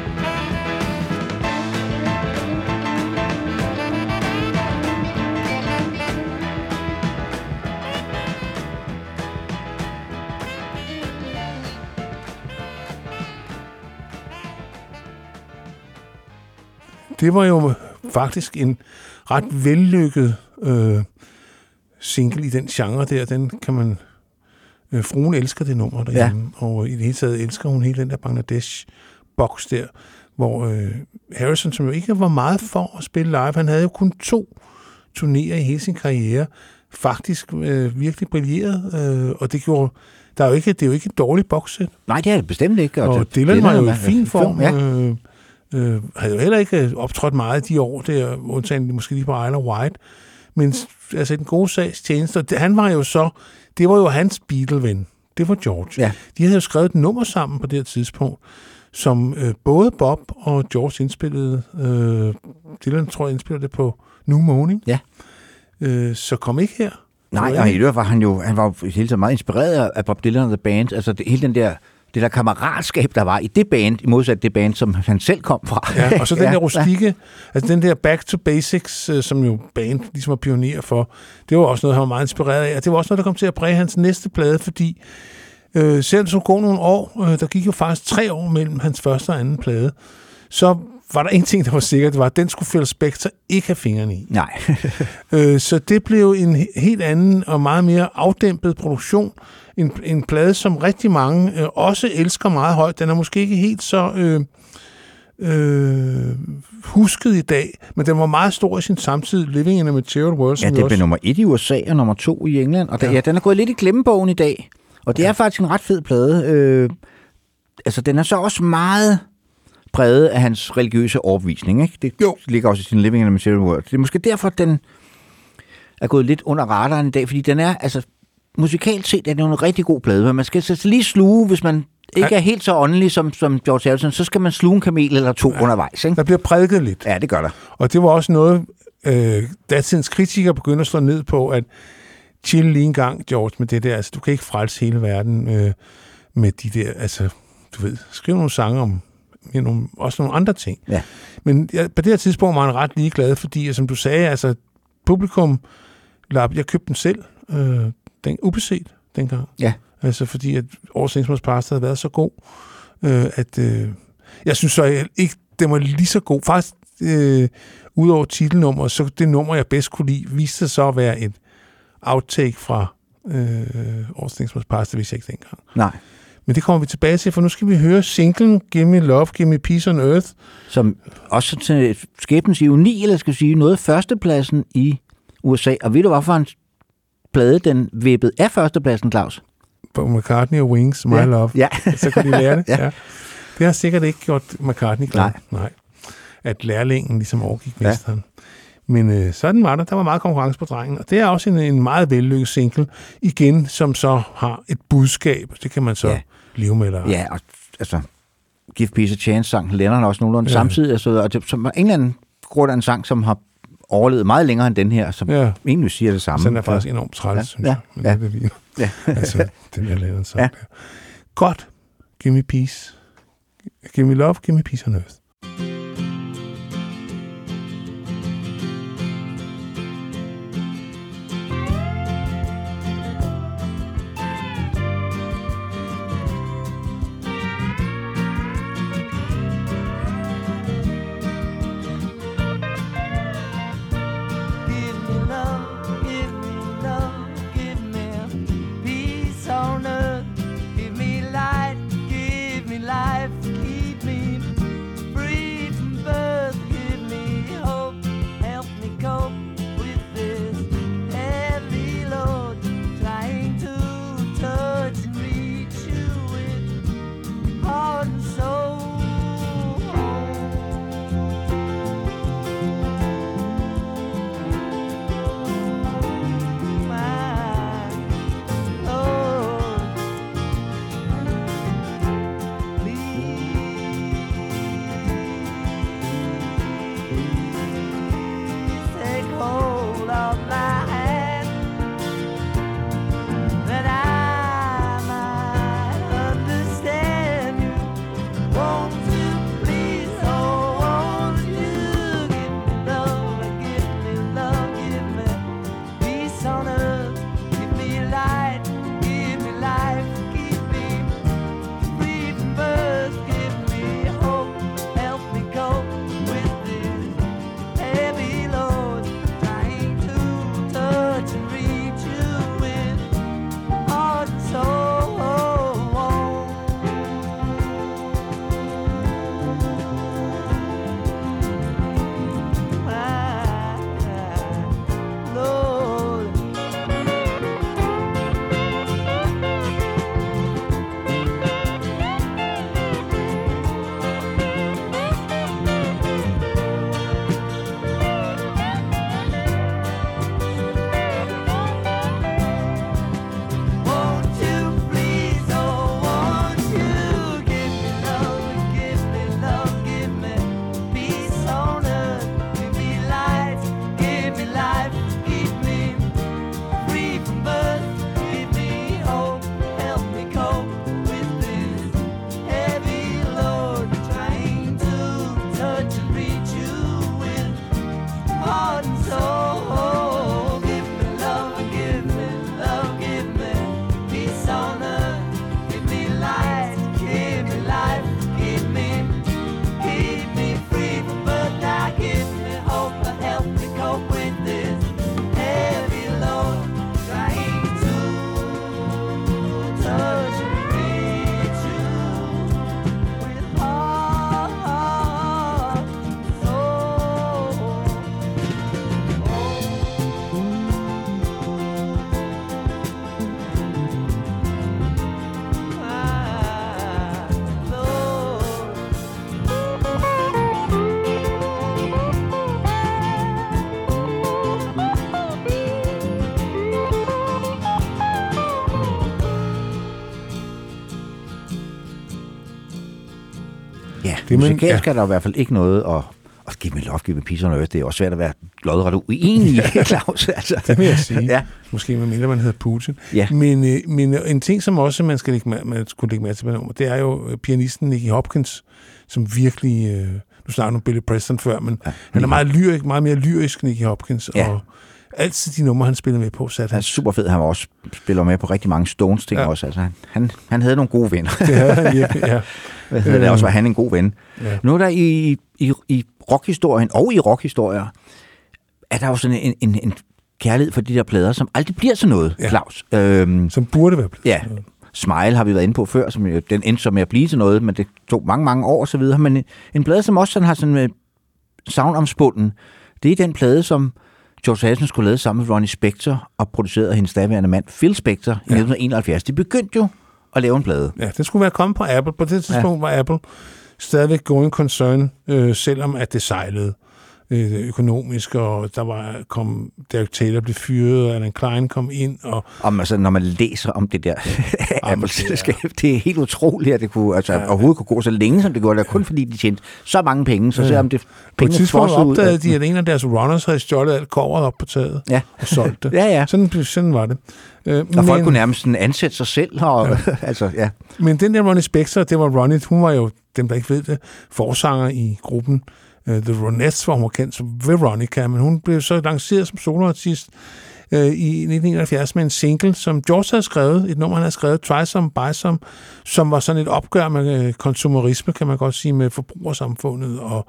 C: Det var jo faktisk en ret vellykket single i den genre der. Den kan man... fruen elsker det nummer derhjemme, og i det hele taget elsker hun hele den der Bangladesh-boks der, hvor Harrison, som jo ikke var meget for at spille live, han havde jo kun 2 turnéer i hele sin karriere, faktisk virkelig brilleret, og det gjorde... det er jo ikke et dårligt bokssæt.
B: Nej, det er det bestemt ikke.
C: Og Dylan var jo i fin form.
B: Ja.
C: Havde jo heller ikke optrådt meget de år der, undtagen måske lige på Isle of Wight, men altså den gode sags tjeneste, han var jo så, det var jo hans Beatle-ven, det var George.
B: Ja.
C: De havde jo skrevet et nummer sammen på det her tidspunkt, som både Bob og George indspillede. Dylan tror jeg indspillede det på New Morning.
B: Ja.
C: Så kom ikke her.
B: Nej, og i øvrigt var han var jo hele tiden meget inspireret af Bob Dylan og The Band, altså hele det der kammeratskab, der var i det band, i modsat det band, som han selv kom fra.
C: Ja, og så den der rustikke, altså den der Back to Basics, som jo band ligesom var pioner for, det var også noget, han var meget inspireret af, og det var også noget, der kom til at præge hans næste plade, fordi selv så går nogle år, der gik jo faktisk 3 år mellem hans første og anden plade, så var der en ting, der var sikkert, det var, at den skulle Phil Spector ikke have fingrene i.
B: Nej.
C: Så det blev en helt anden og meget mere afdæmpet produktion. En plade, som rigtig mange også elsker meget højt. Den er måske ikke helt så husket i dag, men den var meget stor i sin samtid. Living in a Material World.
B: Ja, det blev nummer 1 i USA og nummer 2 i England. Og den er gået lidt i glemmebogen i dag. Og det er faktisk en ret fed plade. Altså, den er så også meget præget af hans religiøse overbevisning, ikke? Det ligger også i sin Living in a Material World. Det er måske derfor, den er gået lidt under radaren i dag, fordi den er, altså, musikalt set er det en rigtig god plade, men man skal så lige sluge, hvis man ikke er helt så åndelig som George Harrison, så skal man sluge en kamel eller 2 undervejs, ikke?
C: Der bliver prædiket lidt.
B: Ja, det gør der.
C: Og det var også noget, datidens kritikere begynder at slå ned på, at chill lige en gang, George, med det der, altså, du kan ikke frelse hele verden med de der, altså, du ved, skriv nogle sange om også nogle andre ting.
B: Ja.
C: Men på det her tidspunkt var han ret ligeglad, fordi, som du sagde, altså, publikum, jeg købte den selv, den ubeset dengang.
B: Ja.
C: Altså, fordi at All Things Must Pass havde været så god, at jeg synes så ikke, den var lige så god. Faktisk, udover titelnummer, så det nummer, jeg bedst kunne lide, viste sig så at være et outtake fra All Things Must Pass, det vidste jeg ikke dengang.
B: Nej.
C: Men det kommer vi tilbage til, for nu skal vi høre singlen Give Me Love, Give Me Peace on Earth.
B: Som også til skæbnens ironi, eller skal sige, noget førstepladsen i USA. Og ved du, hvorfor en plade den vippede af førstepladsen, Claus?
C: På McCartney og Wings, My Love.
B: Ja.
C: Så kan de lære det.
B: Ja.
C: Det har sikkert ikke gjort McCartney glad. Nej. At lærlingen ligesom overgik mesteren. Men sådan var der. Der var meget konkurrence på drengen. Og det er også en meget vellykket single, igen, som så har et budskab. Det kan man så leve med. Eller.
B: Ja, og altså, Give Peace a Chance sang Lennon også nogenlunde samtidig. Altså, og det, som en eller anden grund af en sang, som har overlevet meget længere end den her, som egentlig siger det samme.
C: Den er faktisk enormt træls, synes jeg. Men det ligner.
B: Ja.
C: Altså, den er lavet en sang der. Godt. Give me peace. Give me love, give me peace on earth.
B: Musikalsk er der i hvert fald ikke noget at give me love, give me peace on earth. Det er også svært at være lodret uenig, Claus. Altså.
C: Det vil jeg sige. Ja. Måske med mindre man hedder Putin.
B: Ja.
C: Men en ting, som også man skulle lægge med til, det er jo pianisten Nicky Hopkins, som virkelig... du snakkede om Billy Preston før, men han er meget mere lyrisk, Nicky Hopkins, og altid de numre, han spiller med på, satte
B: han er super fed. Han var også spiller med på rigtig mange Stones-ting også. Altså, han havde nogle gode venner.
C: Det havde han virkelig, ja.
B: Det også var han en god ven. Ja. Nu er der i rockhistorien og i rockhistorier, er der jo sådan en kærlighed for de der plader, som aldrig bliver sådan noget, Claus.
C: Som burde være blevet.
B: Ja. Smile har vi været inde på før, som den endte så med at blive til noget, men det tog mange år og så videre. Men en plade, som også sådan har sådan savnomspunden, det er den plade, som George Harrison skulle lave sammen med Ronnie Spector og producerede af hendes daværende mand Phil Spector i 1971. De begyndte jo at lave en plade. Ja,
C: den skulle være kommet på Apple. På det tidspunkt var Apple stadigvæk going concern, selvom at det sejlede. økonomisk, og Derek Taylor blev fyret, og Alan Klein kom ind.
B: Altså, når man læser om det der Apple-selskab, det er helt utroligt, at det kunne, overhovedet kunne gå så længe, som det gjorde. Det er kun fordi, de tjente så mange penge, så selvom det
C: på et tidspunkt opdagede de, at en af deres runners havde stjålet alt kobberet op på taget og solgt det.
B: Ja.
C: Sådan var det.
B: Og folk kunne nærmest ansætte sig selv.
C: Men den der Ronnie Spector, det var Ronnie, hun var jo, dem der ikke ved det, forsanger i gruppen The Ronettes, hvor hun var kendt som Veronica, men hun blev så lanceret som soloartist i 1971 med en single, som George havde skrevet, et nummer, han havde skrevet, Try Some, Buy Some, som var sådan et opgør med konsumerisme, kan man godt sige, med forbrugersamfundet, og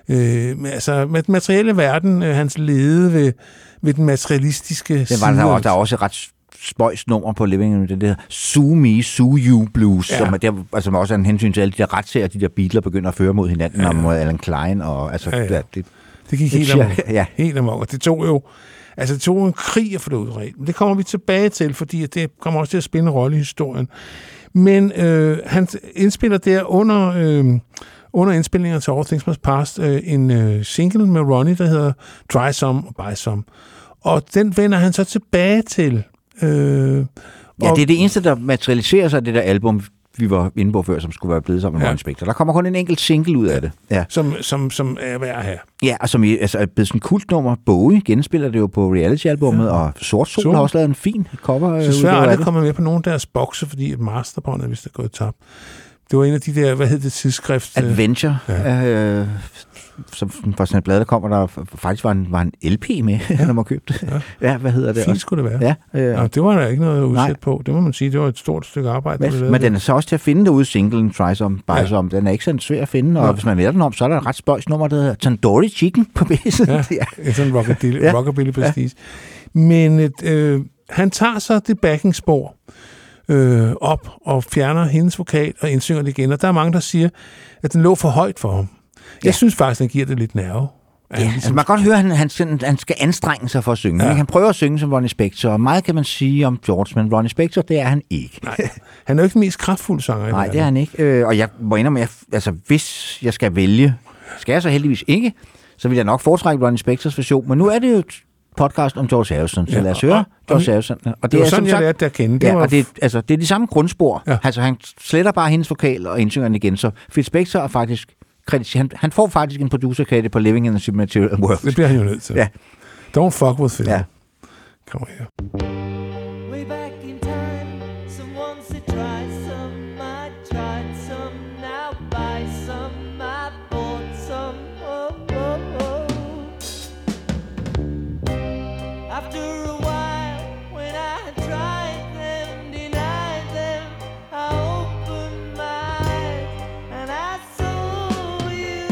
C: med den materielle verden, hans lede ved den materialistiske side.
B: Der er også et ret spøjs nummer på Living, det der Sue Me, Sue You Blues, som også er en hensyn til alle de der retssager, de der Beatles begynder at føre mod hinanden, og mod Alan Klein, og
C: det gik helt amok, og det tog en krig at få det udredt. Men det kommer vi tilbage til, fordi det kommer også til at spille en rolle i historien. Men han indspiller der under indspillinger til All Things Must Pass en single med Ronnie, der hedder Try Some og Buy Some. Og den vender han så tilbage til.
B: Det er det eneste, der materialiserer sig, det der album, vi var inde på før, som skulle være blevet sammen med Ronnie Spector. Der kommer kun en enkelt single ud af det. Ja.
C: Som er værd her.
B: Ja, og som er blevet sådan en kultnummer. Bowie genspiller det jo på reality-albummet, og Sort Sol har også lavet en fin cover.
C: Så svært aldrig kommet med på nogle af deres bokse, fordi et masterbånd er vist gået tabt. Det var en af de der, hvad hed det, tidsskrift?
B: Adventure. Som var sådan et blad, der kommer, der faktisk var en LP med, når man købte. Ja, hvad hedder det?
C: Fint skulle det være. Ja, det var der ikke noget at udsætte på. Det må man sige, det var et stort stykke arbejde.
B: Men den er så også til at finde derude, singlen Try Some, Buy Some. Den er ikke sådan svær at finde, og hvis man vælger den om, så er der et ret spøjs nummer, der hedder Tandoori Chicken på basen.
C: Ja, sådan en rockabilly prestige. Men han tager så det backingspor op og fjerner hendes vokal og indsynger det igen, og der er mange, der siger, at den lå for højt for ham. Jeg synes faktisk, den giver det lidt nerve.
B: Man kan godt høre, at han skal anstrenge sig for at synge. Han prøver at synge som Ronnie Spector, og meget kan man sige om George, men Ronnie Spector, det er han ikke.
C: Nej, han er jo ikke den mest kraftfulde sanger.
B: Nej, det er han ikke. Og jeg må indrømme, hvis jeg skal vælge, skal jeg så heldigvis ikke, så vil jeg nok foretrække Ronnie Spectors version, men nu er det jo podcast om George Harrison, så lad os høre George Harrison.
C: Og det er sådan, jeg lærte det at kende.
B: Og det er de samme grundspor. Ja. Altså, han sletter bare hendes vokal og indsynger den igen, så Phil Spector er faktisk han får faktisk en producer-credit på Living in the Material World.
C: Det bliver han jo nødt til.
B: Ja.
C: Don't fuck with Phil.
B: Ja.
C: Kom her.
D: Way back in time, someone said try some, I tried some, now buy some, I bought some, After a while, when I tried them, denied them, I opened my eyes, and I saw you.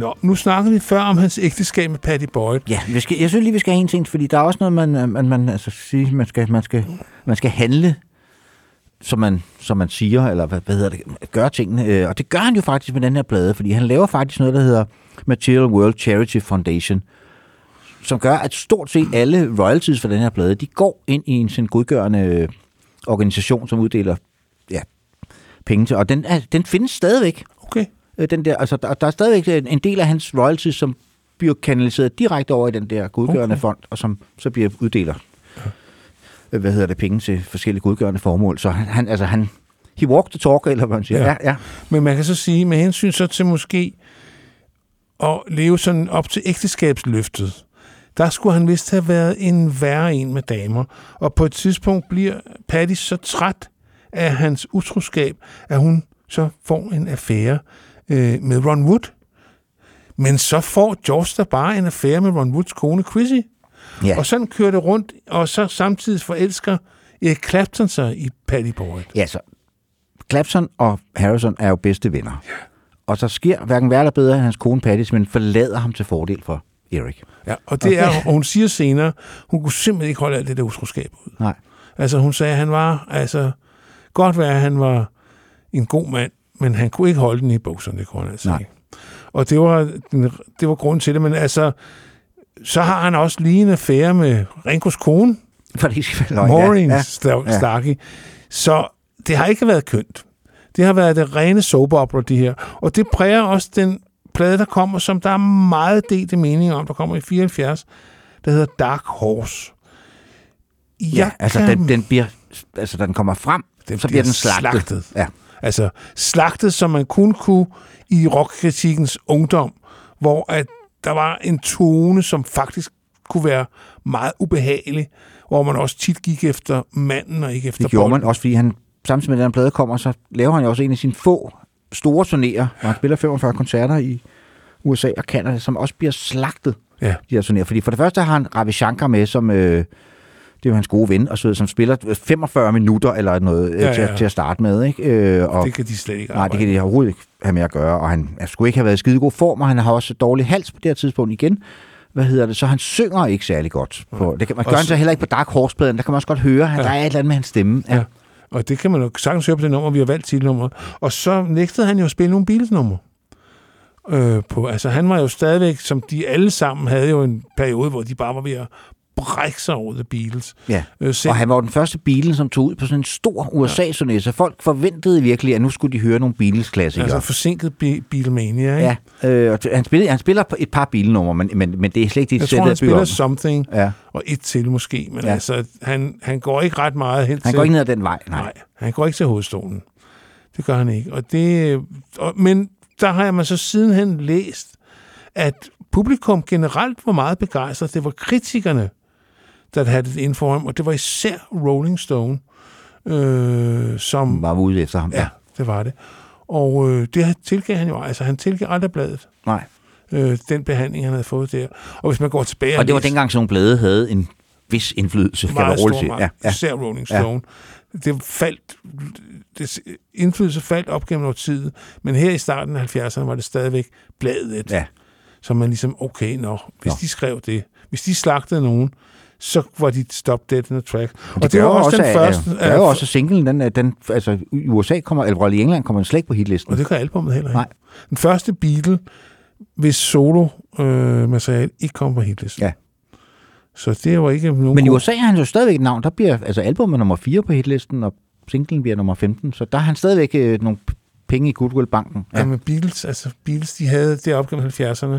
C: Nå, nu snakkede vi før om hans ægteskab med Patty Boyd.
B: Ja, jeg synes lige, vi skal have en ting, fordi der er også noget, man altså sige, man skal handle, som man siger, eller hvad hedder det, gøre tingene. Og det gør han jo faktisk med den her plade, fordi han laver faktisk noget, der hedder Material World Charity Foundation, som gør, at stort set alle royalties for den her plade, de går ind i en godgørende organisation, som uddeler penge til. Og den findes stadigvæk.
C: Okay.
B: Den der, altså, der er stadigvæk en del af hans royalties, som bliver kanaliseret direkte over i den der godgørende fond, og som så bliver uddeler penge til forskellige godgørende formål. Så han he walked the talk, eller hvad man siger. Ja.
C: Men man kan så sige, med hensyn så til måske at leve sådan op til ægteskabsløftet, der skulle han vist have været en værre en med damer. Og på et tidspunkt bliver Patty så træt af hans utroskab, at hun så får en affære med Ron Wood. Men så får George der bare en affære med Ron Woods kone Chrissy. Ja. Og sådan kører det rundt, og så samtidig forelsker Eric Clapton sig i Patty Boyd.
B: Ja, så Clapton og Harrison er jo bedste venner. Ja. Og så sker hverken værre eller bedre, at hans kone Patty, men forlader ham til fordel for Eric.
C: Ja, og det er, og hun siger senere, hun kunne simpelthen ikke holde alt det der utroskab ud.
B: Nej. Altså
C: hun sagde, at han var, godt være, at han var en god mand, men han kunne ikke holde den i bukserne, det kunne han altså ikke. Og det var grunden til det, men altså, så har han også lige en affære med Rinkos kone, Maureen Starkey. Så det har ikke været kønt. Det har været det rene soap opera, det her. Og det præger også den plade, der kommer, som der er meget delte meninger om, der kommer i 74, der hedder Dark Horse.
B: Den kommer frem, så bliver den slagtet. Ja.
C: Altså slagtet, som man kun kunne i rockkritikkens ungdom, hvor at der var en tone, som faktisk kunne være meget ubehagelig, hvor man også tit gik efter manden og ikke efter
B: det gjorde man også, fordi han samtidig med den plade kommer, så laver han jo også en af sine få store turnéer, hvor han spiller 45 koncerter i USA og Canada, som også bliver slagtet, de her turnéer. Fordi for det første har han Ravi Shankar med, som det er jo hans gode ven, og som spiller 45 minutter eller noget til at starte med. Ikke? Og
C: det kan de slet ikke
B: arbejde. Nej, det kan de overhovedet ikke have med at gøre, og han skulle ikke have været i skide god form, og han har også dårlig hals på det her tidspunkt igen. Så han synger ikke særlig godt. Det kan man gøre så heller ikke på Dark Horse-pladen, der kan man også godt høre, at der er et eller andet med hans stemme. Ja.
C: Og det kan man jo sagtens høre på det nummer, vi har valgt titelnummeret. Og så nægtede han jo at spille nogle Beatles-numre. Altså han var jo stadigvæk, som de alle sammen havde jo en periode, hvor de bare var ved at brække sig over The Beatles. Ja.
B: Og han var den første Beatles, som tog ud på sådan en stor USA-turné, så folk forventede virkelig, at nu skulle de høre nogle Beatles-klassikere.
C: Altså forsinket Beatlemania, ikke?
B: Ja, han spiller et par Beatles-numre, men det er slet ikke det,
C: jeg tror, han spiller Something, og et til måske, men altså, han går ikke ret meget hen til...
B: Han går ikke ned ad den vej,
C: nej. Han går ikke til hovedstolen. Det gør han ikke. Men der har man så sidenhen læst, at publikum generelt var meget begejstret. Det var kritikerne, der havde det inden for ham, og det var især Rolling Stone, som...
B: var ude efter ham.
C: Ja, det var det. Og det tilgav han jo, altså han tilgav aldrig bladet.
B: Nej.
C: Den behandling, han havde fået der. Og hvis man går tilbage...
B: Og det var dengang, sådan nogle blade havde en vis indflydelse, kan man roligt sige.
C: Især Rolling Stone. Ja. Indflydelse faldt op gennem noget tid, men her i starten af 70'erne var det stadigvæk bladet. Ja. Så man ligesom, hvis de skrev det, hvis de slagtede nogen, så var de stop dead in the track.
B: Og det var også den første... Det er jo også singlen, den altså i USA kommer, eller i England kommer den slet ikke på hitlisten.
C: Og det gør albumet heller ikke. Nej. Den første Beatle, hvis solo materiale ikke kom på hitlisten. Ja. Så det var ikke nogen...
B: Men i USA har han jo stadigvæk et navn. Der bliver altså albumet nummer 4 på hitlisten, og singlen bliver nummer 15. Så der har han stadigvæk nogle penge i Goodwill-banken.
C: Ja, men Beatles, de havde det op gennem 70'erne.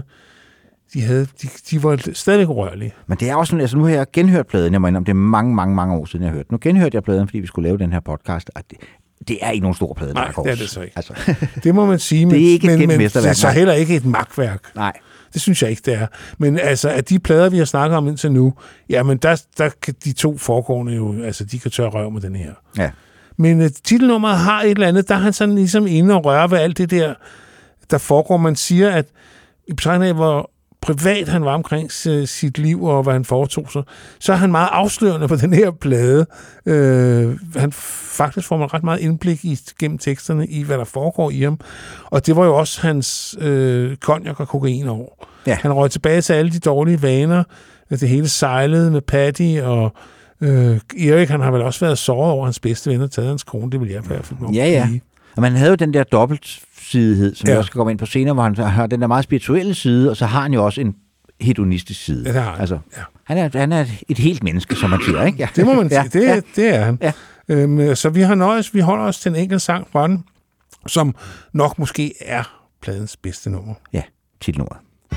C: De var stadigvæk rørlige.
B: Men det er også sådan, altså nu har jeg genhørt pladen, jeg må indrømme, det er mange år siden, jeg har hørt. Nu genhørte jeg pladen, fordi vi skulle lave den her podcast, og det er ikke nogen stor plade.
C: Nej, det er det så ikke. Altså. Det må man sige,
B: det er ikke
C: men det er så heller ikke et magtværk.
B: Nej.
C: Det synes jeg ikke, det er. Men altså, at de plader, vi har snakket om indtil nu, jamen der kan de to foregående jo, altså de kan tørre røv med den her. Ja. Men titelnummeret har et eller andet, der er han sådan ligesom inde og røre ved alt det der foregår. Man siger, at i betragtning af, hvor privat han var omkring sit liv, og hvad han foretog sig, så er han meget afslørende på den her plade. Han faktisk får man ret meget indblik gennem teksterne i, hvad der foregår i ham. Og det var jo også hans konjak og kokain år.
B: Ja.
C: Han røg tilbage til alle de dårlige vaner. Det hele sejlede med Patty, og Erik, han har vel også været såret over hans bedste ven og taget hans kone. Det vil jeg i hvert fald nok sige.
B: Og man havde jo den der dobbeltsidighed, som jeg også skal komme ind på senere, hvor han har den der meget spirituelle side, og så har han jo også en hedonistisk side.
C: Ja, det har han.
B: Altså, han er et helt menneske, som man siger, ikke? Ja.
C: Det må man sige. Det er han.
B: Ja.
C: Så vi holder os til en enkelt sang fra den, som nok måske er pladens bedste nummer.
B: Ja, titelnummeret.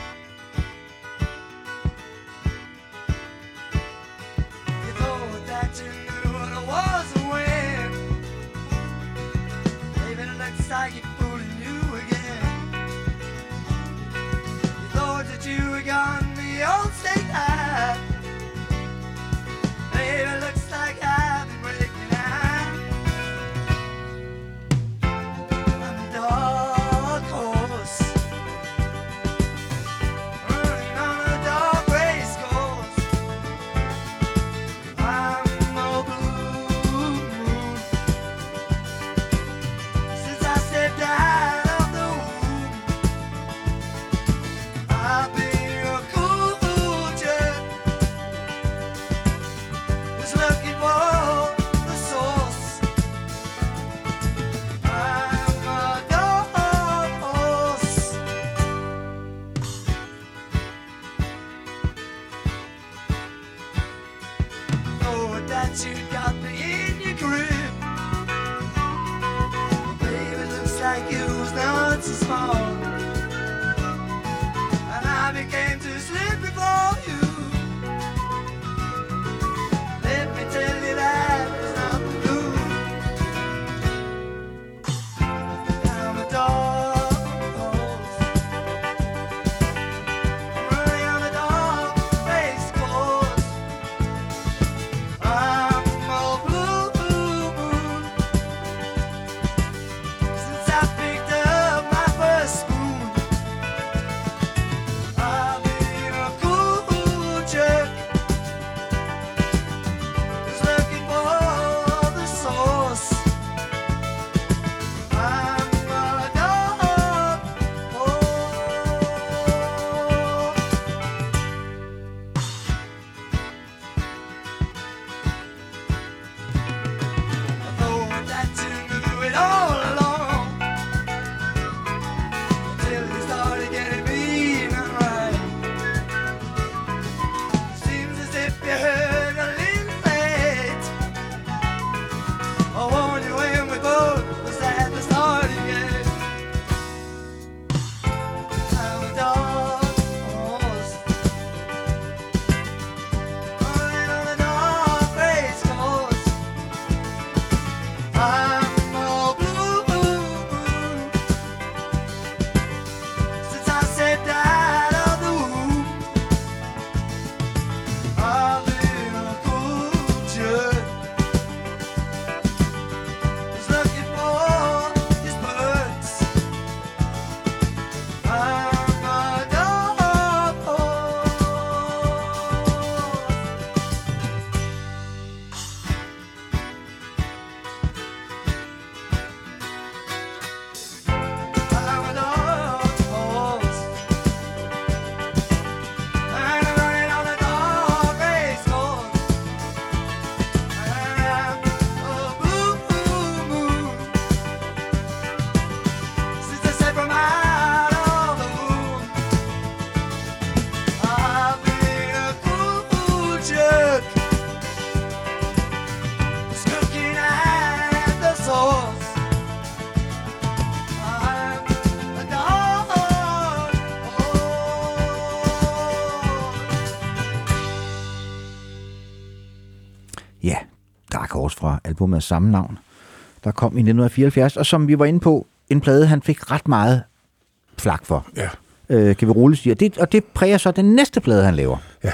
B: Ja, Dark Horse fra albumet af samme navn, der kom i 1974, og som vi var inde på, en plade, han fik ret meget flak for.
C: Ja.
B: Kan vi roligt sige. Og det præger så den næste plade, han laver.
C: Ja.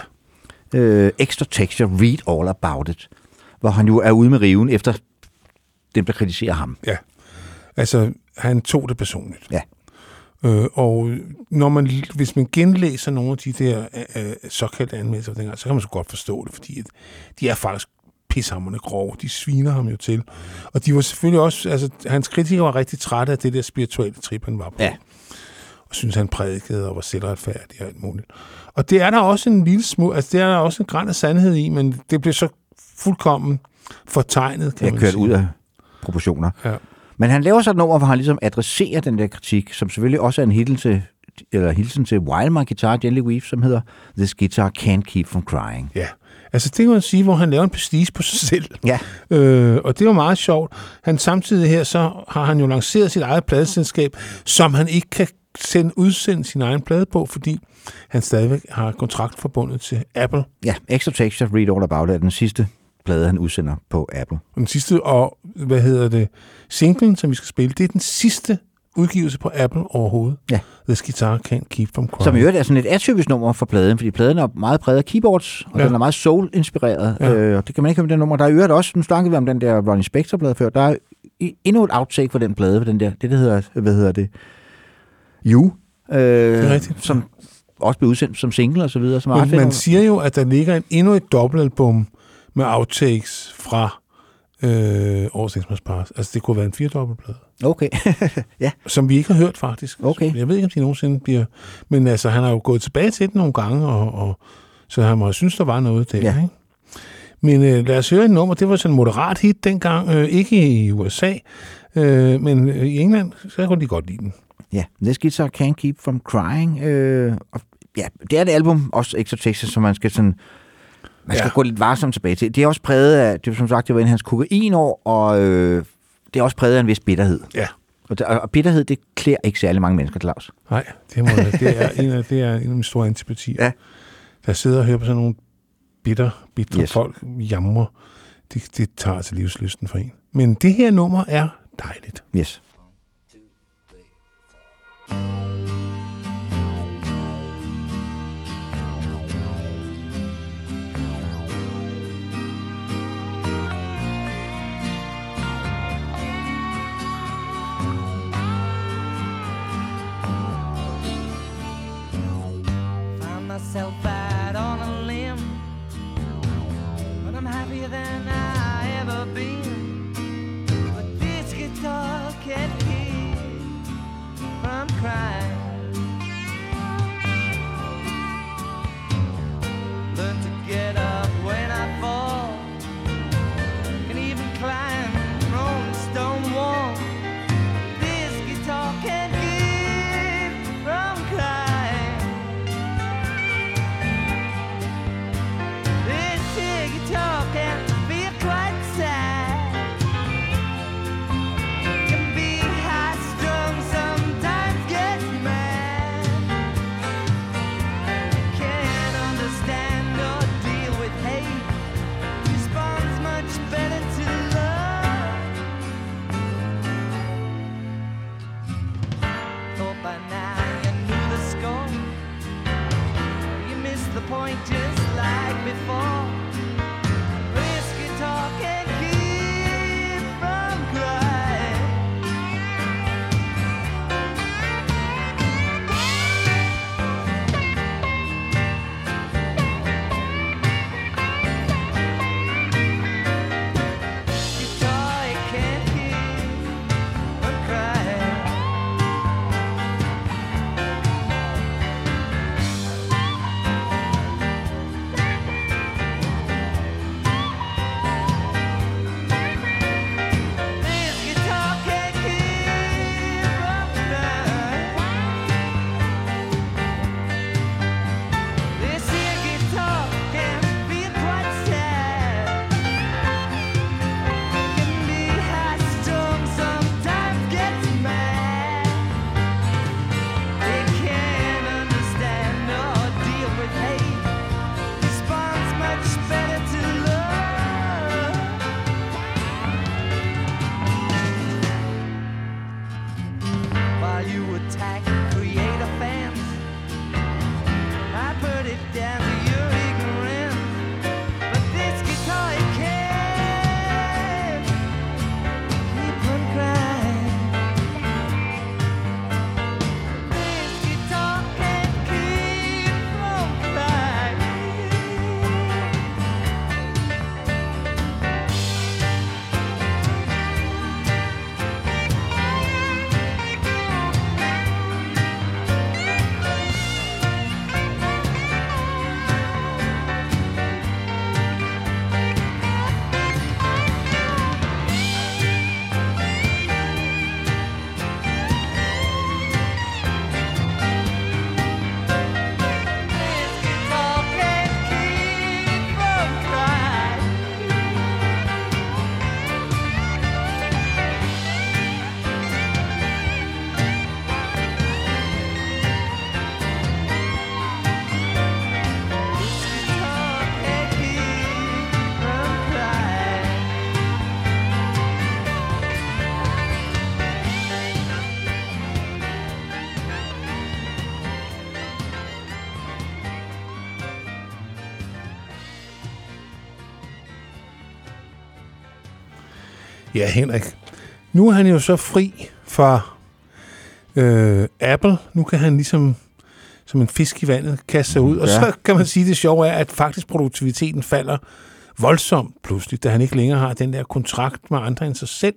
B: Extra Texture, Read All About It, hvor han jo er ude med riven, efter den bliver kritiseret ham.
C: Ja. Altså, han tog det personligt.
B: Ja.
C: Og hvis man genlæser nogle af de der såkaldte anmeldelser dengang, så kan man så godt forstå det, fordi de er faktisk pishamrende grove. De sviner ham jo til. Og de var selvfølgelig også, altså hans kritikere var rigtig trætte af det der spirituelle trip, han var på.
B: Ja.
C: Og synes han prædikede og var selvretfærdig og alt muligt. Og det er der også en lille smule, altså det er der også en græn af sandhed i, men det blev så fuldkommen fortegnet, kan man sige.
B: Kørt ud af proportioner.
C: Ja.
B: Men han laver så et nummer, hvor han ligesom adresserer den der kritik, som selvfølgelig også er en hilsen til While My Guitar Gently Weeps, som hedder This Guitar Can't Keep From Crying.
C: Ja, altså det kan man sige, hvor han laver en prestige på sig selv.
B: Ja.
C: Og det var meget sjovt. Samtidig her, så har han jo lanceret sit eget pladeselskab, som han ikke kan udsende sin egen plade på, fordi han stadigvæk har kontrakt forbundet til Apple.
B: Ja, Extra Texture, Read All About It, er den sidste plade, han udsender på Apple.
C: Den sidste, og singlen, som vi skal spille, det er den sidste udgivelse på Apple overhovedet.
B: Ja.
C: This Guitar Can't Keep From Crying.
B: Som i øvrigt er sådan et atypisk nummer for pladen, fordi pladen er meget præget af keyboards, og den er meget soul-inspireret.
C: Ja.
B: Og det kan man ikke have med den nummer. Der er i øvrigt også, nu snakkede vi om den der Ronnie Spector-plade før, der er endnu et outtake for den plade, for den der, det hedder You,
C: det er rigtigt.
B: som også blev udsendt som single og så videre. Som
C: Men man siger jo, at der ligger endnu et dobbeltalbum med outtakes fra Oversætningsmands Pass. Altså det kunne være en 4-dobbeltplade.
B: Okay, ja.
C: Som vi ikke har hørt faktisk.
B: Okay.
C: Jeg ved ikke, om de nogensinde bliver... Men altså, han har jo gået tilbage til den nogle gange, og så han må synes, der var noget der.
B: Ja.
C: Ikke? Men lad os høre et nummer. Det var sådan en moderat hit dengang. Ikke i USA, men i England, så kunne de godt lide den.
B: Ja, This Guitar Can't Keep From Crying. Og ja, det er et album, også Extra Texture, som man skal sådan... Man skal gå lidt varsomt tilbage til. Det er også præget af, det, som sagt, det var en hans kokainår, og det er også præget af en vis bitterhed.
C: Ja.
B: Og bitterhed, det klæder ikke særlig mange mennesker, Claus.
C: Nej, det er en af mine store antipatier.
B: Ja.
C: Der sidder og hører på sådan nogle bitre
B: Yes.
C: folk jamre. Det tager til livslysten for en. Men det her nummer er dejligt.
B: Yes.
D: Myself out on a limb, but I'm happier than I ever been. But this guitar can't keep from crying. Learn to get up when I fall, can even climb Rolling Stone wall. This guitar can't keep from crying. Talk and feel quite sad. Can be high strung, sometimes get mad. Can't understand or deal with hate. Responds much better to love. Thought by now you knew the score. You missed the point just like before.
C: Ja, Henrik. Nu er han jo så fri fra Apple. Nu kan han ligesom som en fisk i vandet kaste sig ud. Og så kan man sige, at det sjove er, at faktisk produktiviteten falder voldsomt pludselig, da han ikke længere har den der kontrakt med andre end sig selv.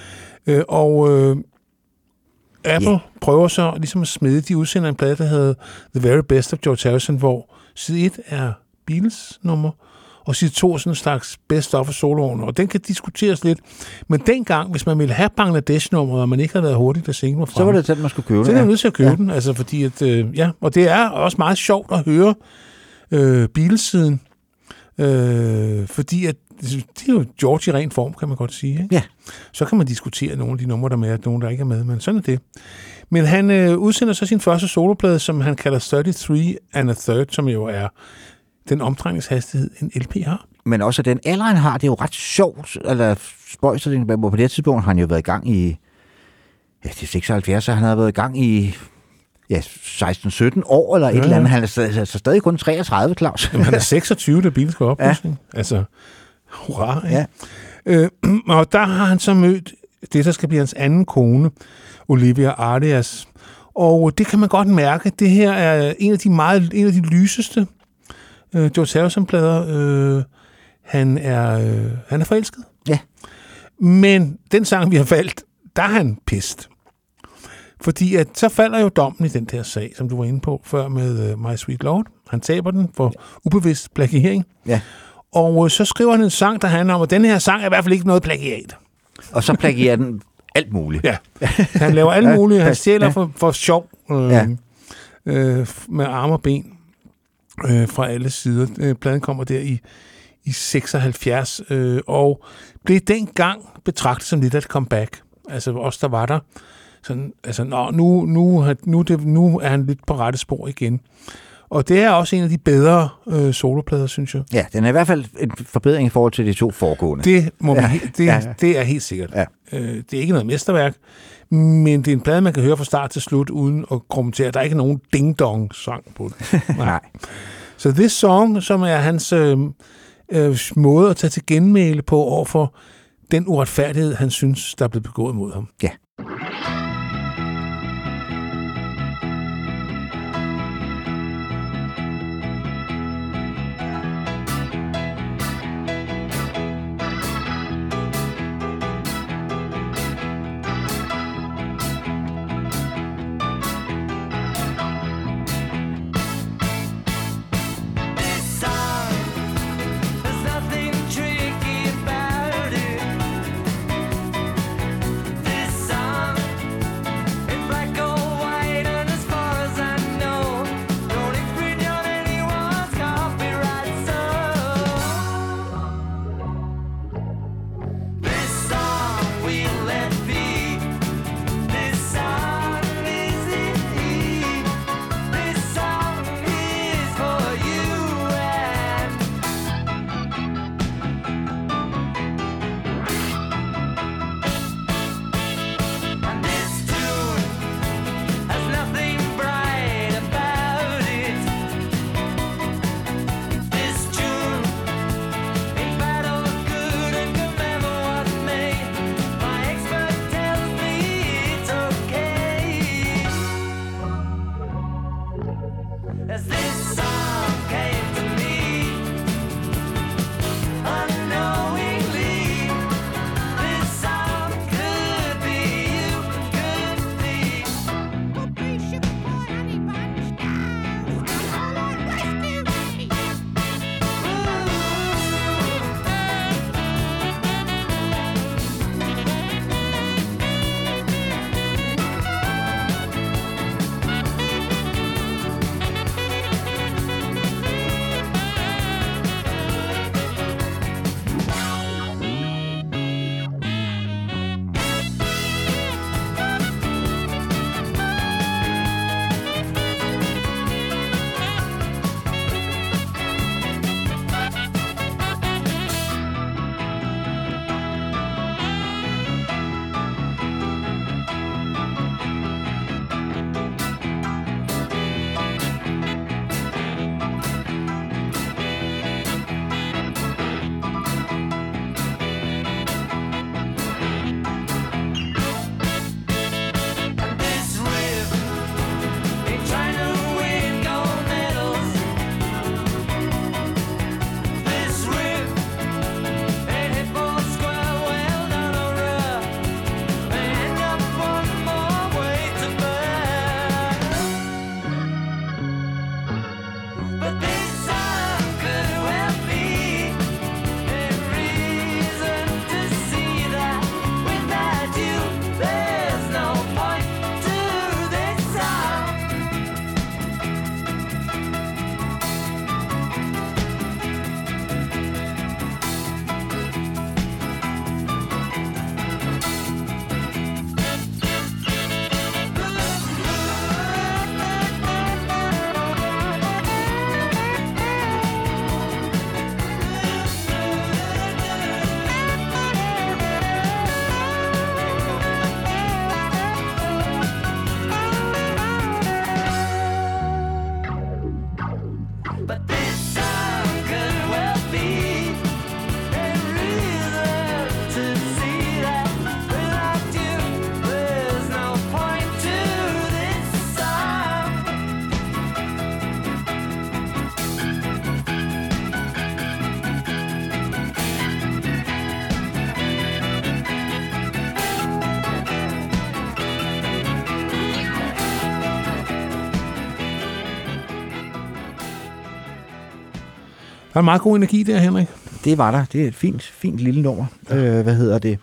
C: Apple prøver så ligesom at smide, de udsender en plade, der hedder The Very Best of George Harrison, hvor side 1 er Beatles nummer, og side 2 er sådan en slags best of soloerne, og den kan diskuteres lidt. Men dengang, hvis man ville have Bangladesh-nummeret, og man ikke havde været hurtigt at synge mig frem,
B: så var det sådan, man skulle købe den.
C: Så er man nødt til at købe den, altså fordi at, og det er også meget sjovt at høre Beatles-siden, fordi at det er jo George i ren form, kan man godt sige. Ikke?
B: Ja.
C: Så kan man diskutere nogle af de numre, der er med, og nogle, der ikke er med, men sådan er det. Men han udsender så sin første soloplade, som han kalder 33 and a third, som jo er den omdrejningshastighed, en LP har.
B: Men også den alder, han har, det er jo ret sjovt, eller spøjst, på det tidspunkt har han jo været i gang i, ja, det er 76, så han har været i gang i 16-17 år, eller et eller andet. Han er stadig kun 33, Claus.
C: Jamen, han er 26, da Beatles går op. Ja. Altså, hurra. Ja. Og der har han så mødt det, der skal blive hans anden kone, Olivia Arias. Og det kan man godt mærke. Det her er en af de lyseste George Harrison-plader. Han er forelsket.
B: Ja.
C: Men den sang, vi har valgt, der er han pist. Fordi at så falder jo dommen i den der sag, som du var inde på før med My Sweet Lord. Han taber den for ubevidst plagiering.
B: Ja.
C: Og så skriver han en sang, der handler om, at den her sang er i hvert fald ikke noget plagiat.
B: Og så plagierer den alt muligt.
C: Ja. Han laver alt muligt. Han stjæler for sjov med arme og ben fra alle sider. Pladen kommer der i 76, og blev dengang betragtet som lidt af et comeback. Altså os, der var der. Sådan, altså, nu er han lidt på rette spor igen. Og det er også en af de bedre soloplader, synes jeg.
B: Ja, den er i hvert fald en forbedring i forhold til de to foregående.
C: Det er helt sikkert.
B: Ja.
C: Det er ikke noget mesterværk, men det er en plade, man kan høre fra start til slut, uden at kommentere. Der er ikke nogen ding-dong-sang på det.
B: Nej.
C: Så This Song, som er hans måde at tage til genmæle på overfor den uretfærdighed, han synes, der er blevet begået mod ham.
B: Ja.
D: But this song could well be a reason to see that without you, there's no point to this song. But this song could well be a reason to see that without you, there's no point to this song.
C: Der er en meget god energi der, Henrik.
B: Det var der. Det er et fint lille nummer. Hvad hedder det?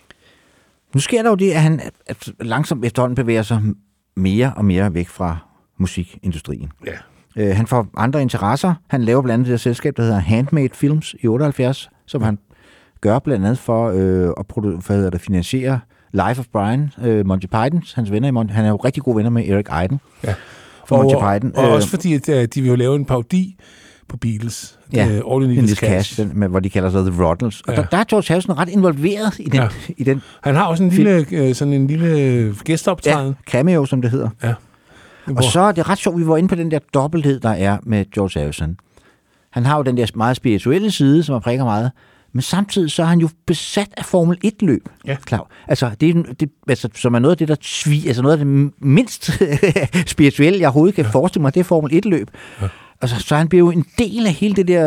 B: Nu sker der jo det, at han langsomt efterhånden bevæger sig mere og mere væk fra musikindustrien.
C: Ja.
B: Han får andre interesser. Han laver blandt andet det der selskab, der hedder Handmade Films i 78, som han gør blandt andet for at finansiere Life of Brian, Monty Pythons, hans venner i Monty. Han er jo rigtig gode venner med Eric Idle fra Monty Python.
C: Og også fordi, at de vil jo lave en parodi på Beatles. All You Need Is Cash.
B: Hvor de kalder sig The Rottles. Og der er George Harrison ret involveret i den.
C: Han har også en lille gæsteoptræden.
B: Ja, cameo, som det hedder.
C: Ja.
B: Og så er det ret sjovt, vi var inde på den der dobbelthed, der er med George Harrison. Han har jo den der meget spirituelle side, som han præger meget, men samtidig så er han jo besat af Formel 1-løb.
C: Ja.
B: Klar. Altså, som er noget af det, der altså noget af det mindst spirituelle, jeg overhovedet kan forestille mig, det er Formel 1-løb. Ja. Altså, så han bliver jo en del af hele det der,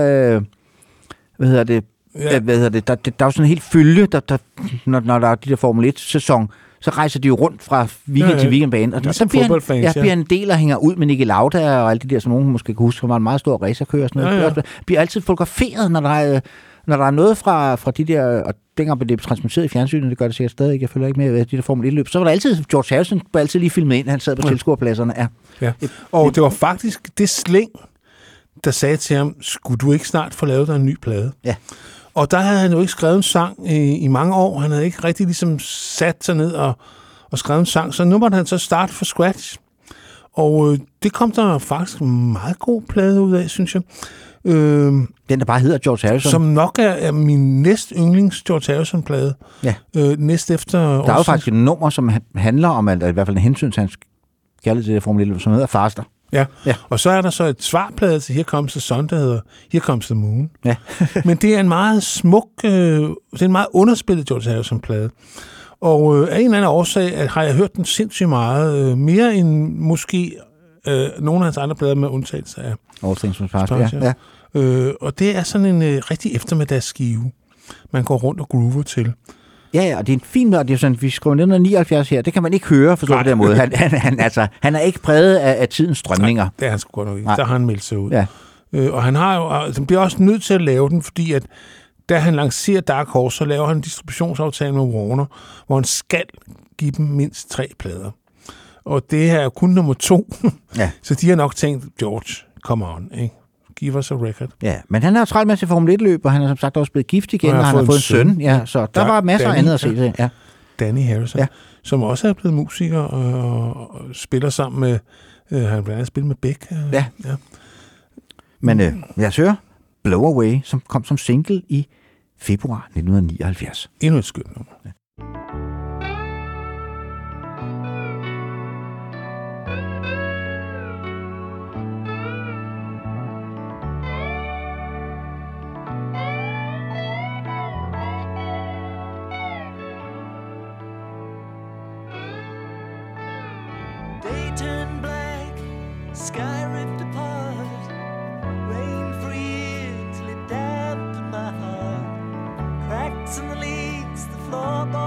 B: der er jo sådan en helt følge, når der er de der Formel 1-sæson, så rejser de jo rundt fra weekend til weekendbane. Og så bliver han en del og hænger ud med Niki Lauda og alle de der, som nogen måske kan huske, som var en meget stor racerkører. Bliver altid fotograferet, når der er noget fra de der, og dengang blev det transmitteret i fjernsynet, det gør det sikkert stadig, jeg følger ikke med de der Formel 1-løb, så var der altid, George Harrison var altid lige filmet ind, han sad på tilskuerpladserne. Ja.
C: Og det var faktisk det slæng, der sagde til ham, skulle du ikke snart få lavet dig en ny plade?
B: Ja.
C: Og der havde han jo ikke skrevet en sang i mange år. Han havde ikke rigtig ligesom sat sig ned og skrevet en sang. Så nu måtte han så starte fra scratch. Og det kom der faktisk en meget god plade ud af, synes jeg.
B: Den, der bare hedder George Harrison.
C: Som nok er min næst yndlings George Harrison-plade.
B: Ja.
C: Næst efter...
B: Der er jo faktisk et nummer, som handler om, at i hvert fald en hensyn til hans kærlighed til det Formel 1, som hedder Faster.
C: Ja, og så er der så et svarplade til Here Comes the Sun, der hedder Here Comes the Moon.
B: Ja.
C: Men det er en meget smuk, det er en meget underspillet George Harrison-plade. Og af en eller anden årsag har jeg hørt den sindssygt meget, mere end måske nogle af hans andre plader med undtagelse af
B: All Things Must Pass. Ja.
C: Og det er sådan en rigtig eftermiddagsskive, man går rundt og groover til.
B: Ja, og det er en fin måde, det er sådan, vi skriver 1979 her, det kan man ikke høre, forstå på den måde. Han er ikke præget af tidens strømninger.
C: Nej, det er han sgu godt nok ikke. Der har han meldt sig ud.
B: Ja.
C: Og han har jo, han bliver også nødt til at lave den, fordi at da han lancerer Dark Horse, så laver han en distributionsaftale med Warner, hvor han skal give dem mindst 3 plader. Og det her er kun nummer 2.
B: Ja.
C: Så de har nok tænkt, George, come on, ikke? Give us a record.
B: Ja, men han har jo træt med til Formel 1-løb, og han har som sagt også blevet gift igen, og han har fået en søn. Ja, så der var masser af andet at se til. Ja.
C: Danny Harrison, som også er blevet musiker og spiller sammen med, han har blandt andet spillet med Beck.
B: Ja. Men lad os høre Blow Away, som kom som single i februar 1979.
C: Endnu et skønt nummer. Ja.
D: Turned black, sky ripped apart, rain for years till it dampened my heart. Cracks in the leaks, the floorboards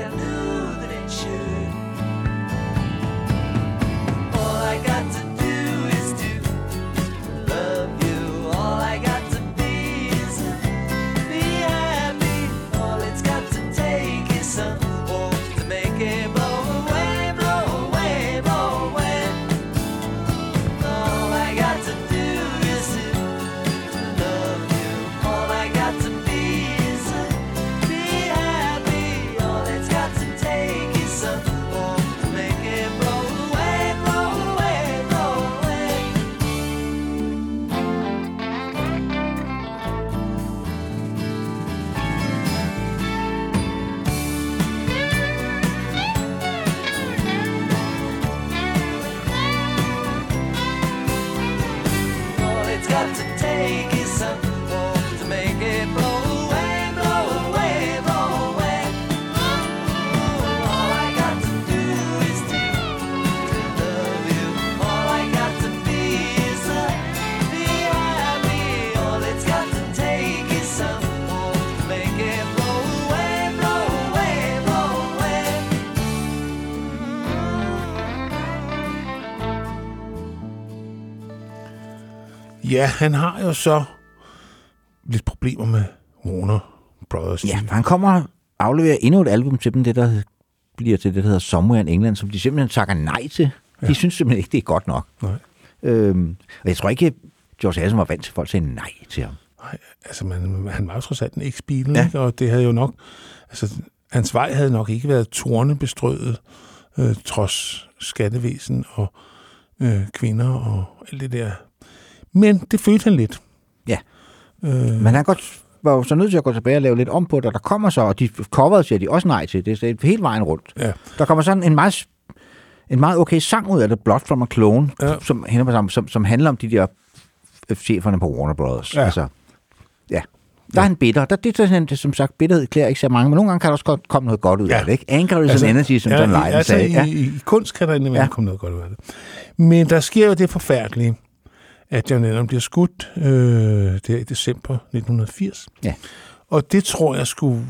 D: I knew that it should. All I got to do is to love you. All I got to be is be happy. All it's got to take is some warmth to make it blow away, blow away, blow away. All I got to do is to love you. All I got to be is be happy. All it's got to take is some warmth to make it blow away, blow away, blow away. All it's got to take is some warmth to make it blow away, blow away, blow away. All I got to do is to love you. All I got to be is be happy. All it's got to take is some warmth to make it blow away, blow away, blow away.
C: Ja, han har jo så lidt problemer med Warner Brothers.
B: Ja, han kommer og afleverer endnu et album til dem, det der bliver til det, der hedder Somewhere in England, som de simpelthen takker nej til. Ja. De synes simpelthen ikke, det er godt nok.
C: Nej.
B: Og jeg tror ikke, George Harrison var vant til, folk sagde nej til ham.
C: Nej, altså han var jo trods alt en eks-bilen,
B: Ja.
C: ikke? Og det havde jo nok, altså hans vej havde nok ikke været tornebestrøget, trods skattevæsen og kvinder og alt det der. Men det følte han lidt.
B: Ja. Men han var jo så nødt til at gå tilbage og lave lidt om på det, og der kommer så, og de coveret siger de også nej til, det er helt vejen rundt.
C: Ja.
B: Der kommer sådan en meget okay sang ud af det, Blood from a Clone,
C: Ja.
B: som handler om de der cheferne på Warner Brothers.
C: Ja.
B: Altså, ja. Der er en bitter. Det er sådan, som sagt, bitterhed klæder ikke så mange, men nogle gange kan der også godt komme noget godt ud af det, ikke? Anger is an energy, som John Lydon sagde.
C: Ja. I kunst kan der indimellem komme noget godt ud af det. Men der sker jo det forfærdelige, at John Lennon bliver skudt der i december 1980.
B: Ja.
C: Og det tror jeg skulle,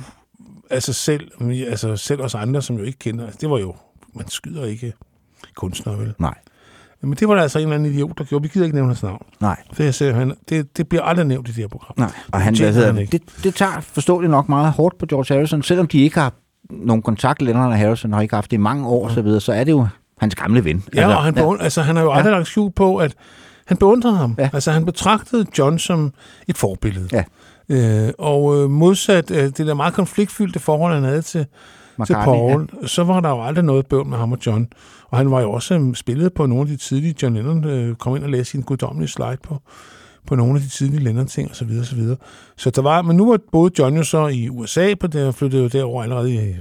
C: selv os andre, som jo ikke kender, det var jo, man skyder ikke kunstnere, vel?
B: Nej.
C: Men det var der altså en eller anden idiot, der gjorde. Vi gider ikke nævne hans navn.
B: Nej.
C: For jeg siger, det bliver aldrig nævnt i det her program.
B: Nej. Og det tager forståeligt nok meget hårdt på George Harrison, selvom de ikke har nogen kontakt, Lennon og Harrison har ikke haft det i mange år, så videre, så er det jo hans gamle ven.
C: Ja, og han har jo aldrig lagt skjul på, at han beundrede ham.
B: Ja.
C: Altså, han betragtede John som et forbillede.
B: Ja.
C: Og modsat det der meget konfliktfyldte forhold, han havde til Paul, så var der jo aldrig noget bøvl med ham og John. Og han var jo også spillet på nogle af de tidlige John Lennon, kom ind og læste sin guddommelige slide på nogle af de tidlige Lennon-ting, og så videre, så videre. Så der var, men nu var både John jo så i USA, på det, og flyttede jo derover allerede i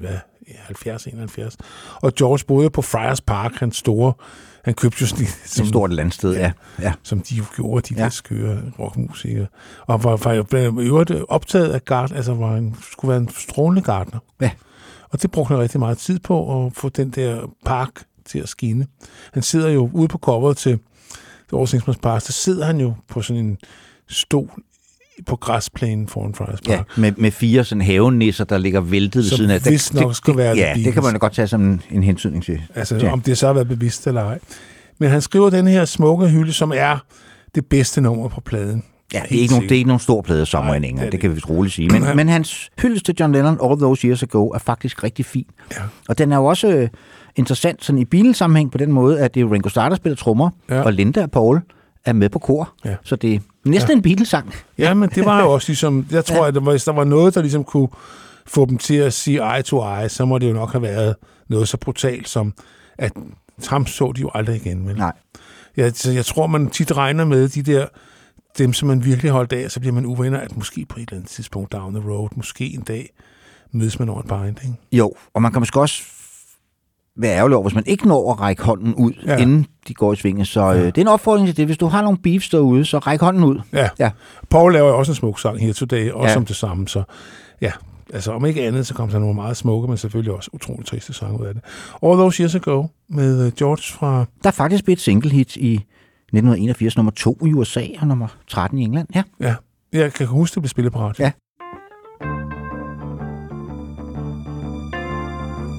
C: 70-71. Og George boede på Friars Park, hans store. Han købte jo sådan
B: et stort landsted, ja.
C: Som de jo gjorde, de der skøre rockmusikere. Og var jo i øvrigt optaget af Gardner, altså skulle være en strålende Gardner.
B: Ja.
C: Og det brugte han rigtig meget tid på, at få den der park til at skinne. Han sidder jo ude på coveret til Årets Park, så sidder han jo på sådan en stol på græsplænen foran Friars Park.
B: Ja, med 4 sådan havenisser, der ligger væltet ved siden af.
C: Hvis nok skal være
B: det kan man da godt tage som en hentydning til.
C: Altså, om det så har været bevidst eller ej. Men han skriver den her smukke hylde, som er det bedste nummer på pladen.
B: Ja, det er ikke nogen stor plade sommer i England, det kan vi vist roligt sige. Men hans hyldest til John Lennon, All Those Years Ago, er faktisk rigtig fin. Ja. Og den er jo også interessant sådan i Beatles-sammenhæng på den måde, at det er Ringo Starr, der spiller trommer, og Linda og Paul er med på kor. Ja. Så det er næsten en Beatles-sang.
C: Ja, men det var jo også ligesom, jeg tror, at hvis der var noget, der ligesom kunne få dem til at sige eye to eye, så må det jo nok have været noget så brutalt som, at ham så de jo aldrig igen. Men
B: nej.
C: Jeg tror, man tit regner med dem, som man virkelig holdt af, så bliver man uvenner, at måske på et eller andet tidspunkt down the road, måske en dag, mødes man over et bind, ikke?
B: Jo, og man kan måske også være ærgerlig over, hvis man ikke når at række hånden ud, inden de går i svinget. Så det er en opfordring til det. Hvis du har nogle beefs derude, så ræk hånden ud.
C: Ja. Paul laver også en smuk sang her today, også om det samme. Så ja, altså om ikke andet, så kom der nogle meget smukke, men selvfølgelig også utroligt triste sange ud af det. All Those Years Ago med George fra...
B: Der er faktisk blevet et single hit i 1981, nummer 2 i USA og nummer 13 i England.
C: Ja, jeg kan huske, det blev spillet på radio.
B: Ja.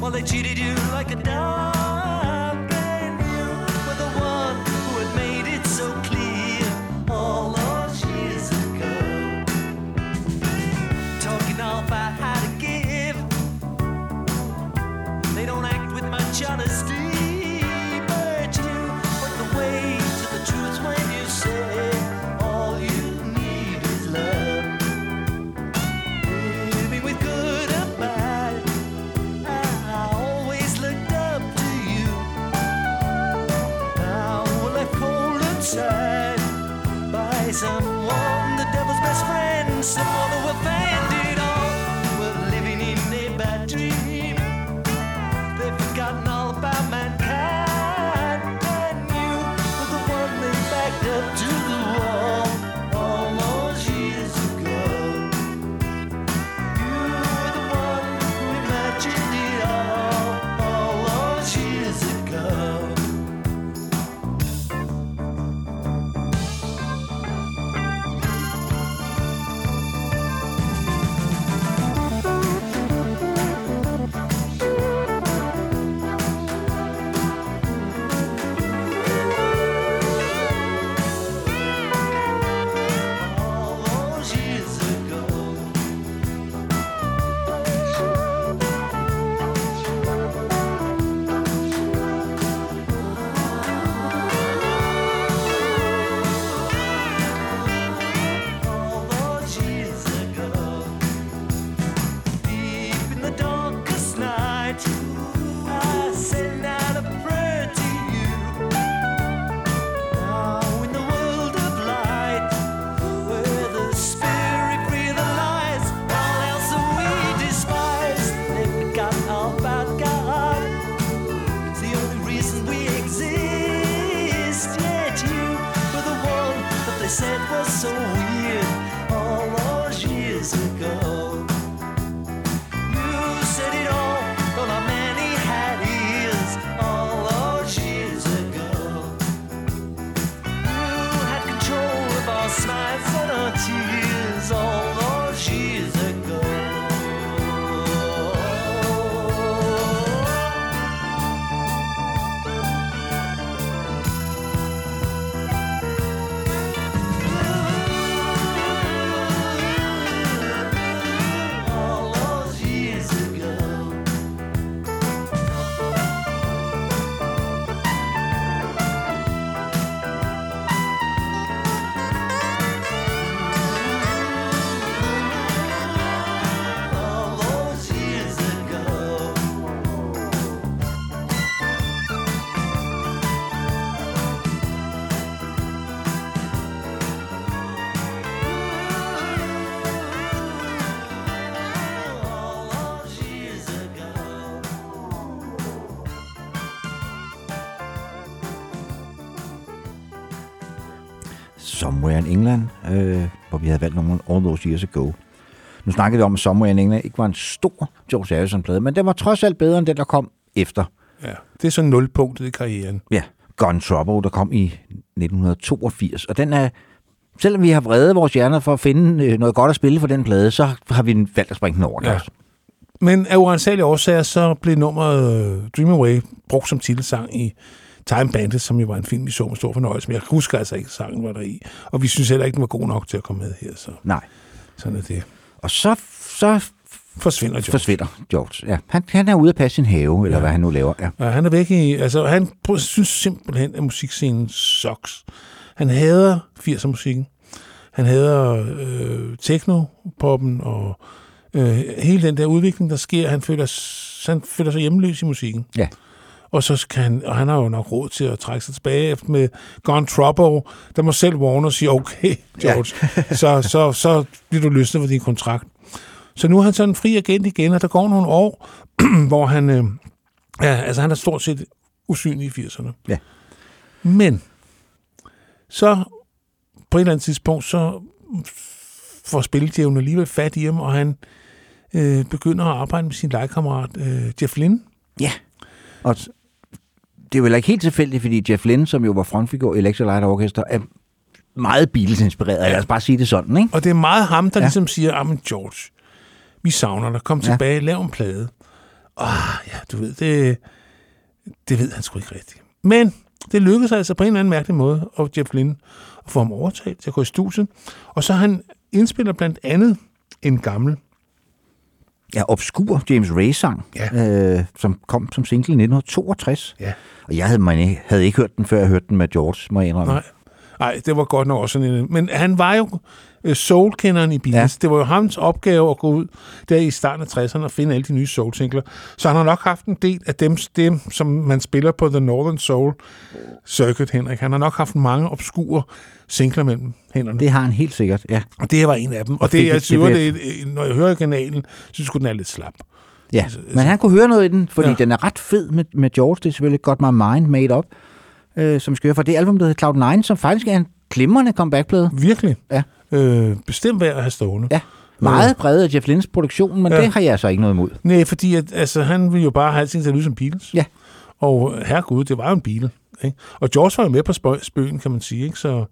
D: Oh, they cheated you like a dog, and you were the one who had made it so clear all those years ago. Talking all about how to give, they don't act with much honesty, but you went the way to the truth when you say all you need is love. Baby, with good or bad, I always looked up to you. Now we're left cold inside by someone, the devil's best friend, someone who offended it all. We're living in a bad dream. They've forgotten all about mankind, and you were the one they backed up to the wall all those years ago. You were the one who imagined it all those years ago. All those years ago. All those years ago. Deep in the darkest night, I send out a prayer to you. Now in the world of light, where the spirit free the lies, all else that we despise, they've forgotten all about God. It's the only reason we exist. Yet you were the one that they said was so weird all those years ago. You said it all, though not many had ears all those years ago. You had control of our smiles and our tears all those years ago. All those years ago. All those years ago. All those years ago.
B: Somewhere in England, hvor vi havde valgt nummeren All Those Years Ago. Nu snakkede vi om, at Somewhere in England ikke var en stor George Harrison-plade, men den var trods alt bedre end den, der kom efter.
C: Ja, det er så nulpunktet i karrieren.
B: Ja, Gun Trouble, der kom i 1982, og den er, selvom vi har vredet vores hjerner for at finde noget godt at spille for den plade, så har vi valgt at springe den over.
C: Ja.
B: Ja.
C: Men af uansagelige årsager, så blev nummeret Dream Away brugt som titelsang i Time Bandit, som jo var en film, vi så med stor fornøjelse. Men jeg husker altså ikke, at sangen var der i. Og vi synes heller ikke, den var god nok til at komme med her. Så
B: Nej.
C: sådan er det.
B: Og så
C: Forsvinder
B: George. Ja. Han er ude at passe sin have, eller hvad han nu laver. Ja.
C: Ja, han er væk i... Altså, han synes simpelthen, at musikscenen sucks. Han hader 80'er-musikken. Han hader techno-poppen og hele den der udvikling, der sker. Han føler sig hjemløs i musikken.
B: Ja.
C: Og så kan han har jo nok råd til at trække sig tilbage efter med Gone Trouble. Der må selv Warner sige, okay, George, ja. så bliver du løsnet for din kontrakt. Så nu er han sådan en fri agent igen, og der går nogle år, hvor han, han er stort set usynlig i 80'erne.
B: Ja.
C: Men så på et eller andet tidspunkt, så får spilledjævnen alligevel fat i ham, og han begynder at arbejde med sin legekammerat Jeff Lynne.
B: Ja, og det er vel ikke helt tilfældigt, fordi Jeff Lynne, som jo var frontfigur i Electric Light Orchestra, er meget Beatles-inspireret, lad os bare sige det sådan, ikke?
C: Og det er meget ham, der ligesom siger, men George, vi savner dig, kom tilbage, lav en plade. Ja, du ved, det ved han sgu ikke rigtigt. Men det lykkedes altså på en eller anden mærkelig måde, og Jeff Lynne at få ham overtalt til at gå i studiet. Og så han indspiller blandt andet en gammel...
B: Ja, obskur James Ray-sang, som kom som single i 1962.
C: Ja.
B: Og jeg havde ikke hørt den, før jeg hørte den med George, må jeg indrømme.
C: Nej, det var godt nok også sådan en... Men han var jo soul-kenderen i Beatles. Ja. Det var jo hans opgave at gå ud der i starten af 60'erne og finde alle de nye soul-singler. Så han har nok haft en del af dem, som man spiller på The Northern Soul Circuit, Henrik. Han har nok haft mange obskure singler mellem hænderne.
B: Det har han helt sikkert, ja.
C: Og det her var en af dem. Og det, jeg synes, når jeg hører kanalen, synes jeg, den er lidt slap.
B: Ja, men han kunne høre noget i den, fordi den er ret fed med George. Det er selvfølgelig Got My Mind Made Up, som skal høre fra det album, der hedder Cloud9, som faktisk er en glimrende comeback-plade.
C: Virkelig.
B: Ja.
C: Bestemt værd at have stående.
B: Ja. Meget præget af Jeff Lynnes produktion, men det har jeg så ikke noget imod.
C: Nej, fordi han ville jo bare have alting til at lyde som Beatles.
B: Ja.
C: Og herregud, det var jo en Beatle. Ikke? Og George var jo med på spøgen, kan man sige. Ikke? Så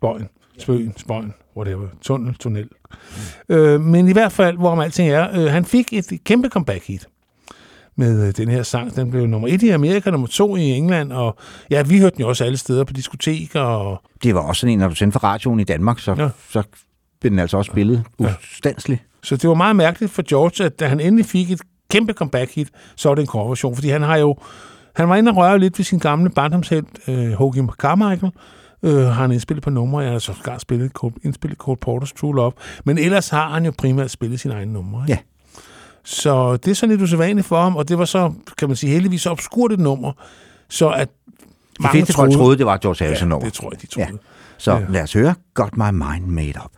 C: spøgen, whatever, tunnel. Men i hvert fald, hvorom alting er, han fik et kæmpe comeback-hit med den her sang. Den blev nummer 1 i Amerika, nummer 2 i England, og ja, vi hørte den jo også alle steder på diskoteker. Og...
B: Det var også sådan en, når du sendte for radioen i Danmark, så blev den altså også spillet ustandsligt.
C: Så det var meget mærkeligt for George, at da han endelig fik et kæmpe comeback-hit, så var det en coverversion, fordi han var inde og røre lidt ved sin gamle barndomshelt, Hoagy Carmichael, har han indspillet på numre. Jeg har så indspillet Cole Porters True Love, men ellers har han jo primært spillet sine egne numre.
B: Ja.
C: Så det er sådan lidt usædvanligt for ham, og det var så, kan man sige, heldigvis så obskurt et nummer, så at
B: de fleste folk troede, det var George Harrison nummer.
C: Det tror jeg, de troede.
B: Ja. Så lad os høre Got My Mind Made Up.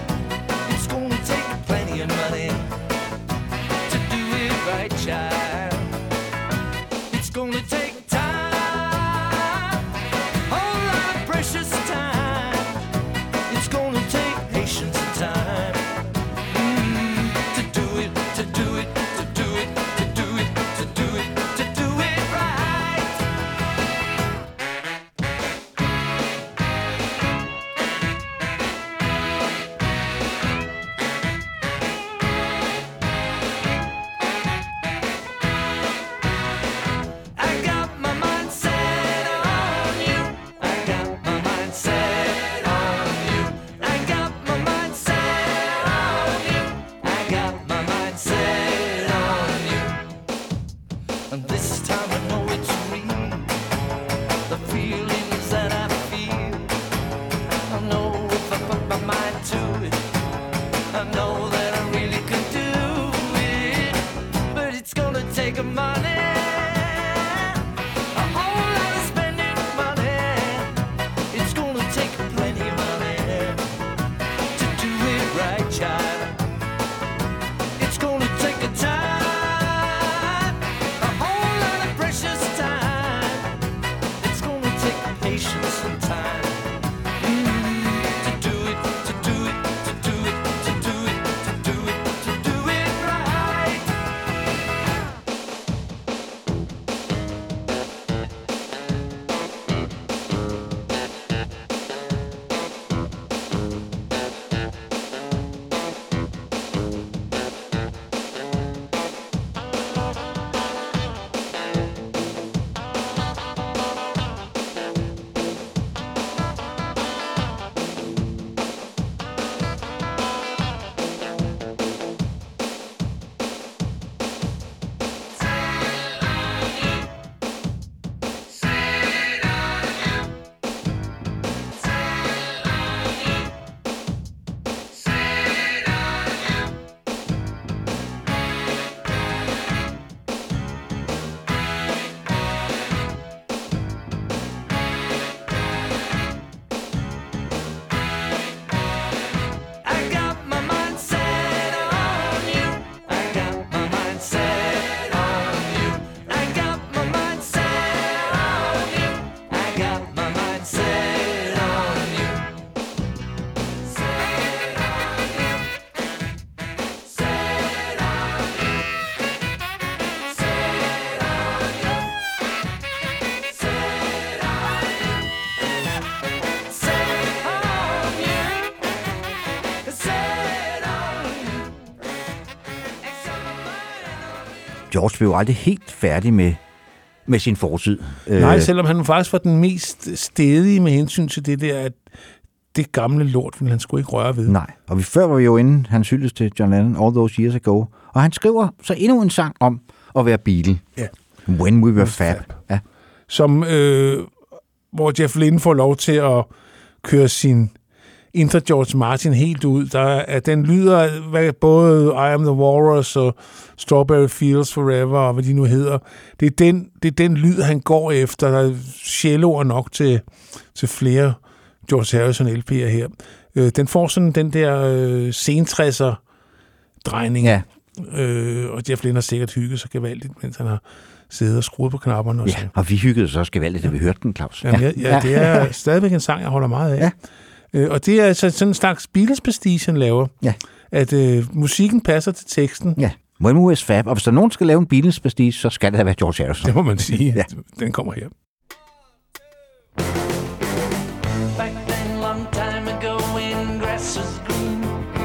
D: Child.
B: George blev aldrig helt færdig med sin fortid.
C: Nej, selvom han faktisk var den mest stedige med hensyn til det der, at det gamle lort ville han sgu ikke røre ved.
B: Nej, og før var vi jo inde, han hyldes til John Lennon, All Those Years Ago, og han skriver så endnu en sang om at være Beatle.
C: Ja.
B: When We Were Fab. Ja.
C: Som, hvor Jeff Lynne får lov til at køre sin indre George Martin helt ud. Den lyder både I Am The Walrus og Strawberry Fields Forever, og hvad de nu hedder. Det er den lyd, han går efter. Der er celloer nok til flere George Harrison LP'er her. Den får sådan den der sentræsser-drejning.
B: Ja.
C: Og Jeff Lynne har sikkert hygget sig gevaldigt, mens han har siddet og skruet på knapperne. Og
B: Ja, og vi hyggede så også gevaldigt, da vi hørte den, Claus.
C: Jamen, ja, det er stadigvæk en sang, jeg holder meget af.
B: Ja.
C: Og det er altså sådan en slags Beatles-prestige, han laver.
B: Ja.
C: At musikken passer til teksten.
B: Ja, When We Were Fab. Og hvis der nogen skal lave en Beatles-prestige, så skal det da være George Harrison.
C: Det må man sige.
B: Ja.
C: Den kommer her.
D: Back then, long time ago, when grass was green,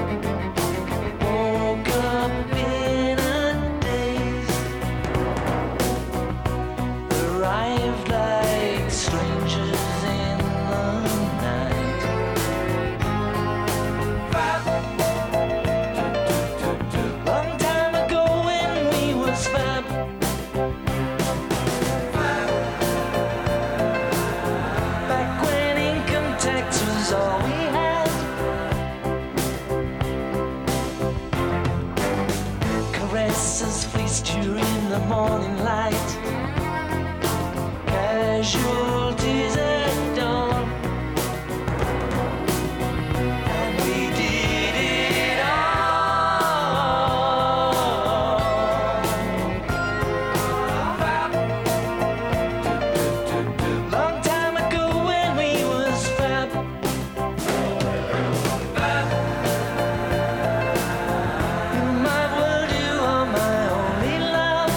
D: woke up in a daze, arrived like strangers in the night. Long time ago when we was fab. Back when income tax was all we had. Caresses fleeced you in the morning light. Casualties at dawn. And we did it all. Long time ago when we was fab. In my world you are my only love.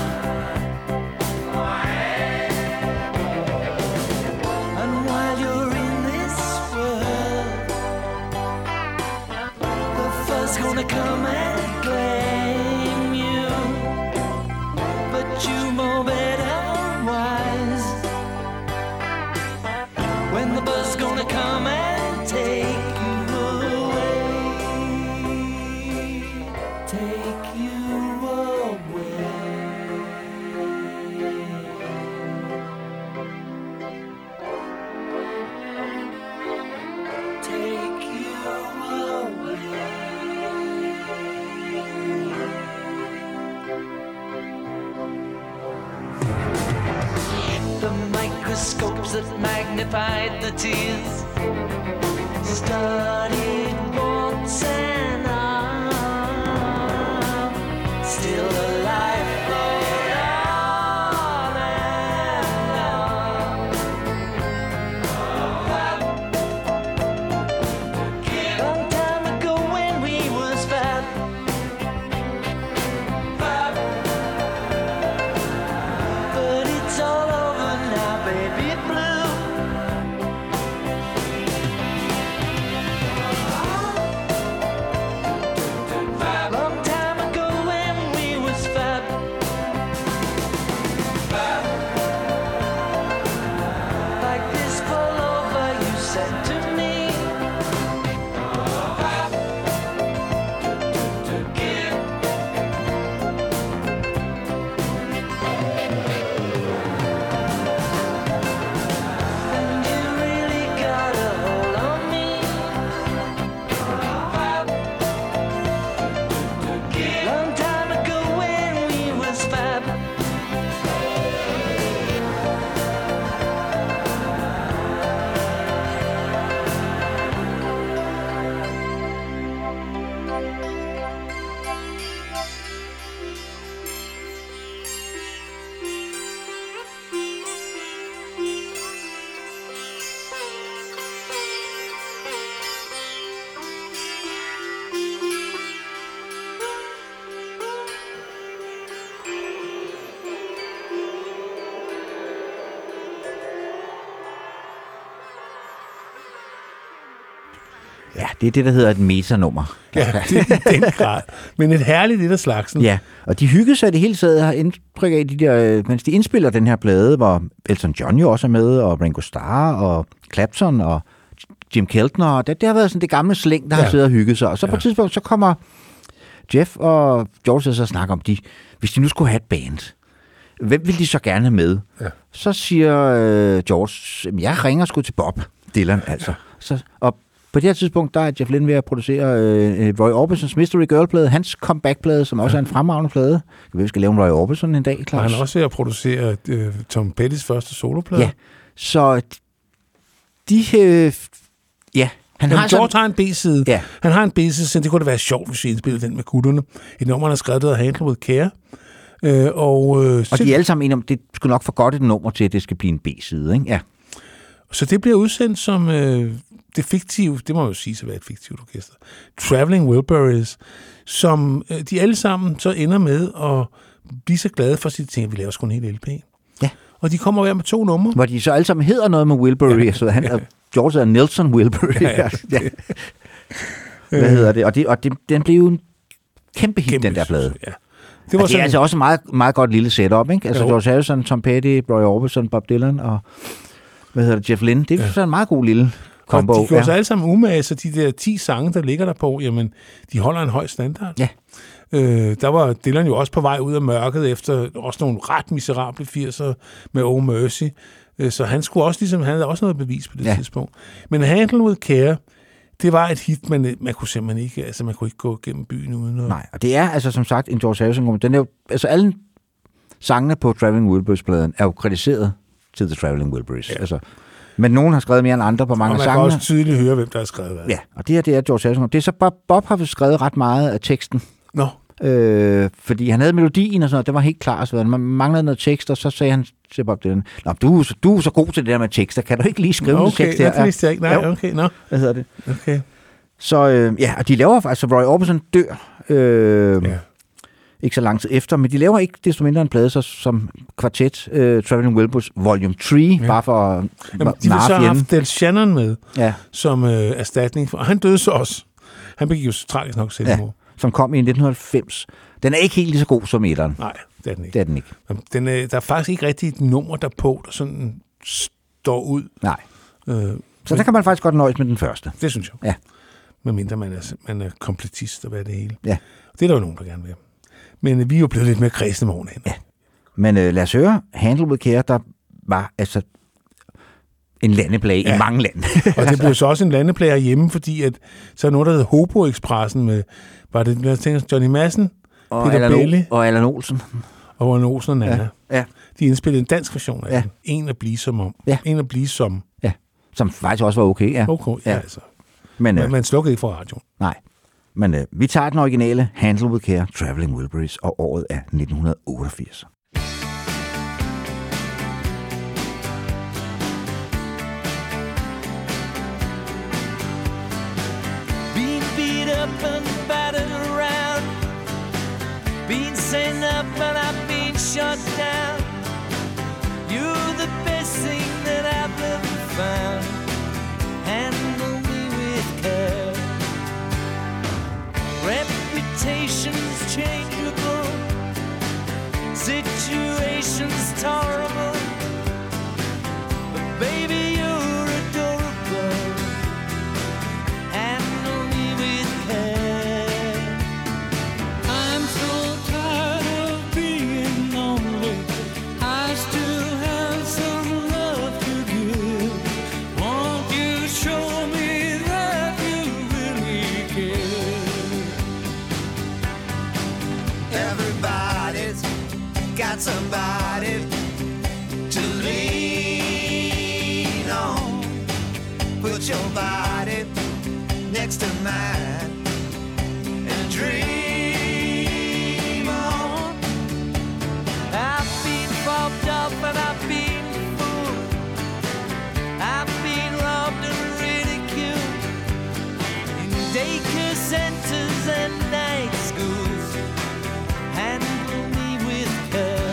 D: And while you're in this world, the first gonna come and claim you. But you know better wise. When the bus gonna come and take you away. Take you away. Take you away. The microscopes that magnified the tears studied once and on. Still alive, flowed on and on. Long time ago when we was fab. But it's all over now, baby blue.
B: Det er det, der hedder et metanummer.
C: Ja, det er i den grad. Men et herligt et af slagsen.
B: Ja, og de hyggede sig det hele taget, har indtryk af, de der, mens de indspiller den her plade, hvor Elton John jo også er med, og Ringo Starr, og Clapton, og Jim Keltner, og det har været sådan det gamle slæng, der har siddet og hygget sig. Og så på et tidspunkt, så kommer Jeff og George så snakker om, hvis de nu skulle have et band, hvem vil de så gerne have med? Ja. Så siger George, jeg ringer sgu til Bob Dylan, altså. Og på det her tidspunkt, der er Jeff Lynne ved at producere Roy Orbisons Mystery Girl-plade, hans comeback-plade, som også er en fremragende plade. Vi skal lave en Roy Orbison en dag, Claus.
C: Og han er også ved at producere Tom Pettys første soloplade.
B: Ja, så
C: George har en B-side.
B: Ja.
C: Han har en B-side, så det kunne da være sjovt, hvis vi indspillede den med gutterne. Et nummer, han har skrevet, der hedder Handle with Care. Og
B: de er alle sammen enige om, det skulle nok for godt et nummer til, at det skal blive en B-side, ikke? Ja.
C: Så det bliver udsendt som det fiktive, det må jeg jo sige så være et fiktivt orkester, Traveling Wilburys, som de alle sammen så ender med at blive så glade for sit ting, at vi laver sgu en hel LP.
B: Ja.
C: Og de kommer hver med 2 numre.
B: Hvor de så alle sammen hedder noget med Wilbury, så George er Nelson Wilbury. Ja. Hvad hedder det? Den blev jo en kæmpe hit, den der plade.
C: Ja.
B: Det er altså også meget, meget godt lille setup, ikke? Altså George Harrison, Tom Petty, Roy Orbison, Bob Dylan og Jeff Lynne. Det er så en meget god lille combo.
C: Og de gjorde sig alle sammen umage, så de der 10 sange, der ligger der på, jamen, de holder en høj standard.
B: Ja.
C: Der var Dylan jo også på vej ud af mørket efter også nogle ret miserable 80'er med Oh Mercy. Så han skulle også han havde også noget bevis på det tidspunkt. Men Handle with Care, det var et hit, man kunne simpelthen ikke, altså man kunne ikke gå gennem byen uden noget.
B: Nej, og det er altså som sagt en George Harrison. Den er jo, altså alle sangene på Traveling Wilburys-pladen er jo kritiseret til The Traveling Wilburys. Ja. Altså, men nogen har skrevet mere end andre på mange sange.
C: Og man kan også tydeligt høre, hvem der har skrevet hvad.
B: Ja, og det her, det er George Harrison. Det er så Bob har skrevet ret meget af teksten.
C: Nå.
B: Fordi han havde melodien og sådan noget, det var helt klart. Så man manglede noget tekst, og så sagde han til Bob Dylan, du er så god til det der med tekster, kan du ikke lige skrive noget tekst her?
C: Okay, det vidste jeg ikke. Nej, okay, nå.
B: Hvad hedder det?
C: Okay.
B: Så og de laver faktisk, Roy Orbison dør ikke så lang tid efter, men de laver ikke desto mindre en plade som kvartet, Traveling Wilburys Volume 3, bare for at
C: de vil så have haft Del Shannon med, som erstatning for, og han døde så også. Han begik jo tragisk nok selvmord.
B: Som kom i 1990. Den er ikke helt lige så god som etteren.
C: Nej, det er den ikke.
B: Det er den ikke.
C: Der er faktisk ikke rigtig et nummer derpå, der sådan står ud.
B: Nej. Så der kan man faktisk godt nøjes med den første.
C: Det synes jeg.
B: Ja.
C: Medmindre man er kompletist og hvad det hele.
B: Ja.
C: Det er der jo nogen, der gerne vil. Men vi er jo blevet lidt mere kredsende med årene.
B: Ja. Men lad os høre, Handle with Care, der var altså en landeplage i mange lande.
C: Og det blev så også en landeplage hjemme, fordi at, så er noget, der hedder Hobo Expressen med, var det, jeg tænker, Johnny Madsen,
B: og
C: Peter Bailey.
B: Og Allan Olsen.
C: Og Allan Olsen og Nana.
B: Ja.
C: De indspillede en dansk version af den. En at blive som om.
B: Ja.
C: En at blive som.
B: Ja, som faktisk også var okay. Ja.
C: Okay, ja altså.
B: Men
C: man slukkede ikke for radioen.
B: Nej. Men vi tager den originale Handle with Care, Traveling Wilburys, og året er 1988.
D: Up and battered around, been sent up and I've been shut down. You're the best thing that I've ever found. Handle me with care. Reputation's changeable, situation's tolerable, but baby you're adorable. Handle me with care. I'm so tired of being lonely. I still have some love to give. Won't you show me that you really care? Everybody's got somebody to lean on. Put your body next to mine and dream on. I've been fobbed up and I've been fooled. I've been robbed and ridiculed in daycare centers and night schools. Handle me with care.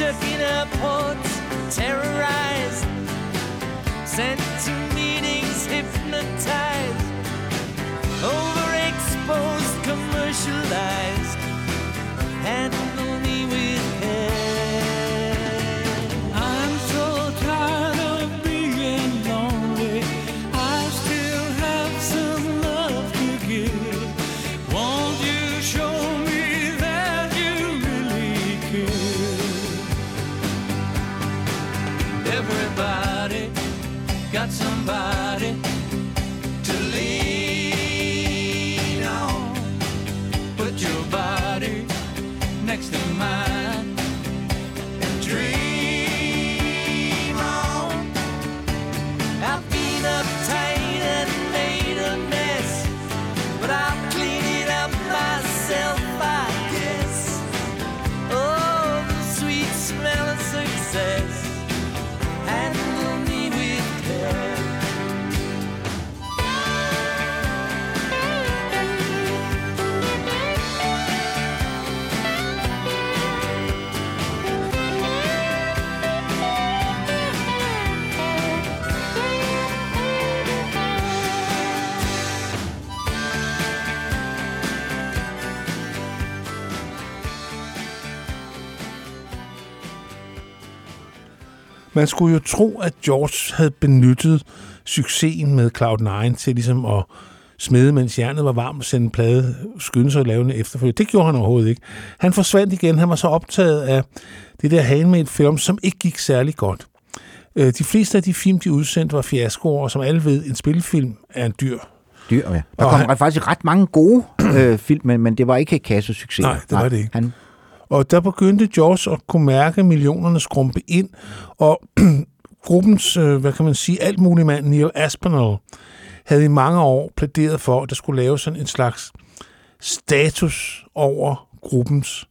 D: stuck in airports, terrorized, sent to meetings, hypnotized, overexposed, commercialized. Handle me with care. I'm so tired of being lonely. I still have some love to give. Won't you show me that you really care? Everybody got somebody to lean on. Put your body next to mine and dream on. I've been uptight and made a mess, but I'll clean it up myself, I guess. Oh, the sweet smell of success. Handle me with care.
C: Man skulle jo tro, at George havde benyttet succesen med Cloud9 til ligesom at smede, mens jernet var varmt, og sende en plade, skynde sig at lave en efterfølge. Det gjorde han overhovedet ikke. Han forsvandt igen. Han var så optaget af det der handmade-film, som ikke gik særlig godt. De fleste af de film, de udsendte, var fiaskoer, og som alle ved, en spillefilm er en dyr.
B: Ja. Der kom faktisk ret mange gode film, men det var ikke kassesucces.
C: Nej, det var det ikke. Og der begyndte George at kunne mærke millionerne skrumpe ind, og gruppens, hvad kan man sige, alt mulig mand, Neil Aspinall, havde i mange år plæderet for, at der skulle lave sådan en slags status over gruppens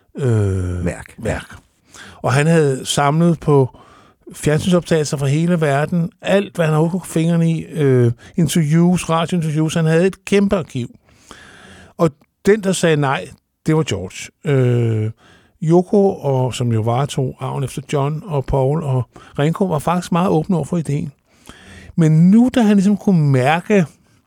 C: værk. Og han havde samlet på fjernsynsoptagelser fra hele verden, alt, hvad han havde kunne fingrene i, interviews, radiointerviews, han havde et kæmpe arkiv. Og den, der sagde nej, det var George. Yoko, og som jo varetog arven efter John og Paul og Ringo, var faktisk meget åbne over for ideen. Men nu, da han ligesom kunne mærke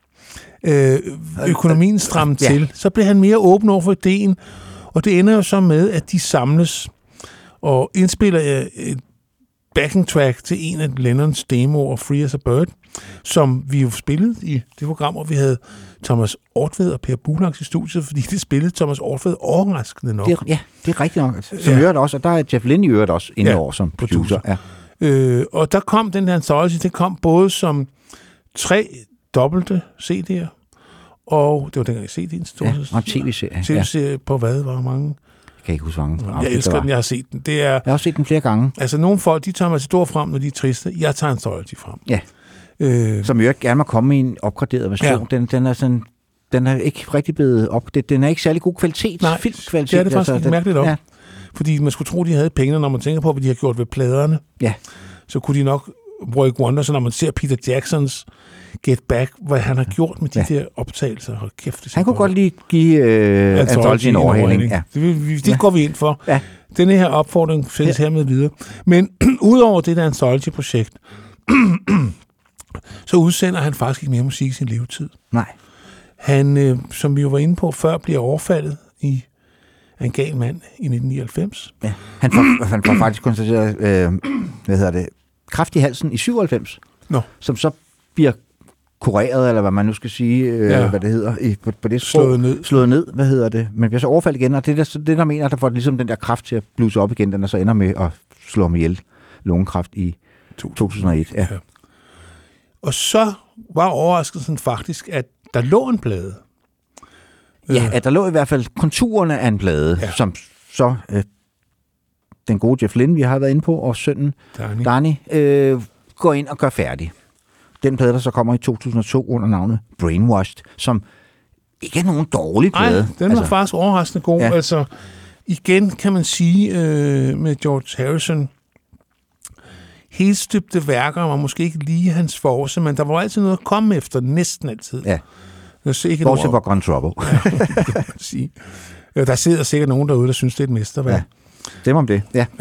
C: økonomien stramme til, så blev han mere åben over for ideen, og det ender jo så med, at de samles og indspiller et backing track til en af Lennons demoer, Free as a Bird, som vi jo spillede i det program, hvor vi havde Thomas Ortved og Per Bulaks i studiet, fordi det spillede Thomas Ortved overraskende nok.
B: Det er rigtigt nok. Som hørt også, og der er Jeff Lynne i øvrigt også inde over som producer. Ja.
C: Og der kom den der anthology, det kom både som 3 dobbelte CD'er, og det var dengang CD'en stod.
B: Ja, og en tv-serie.
C: TV-serie på hvad? Var mange?
B: Jeg kan ikke huske mange.
C: Jeg elsker den, jeg har set den. Jeg
B: har set den flere gange.
C: Altså, nogle folk, de tager Matador frem, når de er triste. Jeg tager en anthology frem.
B: Ja. Som jo gerne må komme i en opgraderet version. Ja. Den er sådan... Den er ikke rigtig blevet den er ikke særlig god kvalitet.
C: Nej,
B: filmkvalitet.
C: Det er det faktisk mærkeligt op. Ja. Fordi man skulle tro, de havde penge, når man tænker på, hvad de har gjort ved pladerne.
B: Ja.
C: Så kunne de nok work wonders, når man ser Peter Jacksons Get Back, hvad han har gjort med de der optagelser. Hold kæft,
B: han kunne godt lige give Anthology en overhældning. Ja.
C: Det går vi ind for. Ja. Denne her opfordring sættes hermed videre. Men udover det der Anthology-projekt, så udsender han faktisk ikke mere musik i sin levetid.
B: Nej.
C: Han, som vi jo var inde på før, bliver overfaldet af en gal mand i 1999.
B: Ja. Han får faktisk konstateret, kræft i halsen i 97, som så bliver kureret, eller hvad man nu skal sige, hvad det hedder, på det sprog. Slået ned, men bliver så overfaldet igen, og det der mener, der får ligesom den der kræft til at bluse op igen, den der så ender med at slå ham ihjel, lungekræft i 2001. Ja.
C: Og så var overraskelsen faktisk, at der lå en plade.
B: Ja, at der lå i hvert fald konturerne af en plade, som så den gode Jeff Lynne, vi har været inde på, og sønnen Danny går ind og gør færdig. Den plade, der så kommer i 2002 under navnet Brainwashed, som ikke er nogen dårlig plade.
C: Nej, den var faktisk overraskende god. Ja. Altså, igen kan man sige med George Harrison, helstøbte værker var måske ikke lige hans force, men der var altid noget at komme efter, næsten altid.
B: Ja. Bortset fra Gun Trouble.
C: Ja, det kan man sige. Der sidder sikkert nogen derude, der synes, det er et mesterværk.
B: Ja. Dem om det, ja.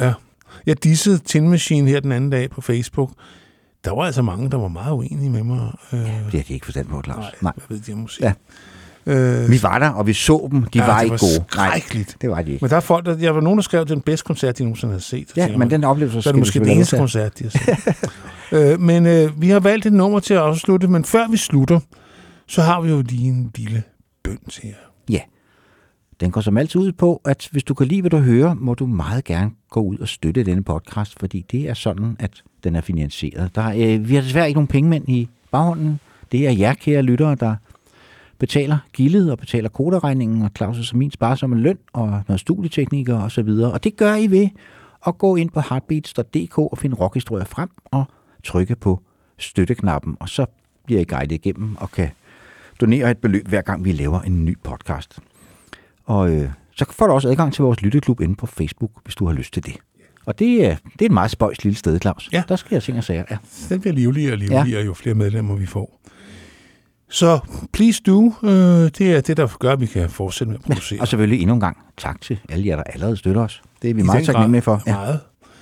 C: Jeg dissede Tin Machine her den anden dag på Facebook. Der var altså mange, der var meget uenige med mig.
B: Det har de ikke forstand på, Claus.
C: Nej, jeg ved, de har musik. Ja.
B: Vi var der, og vi så dem. De var ikke gode.
C: Skrækkeligt.
B: Nej, det var de ikke.
C: Men der er folk, jeg var nogen, der skrev, at det er den bedste koncert, de nogensinde har set.
B: Ja, men den oplevelse
C: så er det måske den eneste koncert, de har set. Men vi har valgt et nummer til at afslutte, men før vi slutter, så har vi jo lige en lille bøn til jer.
B: Ja. Den går som altid ud på, at hvis du kan lide, hvad du hører, må du meget gerne gå ud og støtte denne podcast, fordi det er sådan, at den er finansieret. Vi har desværre ikke nogen pengemænd i baghånden. Det er jer, kære lyttere, der betaler gildet og betaler koderegningen og Claus' og min sparsomme løn og noget studieteknikker og så videre. Og det gør I ved at gå ind på heartbeats.dk og finde rockhistorier frem og trykke på støtteknappen, og så bliver I guidet igennem og kan donere et beløb, hver gang vi laver en ny podcast. Og så får du også adgang til vores lytteklub inde på Facebook, hvis du har lyst til det. Og det er et meget spøjs lille sted, Claus.
C: Ja.
B: Der sker ting og sager. Ja.
C: Den bliver livligere og livligere, jo flere medlemmer vi får. Så please do. Det er det, der gør, at vi kan fortsætte med at producere.
B: Ja, og selvfølgelig endnu en gang tak til alle jer, der allerede støtter os. Det er vi meget taknemmelige for.
C: Ja. Meget.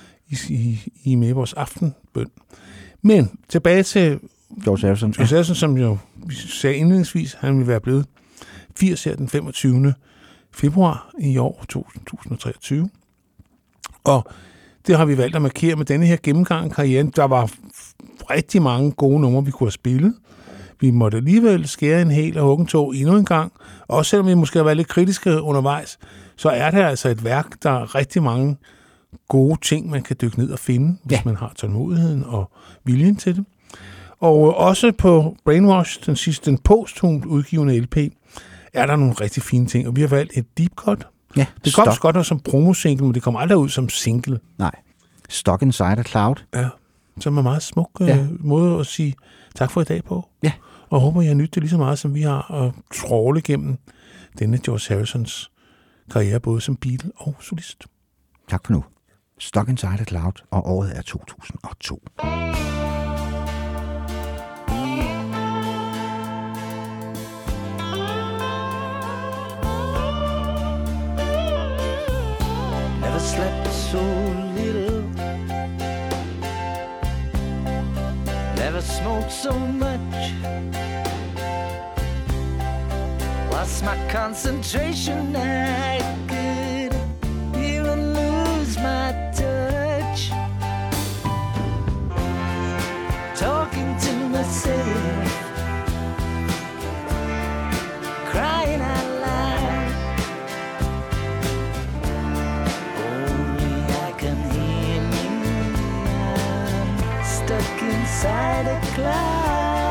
C: I er med i vores aftenbøn. Men tilbage til
B: George Harrison.
C: George Harrison, som jo sagde indledningsvis, han vil være blevet 80 her den 25. februar i år 2023. Og det har vi valgt at markere med denne her gennemgang af karrieren. Der var rigtig mange gode numre, vi kunne have spillet. Vi måtte alligevel skære en hel og hugge en tå endnu en gang. Også selvom vi måske har været lidt kritiske undervejs, så er det altså et værk, der er rigtig mange gode ting, man kan dykke ned og finde, hvis man har tålmodigheden og viljen til det. Og også på Brainwash, den posthumt udgivende LP, er der nogle rigtig fine ting, og vi har valgt et deep cut.
B: Ja,
C: det kom godt nok som promosingle, men det kommer aldrig ud som single.
B: Nej. Stuck Inside a Cloud.
C: Ja, som er en meget smuk måde at sige tak for i dag på.
B: Ja.
C: Og håber, I har nydt det lige så meget, som vi har at tråle gennem denne George Harrisons karriere, både som Beatle og solist.
B: Tak for nu. Stuck Inside a Cloud, og året er 2002.
D: Never slept so little, never smoked so much, lost my concentration, I could even lose my touch, talking to myself, crying out loud. Only I can hear me, I'm stuck inside a cloud.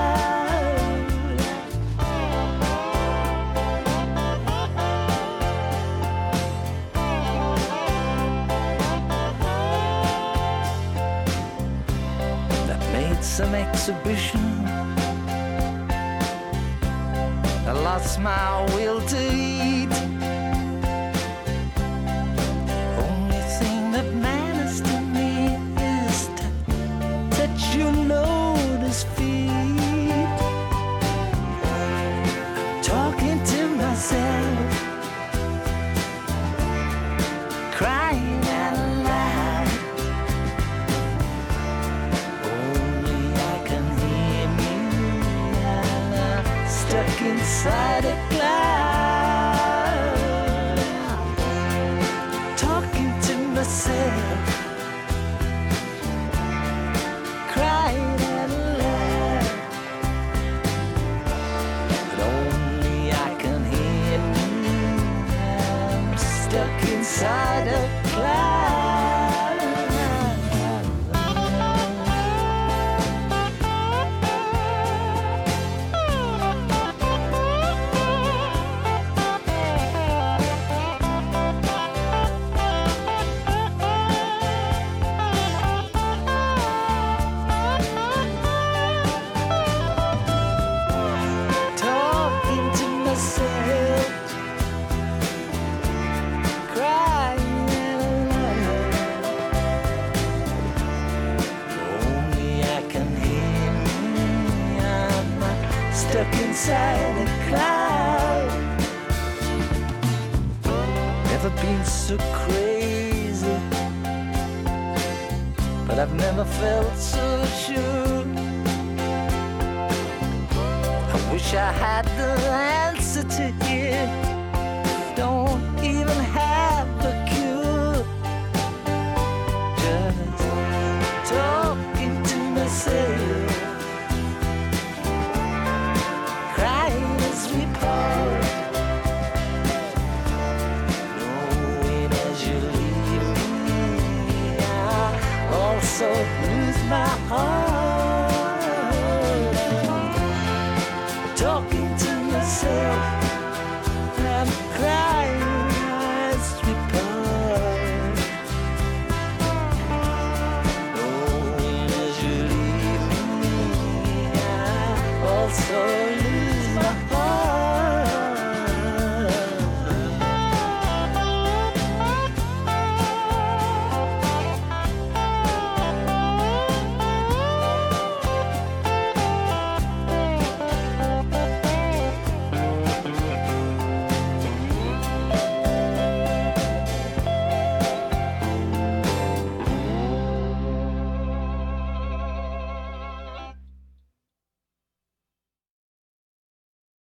D: Some exhibition, I lost my will to eat. Only thing that matters to me is to touch your lotus feet. I'm talking to myself, crying out loud. Stuck inside a cloud, talking to myself, crying out loud, but only I can hear me. I'm stuck inside a cloud. Stuck inside a cloud. Never been so crazy but I've never felt so sure. I wish I had the answer to it.